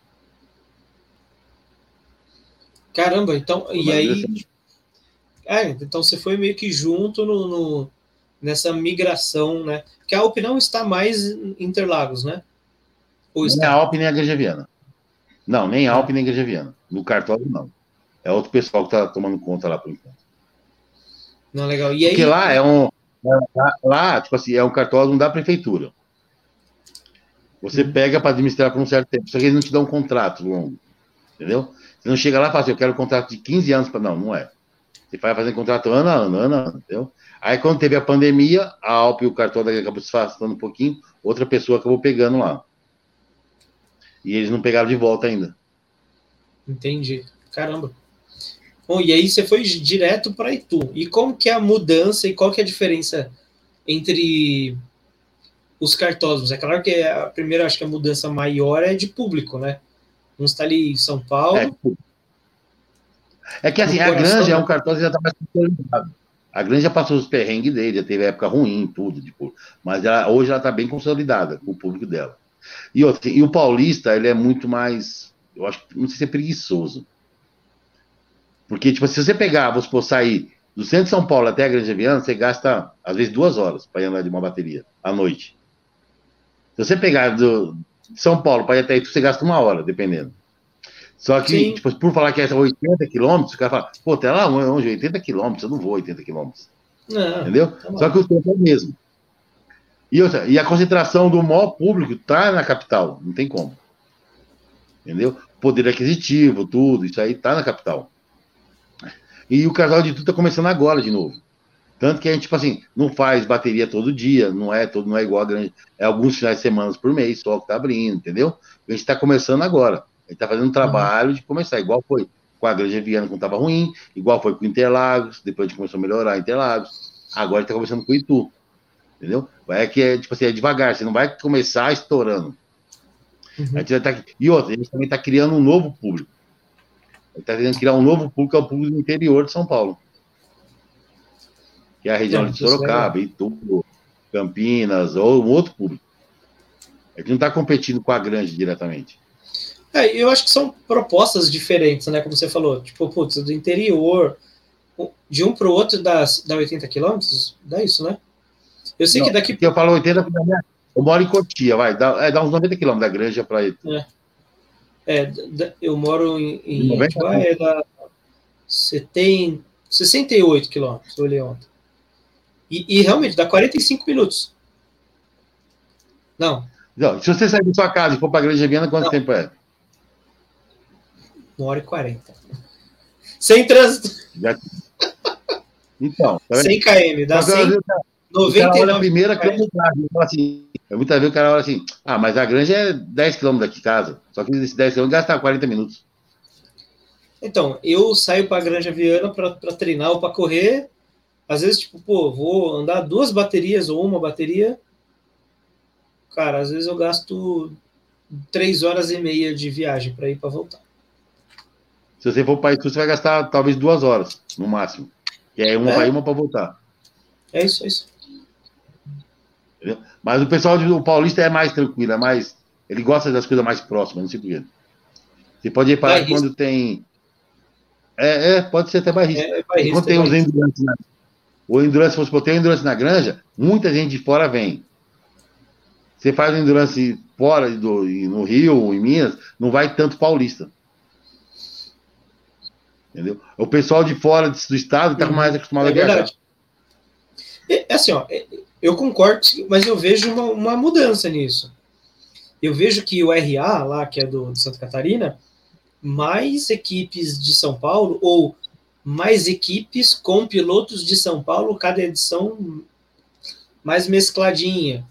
Caramba, então, e aí... então você foi meio que junto nessa migração, né? Porque a Alp não está mais em Interlagos, né? Ou
nem
está?
a Alp nem a Granja Viana. Não, nem a Alp nem a Granja Viana. No cartório, não. É outro pessoal que está tomando conta lá por enquanto.
Não, legal. E aí...
Porque lá lá, tipo assim, é um cartório da prefeitura. Você pega para administrar por um certo tempo, só que eles não te dão um contrato longo, entendeu? Você não chega lá e fala assim, eu quero um contrato de 15 anos. Não é. Você vai fazendo contrato ano a ano, entendeu? Aí quando teve a pandemia, a Alp e o cartório acabou se afastando um pouquinho, outra pessoa acabou pegando lá. E eles não pegaram de volta ainda.
Entendi. Caramba. Bom, e aí você foi direto para Itu. E como que é a mudança e qual que é a diferença entre os cartódromos? É claro que a primeira, acho que a mudança maior é de público, né? Um está ali em São Paulo.
É que assim, a Granja é um cartódromo que já está mais consolidado. A Granja passou os perrengues dele, já teve época ruim, tudo, tipo, mas hoje ela está bem consolidada com o público dela. E o Paulista, ele é muito mais, eu acho, não sei se é preguiçoso. Porque, tipo, se você pegar, vamos supor, sair do centro de São Paulo até a Granja Viana, você gasta, às vezes, 2 horas para ir andar de uma bateria, à noite. Se você pegar de São Paulo para ir até Itu, você gasta 1 hora, dependendo. Só que, tipo, por falar que é 80 quilômetros, o cara fala, pô, até lá longe, 80 quilômetros, eu não vou 80 quilômetros. Entendeu? Tá. Só que o tempo é o mesmo. E a concentração do maior público tá na capital, não tem como. Entendeu? Poder aquisitivo, tudo, isso aí tá na capital. E o Cartódromo de Itu tá começando agora de novo. Tanto que a gente, tipo assim, não faz bateria todo dia, não é igual a Granja, é alguns finais de semana por mês só que tá abrindo, entendeu? A gente tá começando agora. A gente tá fazendo um trabalho de começar, igual foi com a Granja Viana quando tava ruim, igual foi com Interlagos, depois a gente começou a melhorar Interlagos, agora a gente tá começando com o Itu, entendeu? É que tipo assim, é devagar, você não vai começar estourando. A gente e outra, a gente também tá criando um novo público. A gente tá tentando criar um novo público, que é o público do interior de São Paulo. Que é a região de Sorocaba, Itu, Campinas, ou um outro público. A gente não está competindo com a Granja diretamente.
Eu acho que são propostas diferentes, né? Como você falou, tipo, putz, do interior, de um para o outro dá 80 quilômetros? Dá isso, né? Eu sei que daqui...
Eu falo 80, eu moro em Cotia, dá uns 90 quilômetros da Granja para Itu.
Eu moro em Atibaia, dá 68 quilômetros, eu olhei ontem. E realmente, dá 45 minutos. Não,
se você sair da sua casa e for para a Granja Viana, quanto tempo é?
1h40. Sem trânsito.
Então.
Tá 100 km, dá 99
a primeira quilometragem. Assim, muitas vezes o cara olha assim, mas a Granja é 10 km daqui de casa. Só que esses 10 km gasta 40 minutos.
Então, eu saio para a Granja Viana para treinar ou para correr. Às vezes, tipo, vou andar 2 baterias ou 1 bateria. Cara, às vezes eu gasto 3 horas e meia de viagem para ir para voltar.
Se você for para Itu, você vai gastar talvez 2 horas, no máximo. Que é uma para ir, uma para voltar.
É isso.
Entendeu? Mas o pessoal do Paulista é mais tranquilo, ele gosta das coisas mais próximas, não sei porquê. Você pode reparar que quando tem... pode ser até bairrista. Quando tem os endurances o endurance, se você tem o endurance na Granja, muita gente de fora vem. Você faz o endurance fora, no Rio, em Minas, não vai tanto paulista. Entendeu? O pessoal de fora do estado está mais acostumado a viajar.
Assim, ó, eu concordo, mas eu vejo uma mudança nisso. Eu vejo que o RA, lá, que é de Santa Catarina, mais equipes de São Paulo, ou mais equipes com pilotos de São Paulo, cada edição mais mescladinha.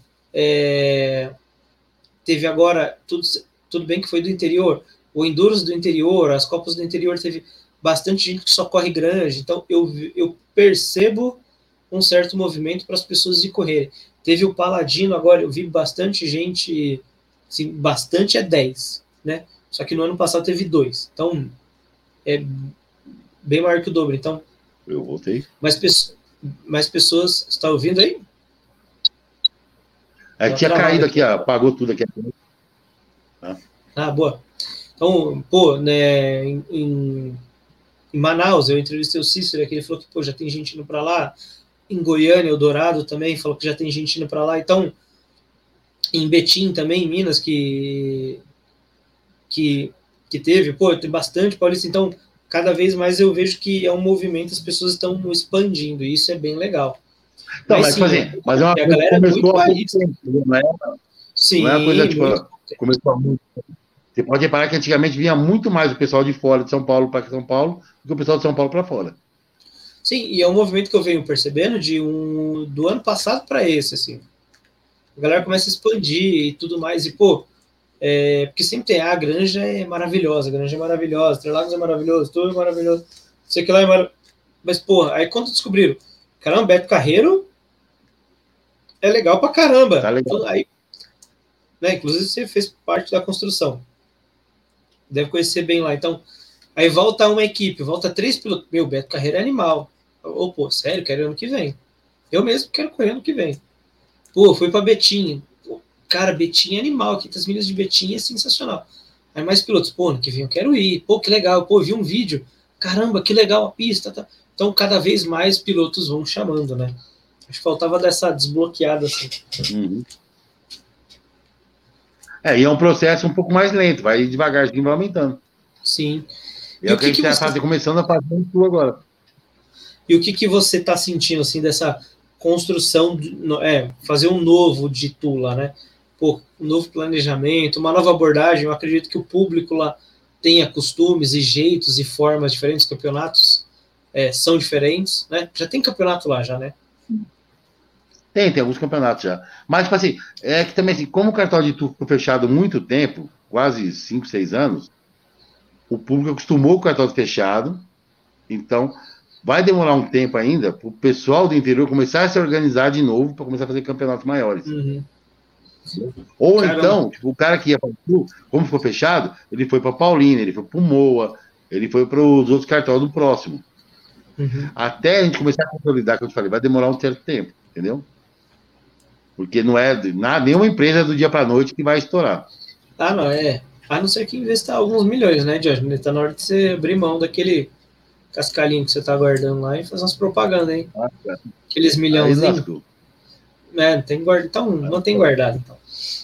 Teve agora, tudo bem que foi do interior, o Enduros do interior, as Copas do interior, teve bastante gente que só corre grande, então eu percebo um certo movimento para as pessoas ir correr. Teve o Paladino agora, eu vi bastante gente, assim, bastante é 10, né? Só que no ano passado teve 2, então é bem maior que o dobro. Então,
eu voltei.
Mais pessoas, está ouvindo aí?
Tinha caído aqui, apagou tudo aqui.
Boa. Então, pô, né, em Manaus, eu entrevistei o Cícero, que ele falou que, pô, já tem gente indo para lá. Em Goiânia, o Dourado também falou que já tem gente indo para lá. Então, em Betim também, em Minas, que teve, pô, tem bastante paulista. Então, cada vez mais eu vejo que é um movimento, as pessoas estão expandindo, e isso é bem legal.
Não, mas sim, mas é uma coisa que começou há muito tempo, não é? Sim, não é uma coisa, tipo, começou há muito tempo. Você pode reparar que antigamente vinha muito mais o pessoal de fora de São Paulo para São Paulo do que o pessoal de São Paulo para fora.
Sim, e é um movimento que eu venho percebendo do ano passado para esse, assim. A galera começa a expandir e tudo mais, e, pô, porque sempre tem, a Granja é maravilhosa, Interlagos é maravilhoso, tudo é maravilhoso, sei que lá é maravilhoso. Mas, porra, aí quando descobriram, caramba, Beto Carreiro é legal pra caramba.
Tá legal.
Aí, né, inclusive você fez parte da construção. Deve conhecer bem lá. Então, aí volta uma equipe, volta 3 pilotos. Meu, Beto Carreiro é animal. Ou, pô, sério, quero ano que vem. Eu mesmo quero correr ano que vem. Pô, fui pra Betim. Pô, cara, Betim é animal. Quintas Milhas de Betim é sensacional. Aí mais pilotos, pô, ano que vem eu quero ir. Pô, que legal. Pô, vi um vídeo. Caramba, que legal a pista. Tá. Então, cada vez mais pilotos vão chamando, né? Acho que faltava dessa desbloqueada, assim.
Uhum. E é um processo um pouco mais lento, vai devagarzinho, vai aumentando.
Sim.
E é o que a gente está começando a fazer no Sul agora.
E o que você está sentindo, assim, dessa construção, fazer um novo de Tula, né? Pô, um novo planejamento, uma nova abordagem. Eu acredito que o público lá tenha costumes e jeitos e formas diferentes, campeonatos são diferentes, né? Já tem campeonato lá, já, né?
Tem alguns campeonatos já. Mas, tipo assim, é que também, assim, como o cartão de tour ficou fechado há muito tempo, quase 5, 6 anos, o público acostumou com o cartão fechado, então vai demorar um tempo ainda para o pessoal do interior começar a se organizar de novo para começar a fazer campeonatos maiores.
Uhum.
Ou caramba. Então, tipo, o cara que ia para o Sul, como ficou fechado, ele foi para Paulínia, ele foi para o Moa, ele foi para os outros cartões do próximo.
Uhum.
Até a gente começar a consolidar, como eu te falei, vai demorar um certo tempo, entendeu? Porque não é nenhuma empresa do dia para a noite que vai estourar.
Não é. A não ser que investir alguns milhões, né, Jorge? Está na hora de você abrir mão daquele cascalhinho que você está guardando lá e fazer umas propagandas, hein? Aqueles milhãozinhos. Tem guardado. Então, não tem guardado, então.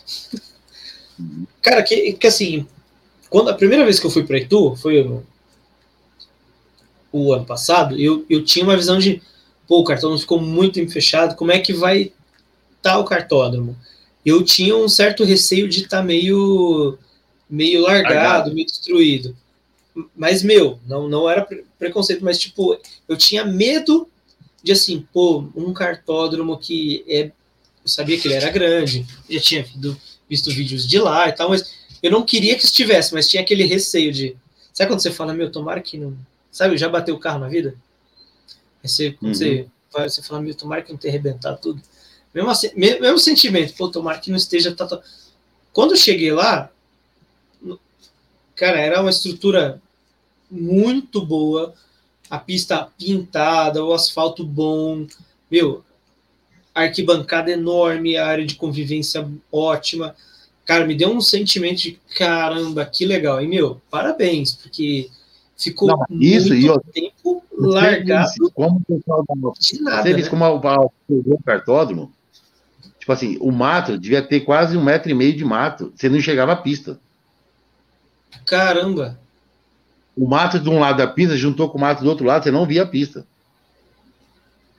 Cara, que assim, quando a primeira vez que eu fui para Itu, foi o ano passado, eu tinha uma visão de, pô, o cartão ficou muito fechado, como é que vai o cartódromo? Eu tinha um certo receio de estar meio largado, meio destruído. Mas, não era preconceito, mas, tipo, eu tinha medo de, assim, pô, um cartódromo que eu sabia que ele era grande, já tinha visto vídeos de lá e tal, mas eu não queria que estivesse, mas tinha aquele receio de... Sabe quando você fala, tomara que não... Sabe, já bateu o carro na vida? Aí você fala, tomara que não tenha arrebentado tudo. Mesmo sentimento, pô, tomara que não esteja... Quando eu cheguei lá, cara, era uma estrutura muito boa, a pista pintada, o asfalto bom, a arquibancada enorme, a área de convivência ótima. Cara, me deu um sentimento de caramba, que legal. E, parabéns, porque ficou muito tempo largado
como o pessoal
de nada.
Você disse como o cartódromo, tipo assim, o mato devia ter quase 1,5 metro de mato, você não chegava à pista.
Caramba!
O mato de um lado da pista juntou com o mato do outro lado, você não via a pista.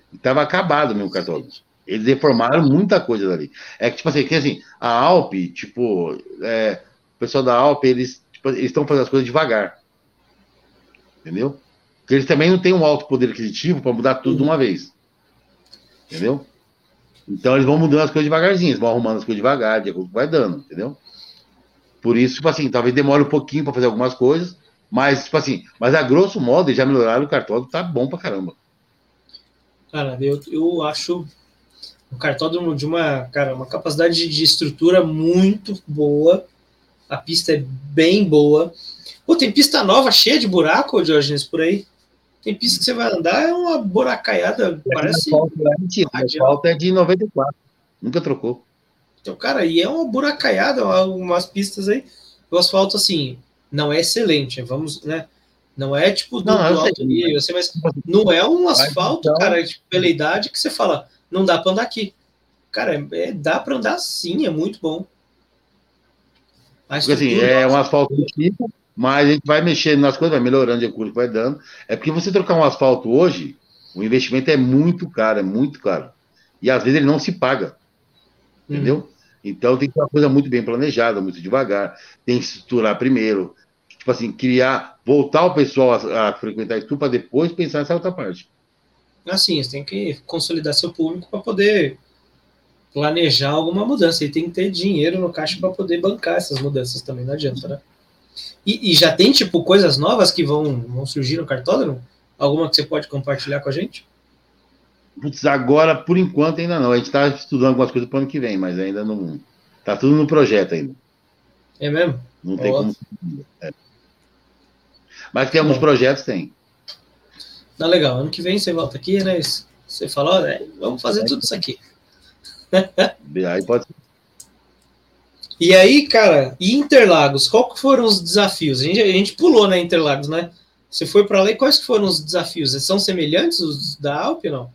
Estava acabado mesmo o cartódromo. Eles reformaram muita coisa dali. É que, tipo assim, a Alp, tipo, o pessoal da Alp, eles estão fazendo as coisas devagar. Entendeu? Porque eles também não têm um alto poder aquisitivo para mudar tudo de uma vez. Entendeu? Então eles vão mudando as coisas devagarzinho, eles vão arrumando as coisas devagar, de acordo com o que vai dando, entendeu? Por isso, tipo assim, talvez demore um pouquinho para fazer algumas coisas, mas, tipo assim, mas a grosso modo, eles já melhoraram o cartódromo, tá bom pra caramba.
Cara, eu acho o cartódromo de uma capacidade de estrutura muito boa. A pista é bem boa. Pô, tem pista nova cheia de buraco, Diógenes, por aí. Tem pista que você vai andar, é uma buracaiada, parece...
O asfalto é de 94, nunca trocou.
Então, cara, e é uma buracaiada, umas pistas aí. O asfalto, assim, não é excelente, vamos, né? Não é tipo do alto nível, assim, mas não é um asfalto, cara, tipo, pela idade que você fala, não dá para andar aqui. Cara, dá para andar sim, é muito bom.
Porque, assim, é um asfalto tipo, mas a gente vai mexendo nas coisas, vai melhorando de acordo com o que vai dando. É porque você trocar um asfalto hoje, o investimento é muito caro, E às vezes ele não se paga. Entendeu? Então tem que ser uma coisa muito bem planejada, muito devagar. Tem que estruturar primeiro. Tipo assim, voltar o pessoal a frequentar isso para depois pensar nessa outra parte.
Assim, você tem que consolidar seu público para poder planejar alguma mudança. E tem que ter dinheiro no caixa para poder bancar essas mudanças também, não adianta, né? E já tem, tipo, coisas novas que vão surgir no cartódromo? Alguma que você pode compartilhar com a gente?
Putz, agora, por enquanto, ainda não. A gente está estudando algumas coisas para o ano que vem, mas ainda não. Está tudo no projeto ainda.
É mesmo?
Não tem como. Mas tem alguns projetos, tem.
Tá legal. Ano que vem você volta aqui, né? Você falou, vamos fazer tudo isso aqui.
Aí pode ser.
E aí, cara, e Interlagos? Qual que foram os desafios? A gente pulou, né, Interlagos, né? Você foi para lá e quais que foram os desafios? Eles são semelhantes os da Alp, não?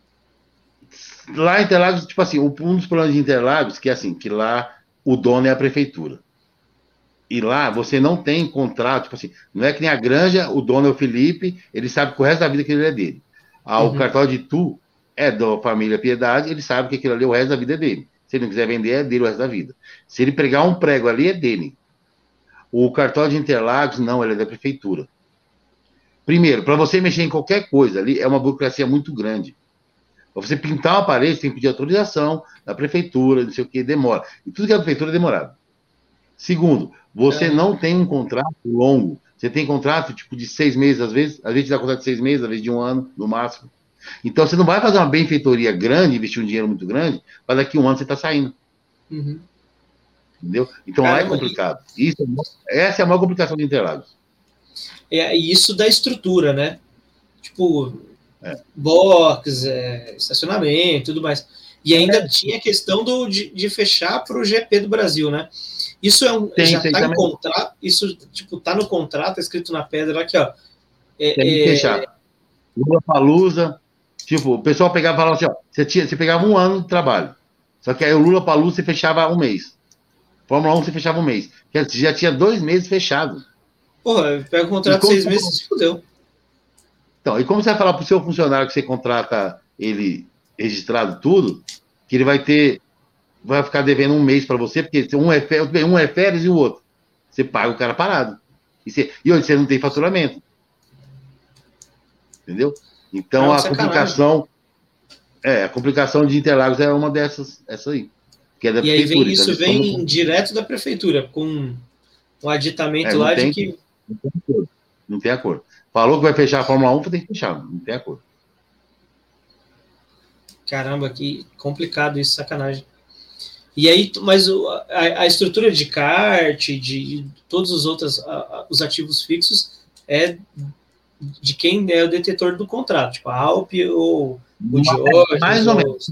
Lá em Interlagos, tipo assim, um dos problemas de Interlagos que é assim, que lá o dono é a prefeitura. E lá você não tem contrato, tipo assim, não é que nem a Granja, o dono é o Felipe, ele sabe que o resto da vida que ele é dele. O cartório de Itu é da família Piedade, ele sabe que aquilo ali o resto da vida é dele. Se ele não quiser vender, é dele o resto da vida. Se ele pregar um prego ali, é dele. O cartório de Interlagos, não, ele é da prefeitura. Primeiro, para você mexer em qualquer coisa ali, é uma burocracia muito grande. Para você pintar uma parede, você tem que pedir autorização da prefeitura, não sei o que, demora. E tudo que é da prefeitura é demorado. Segundo, você não tem um contrato longo. Você tem contrato tipo de 6 meses, às vezes dá contrato de 6 meses, às vezes de 1 ano, no máximo. Então você não vai fazer uma benfeitoria grande, investir um dinheiro muito grande, para daqui a 1 ano você está saindo. Entendeu? Então lá é complicado. Essa é a maior complicação de Interlagos.
E isso da estrutura, né? Tipo, box, estacionamento, tudo mais. E ainda tinha a questão de fechar para o GP do Brasil, né? Isso já está em contrato, isso tipo, tá no contrato, tá escrito na pedra aqui, ó.
Tem que fechar. Lula Palusa, tipo, o pessoal pegava e falava assim, ó, você pegava 1 ano de trabalho. Só que aí o Lula Palusa você fechava 1 mês. Fórmula 1 você fechava 1 mês. Você já tinha 2 meses fechado.
Porra, pega o contrato de 6 meses e se fudeu.
Então, e como você vai falar pro seu funcionário que você contrata ele registrado tudo, que ele vai ficar devendo 1 mês para você, porque um é férias e o outro. Você paga o cara parado. E hoje você não tem faturamento. Entendeu? Então a complicação de Interlagos é uma dessas, essa aí. Que é da prefeitura.
Isso vem direto da prefeitura, com um aditamento lá de que.
Não tem acordo. Falou que vai fechar a Fórmula 1, tem que fechar, não tem acordo.
Caramba, que complicado isso, sacanagem. E aí, mas a estrutura de kart, de todos os outros os ativos fixos, é de quem é o detetor do contrato, tipo a Alp ou o Diógenes.
Mais ou menos.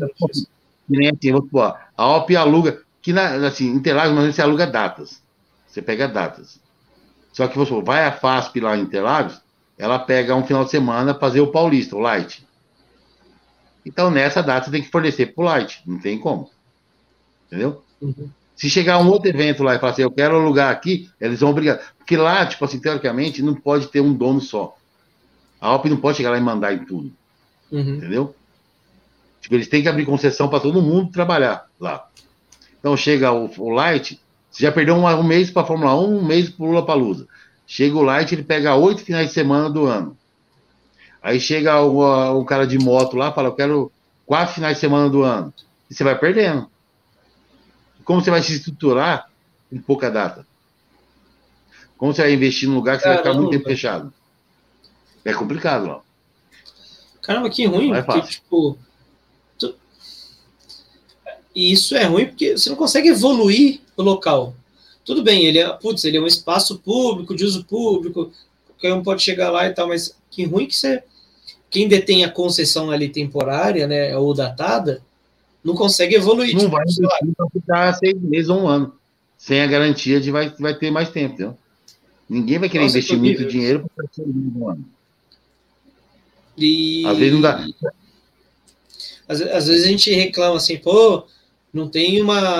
A Alp aluga, assim, Interlagos, mas você aluga datas. Você pega datas. Só que você vai a FASP lá em Interlagos, ela pega um final de semana para fazer o Paulista, o Light. Então, nessa data, você tem que fornecer para o Light. Não tem como. Entendeu? Se chegar um outro evento lá e falar assim, eu quero alugar aqui, eles vão obrigar. Porque lá, tipo assim, teoricamente, não pode ter um dono só. A Alp não pode chegar lá e mandar em tudo. Entendeu? Tipo, eles têm que abrir concessão para todo mundo trabalhar lá. Então chega o Light, você já perdeu um mês para a Fórmula 1, um mês para o Lollapalooza. Chega o Light, ele pega 8 finais de semana do ano. Aí chega o cara de moto lá, fala, eu quero 4 finais de semana do ano. E você vai perdendo. Como você vai se estruturar em pouca data? Como você vai investir num lugar que você vai ficar muito tempo fechado? É complicado, ó.
Caramba, que ruim,
Não é
porque,
fácil.
tipo... E isso é ruim porque você não consegue evoluir o local. Tudo bem, ele é um espaço público, de uso público, qualquer um pode chegar lá e tal, mas que ruim que você... Quem detém a concessão ali temporária, né, ou datada, não consegue evoluir.
Não
tipo,
vai investir para ficar 6 meses ou um ano. Sem a garantia de vai ter mais tempo, entendeu? Ninguém vai querer investir muito dinheiro para ficar 6 meses ou um ano.
E...
Às vezes não dá.
Às vezes a gente reclama assim, pô, não tem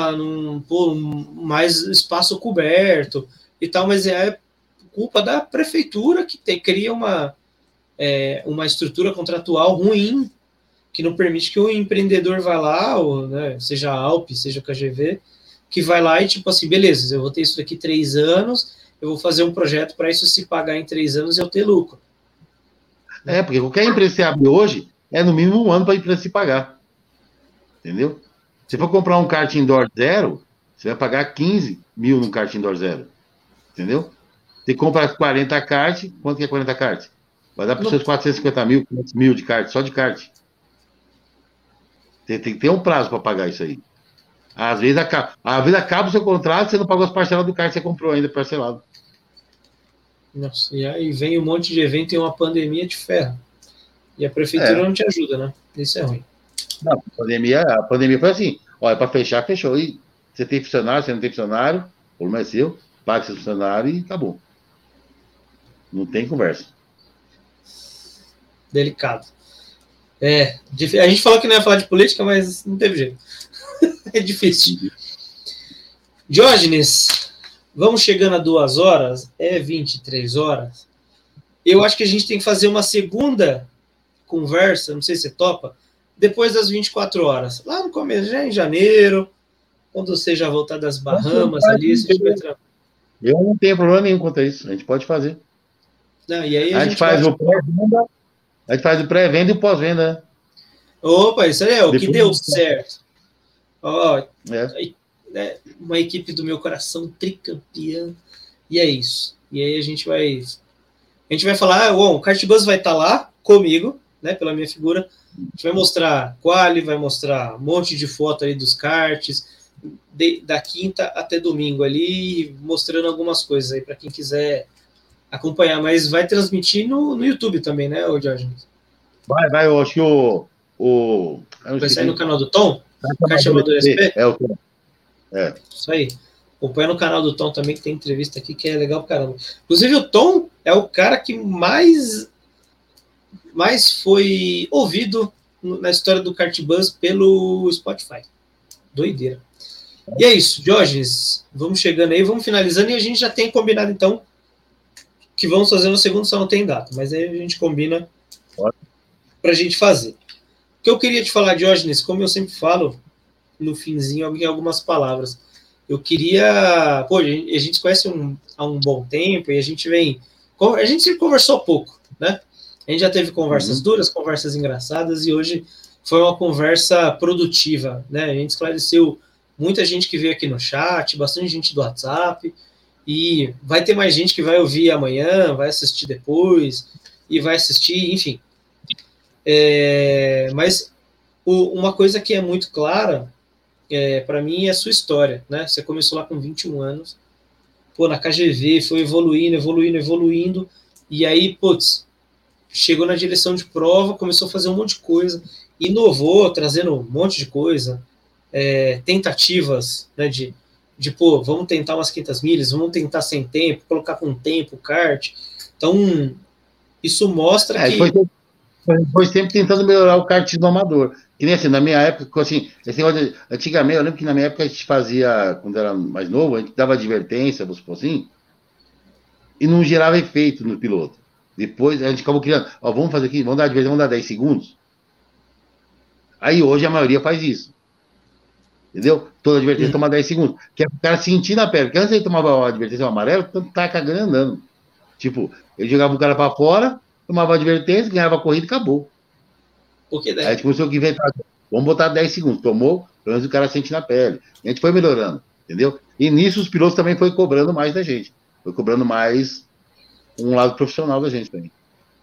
mais espaço coberto e tal, mas é culpa da prefeitura que cria uma estrutura contratual ruim, que não permite que o empreendedor vá lá, ou, né, seja a Alp, seja a KGV, que vai lá e tipo assim, beleza, eu vou ter isso daqui 3 anos, eu vou fazer um projeto para isso se pagar em 3 anos e eu ter lucro.
Porque qualquer empresa que você abre hoje é no mínimo um ano para a empresa se pagar. Entendeu? Se for comprar um kart indoor zero, você vai pagar 15 mil num kart indoor zero. Entendeu? Você compra 40 kart, quanto que é 40 kart? Vai dar para os seus 450 mil, 500 mil de kart, só de kart. Tem que ter um prazo para pagar isso aí. Às vezes acaba o seu contrato, você não pagou as parcelas do kart que você comprou ainda parcelado.
Nossa, e aí vem um monte de evento e uma pandemia de ferro. E a prefeitura não te ajuda, né? Isso é ruim.
Não, a pandemia foi assim. Olha, para fechar, fechou. E você tem funcionário, você não tem funcionário, o problema é seu, paga seu funcionário e acabou. Não tem conversa.
Delicado. A gente falou que não ia falar de política, mas não teve jeito. É difícil. Diógenes, vamos chegando a 2 horas, 23 horas. Eu acho que a gente tem que fazer uma segunda conversa, não sei se você topa, depois das 24 horas. Lá no começo, já em janeiro, quando você já voltar das Bahamas ali, se tiver...
Eu não tenho problema nenhum quanto a isso. A gente pode fazer.
Não, e aí
a gente faz o pré-venda, a gente faz o pré-venda e o pós-venda, né?
Opa, isso aí é o que deu certo. Ó, uma equipe do meu coração tricampeã. E é isso. E aí a gente vai falar, o Kartbus vai estar lá comigo, né, pela minha figura. A gente vai mostrar quali, vai mostrar um monte de foto aí dos karts, da quinta até domingo ali, mostrando algumas coisas aí para quem quiser acompanhar, mas vai transmitir no YouTube também, né, Diógenes?
Vai, eu acho que
vai sair no canal do Tom? Kart Amador SP?
O Tom.
Isso aí. Acompanha no canal do Tom também, que tem entrevista aqui que é legal pra caramba. Inclusive, o Tom é o cara que mais foi ouvido na história do Kartbus pelo Spotify. Doideira. E é isso, Diógenes. Vamos chegando aí, vamos finalizando, e a gente já tem combinado, então, que vamos fazer no segundo, só não tem data, mas aí a gente combina pra gente fazer. O que eu queria te falar, Diógenes, como eu sempre falo, no finzinho, algumas palavras. Eu queria... Pô, a gente se conhece há um bom tempo e a gente sempre conversou pouco, né? A gente já teve conversas duras, conversas engraçadas, e hoje foi uma conversa produtiva, né? A gente esclareceu muita gente que veio aqui no chat, bastante gente do WhatsApp, e vai ter mais gente que vai ouvir amanhã, vai assistir depois, e vai assistir, enfim. Mas uma coisa que é muito clara, para mim, é a sua história, né? Você começou lá com 21 anos, na KGV, foi evoluindo, e aí, chegou na direção de prova, começou a fazer um monte de coisa, inovou, trazendo um monte de coisa, tentativas, né, de vamos tentar umas 500 milhas, vamos tentar sem tempo, colocar com tempo o kart. Então, isso mostra que...
Foi sempre tentando melhorar o kartismo amador. Que nem assim, na minha época, assim, antigamente, eu lembro que na minha época a gente fazia, quando era mais novo, a gente dava advertência, vamos supor assim, e não gerava efeito no piloto. Depois a gente acabou criando, vamos fazer aqui, vamos dar advertência, vamos dar 10 segundos. Aí hoje a maioria faz isso. Entendeu? Toda advertência toma 10 segundos. Que é o cara sentir na pele. Porque antes ele tomava a advertência amarelo, tanto tá cagando andando. Tipo, ele jogava o cara pra fora, tomava a advertência, ganhava a corrida e acabou.
Porque
Aí a gente começou a inventar. Vamos botar 10 segundos. Tomou, pelo menos o cara sente na pele. E a gente foi melhorando, entendeu? E nisso os pilotos também foi cobrando mais da gente. Foi cobrando mais um lado profissional da gente também.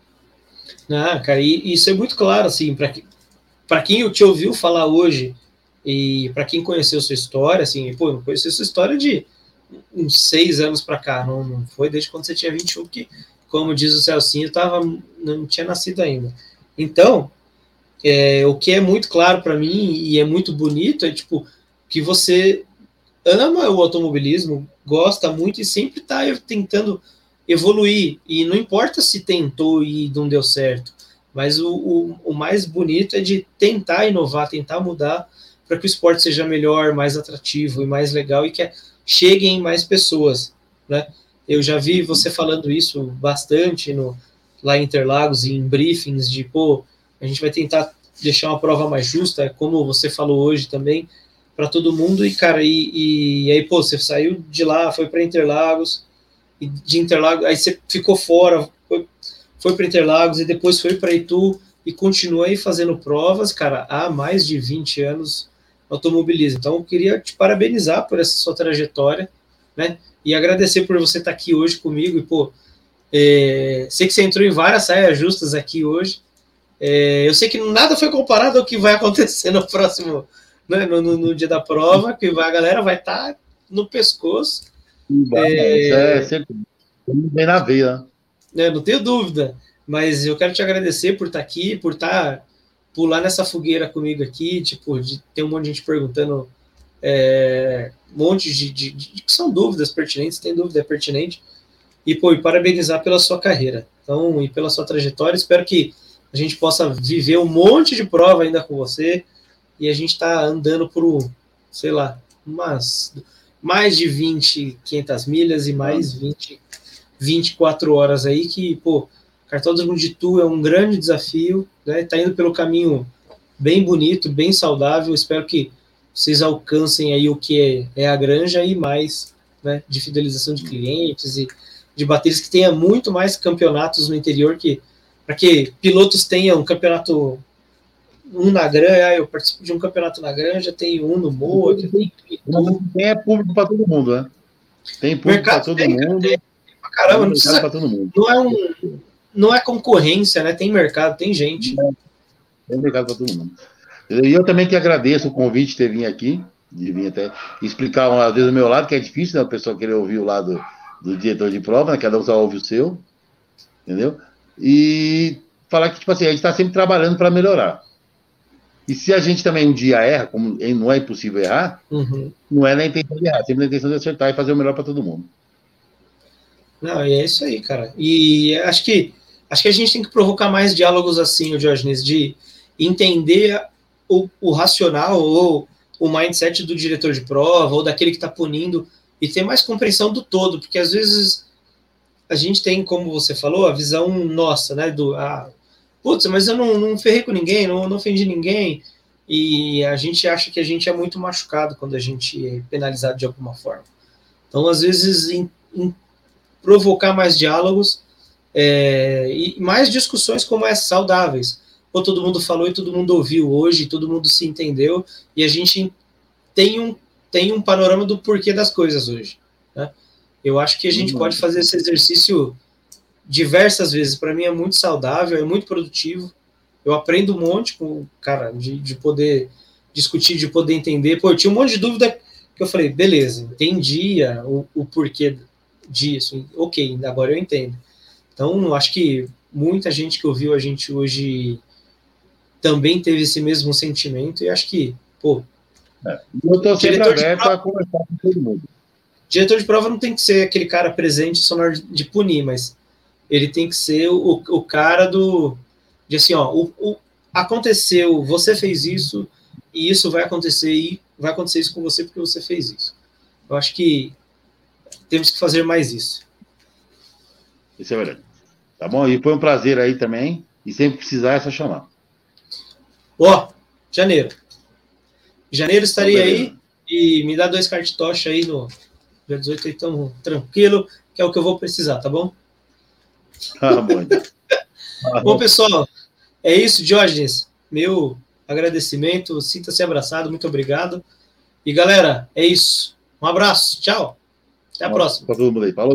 Ah, cara, e isso é muito claro, assim, para quem te ouviu falar hoje e para quem conheceu sua história, assim, pô, eu conheci sua história de uns 6 anos para cá, não foi desde quando você tinha 21, que, como diz o Celcinho, não tinha nascido ainda. Então, o que é muito claro para mim e é muito bonito é, tipo, que você ama o automobilismo, gosta muito e sempre está tentando evoluir. E não importa se tentou e não deu certo, mas o mais bonito é de tentar inovar, tentar mudar para que o esporte seja melhor, mais atrativo e mais legal e que cheguem mais pessoas, né? Eu já vi você falando isso bastante lá em Interlagos e em briefings de, pô, a gente vai tentar deixar uma prova mais justa, como você falou hoje também, para todo mundo. E, cara, e aí, pô, você saiu de lá, foi para Interlagos, e de Interlagos, aí você ficou fora, foi para Interlagos e depois foi para Itu e continua aí fazendo provas, cara, há mais de 20 anos automobilismo. Então, eu queria te parabenizar por essa sua trajetória, né? E agradecer por você estar aqui hoje comigo. E, pô, sei que você entrou em várias saias justas aqui hoje. Eu sei que nada foi comparado ao que vai acontecer no próximo, né, no dia da prova, que a galera vai estar no pescoço.
Isso é certeza. Bem na veia.
Não tenho dúvida. Mas eu quero te agradecer por estar aqui, por pular nessa fogueira comigo aqui, tipo, de ter um monte de gente perguntando um monte de que são dúvidas pertinentes, tem dúvida é pertinente. E, pô, parabenizar pela sua carreira. Então, e pela sua trajetória. Espero que a gente possa viver um monte de prova ainda com você e a gente tá andando por, sei lá, mais de 500 milhas e mais 24 horas aí que, pô, Cartódromo de Itu é um grande desafio, né? Tá indo pelo caminho bem bonito, bem saudável. Espero que vocês alcancem aí o que é a granja e mais, né, de fidelização de clientes e de baterias, que tenha muito mais campeonatos no interior, para que pilotos tenham um campeonato, na granja, eu participo de um campeonato na granja, tem um no Moa, que tem
público para todo mundo, né? Tem público para todo mundo.
Caramba, não precisa, todo mundo. Não é concorrência, né? Tem mercado, tem gente.
Tem mercado para todo mundo. E eu também que agradeço o convite de ter vindo aqui, de vir até explicar uma vez do meu lado, que é difícil, né? O pessoal querer ouvir o lado do diretor de prova, né? Cada um só ouve o seu, entendeu? E falar que, tipo assim, a gente está sempre trabalhando para melhorar. E se a gente também um dia erra, como não é impossível errar, não é na intenção de errar, sempre na intenção de acertar e fazer o melhor para todo mundo.
Não, é isso aí, cara. E acho que a gente tem que provocar mais diálogos assim, o Diógenes, de entender o racional ou o mindset do diretor de prova ou daquele que está punindo e ter mais compreensão do todo, porque às vezes a gente tem, como você falou, a visão nossa, né, putz, mas eu não ferrei com ninguém, não ofendi ninguém, e a gente acha que a gente é muito machucado quando a gente é penalizado de alguma forma. Então, às vezes, provocar mais diálogos e mais discussões como essas, saudáveis. Pô, todo mundo falou e todo mundo ouviu hoje, todo mundo se entendeu, e a gente tem um panorama do porquê das coisas hoje, né? Eu acho que a gente pode fazer esse exercício diversas vezes. Para mim é muito saudável, é muito produtivo. Eu aprendo um monte com o cara de poder discutir, de poder entender. Pô, eu tinha um monte de dúvida que eu falei, beleza, entendi o porquê disso. Ok, agora eu entendo. Então, acho que muita gente que ouviu a gente hoje também teve esse mesmo sentimento e acho que, pô...
Eu estou sempre aberto a conversar com todo mundo.
Diretor de prova não tem que ser aquele cara presente só na hora de punir, mas ele tem que ser o cara de assim, ó, aconteceu, você fez isso, e isso vai acontecer, e vai acontecer isso com você porque você fez isso. Eu acho que temos que fazer mais isso.
Isso é verdade. Tá bom? E foi um prazer aí também, e sempre precisar é só chamar.
Ó, Janeiro. Janeiro estarei
Então,
aí e me dá 2 cartitocha aí no dia 18, então tranquilo, que é o que eu vou precisar, tá bom?
Ah, bom.
Bom, pessoal, é isso, Diógenes. Meu agradecimento, sinta-se abraçado, muito obrigado. E galera, é isso. Um abraço, tchau. Até a próxima.
Pra todo mundo aí. Falou.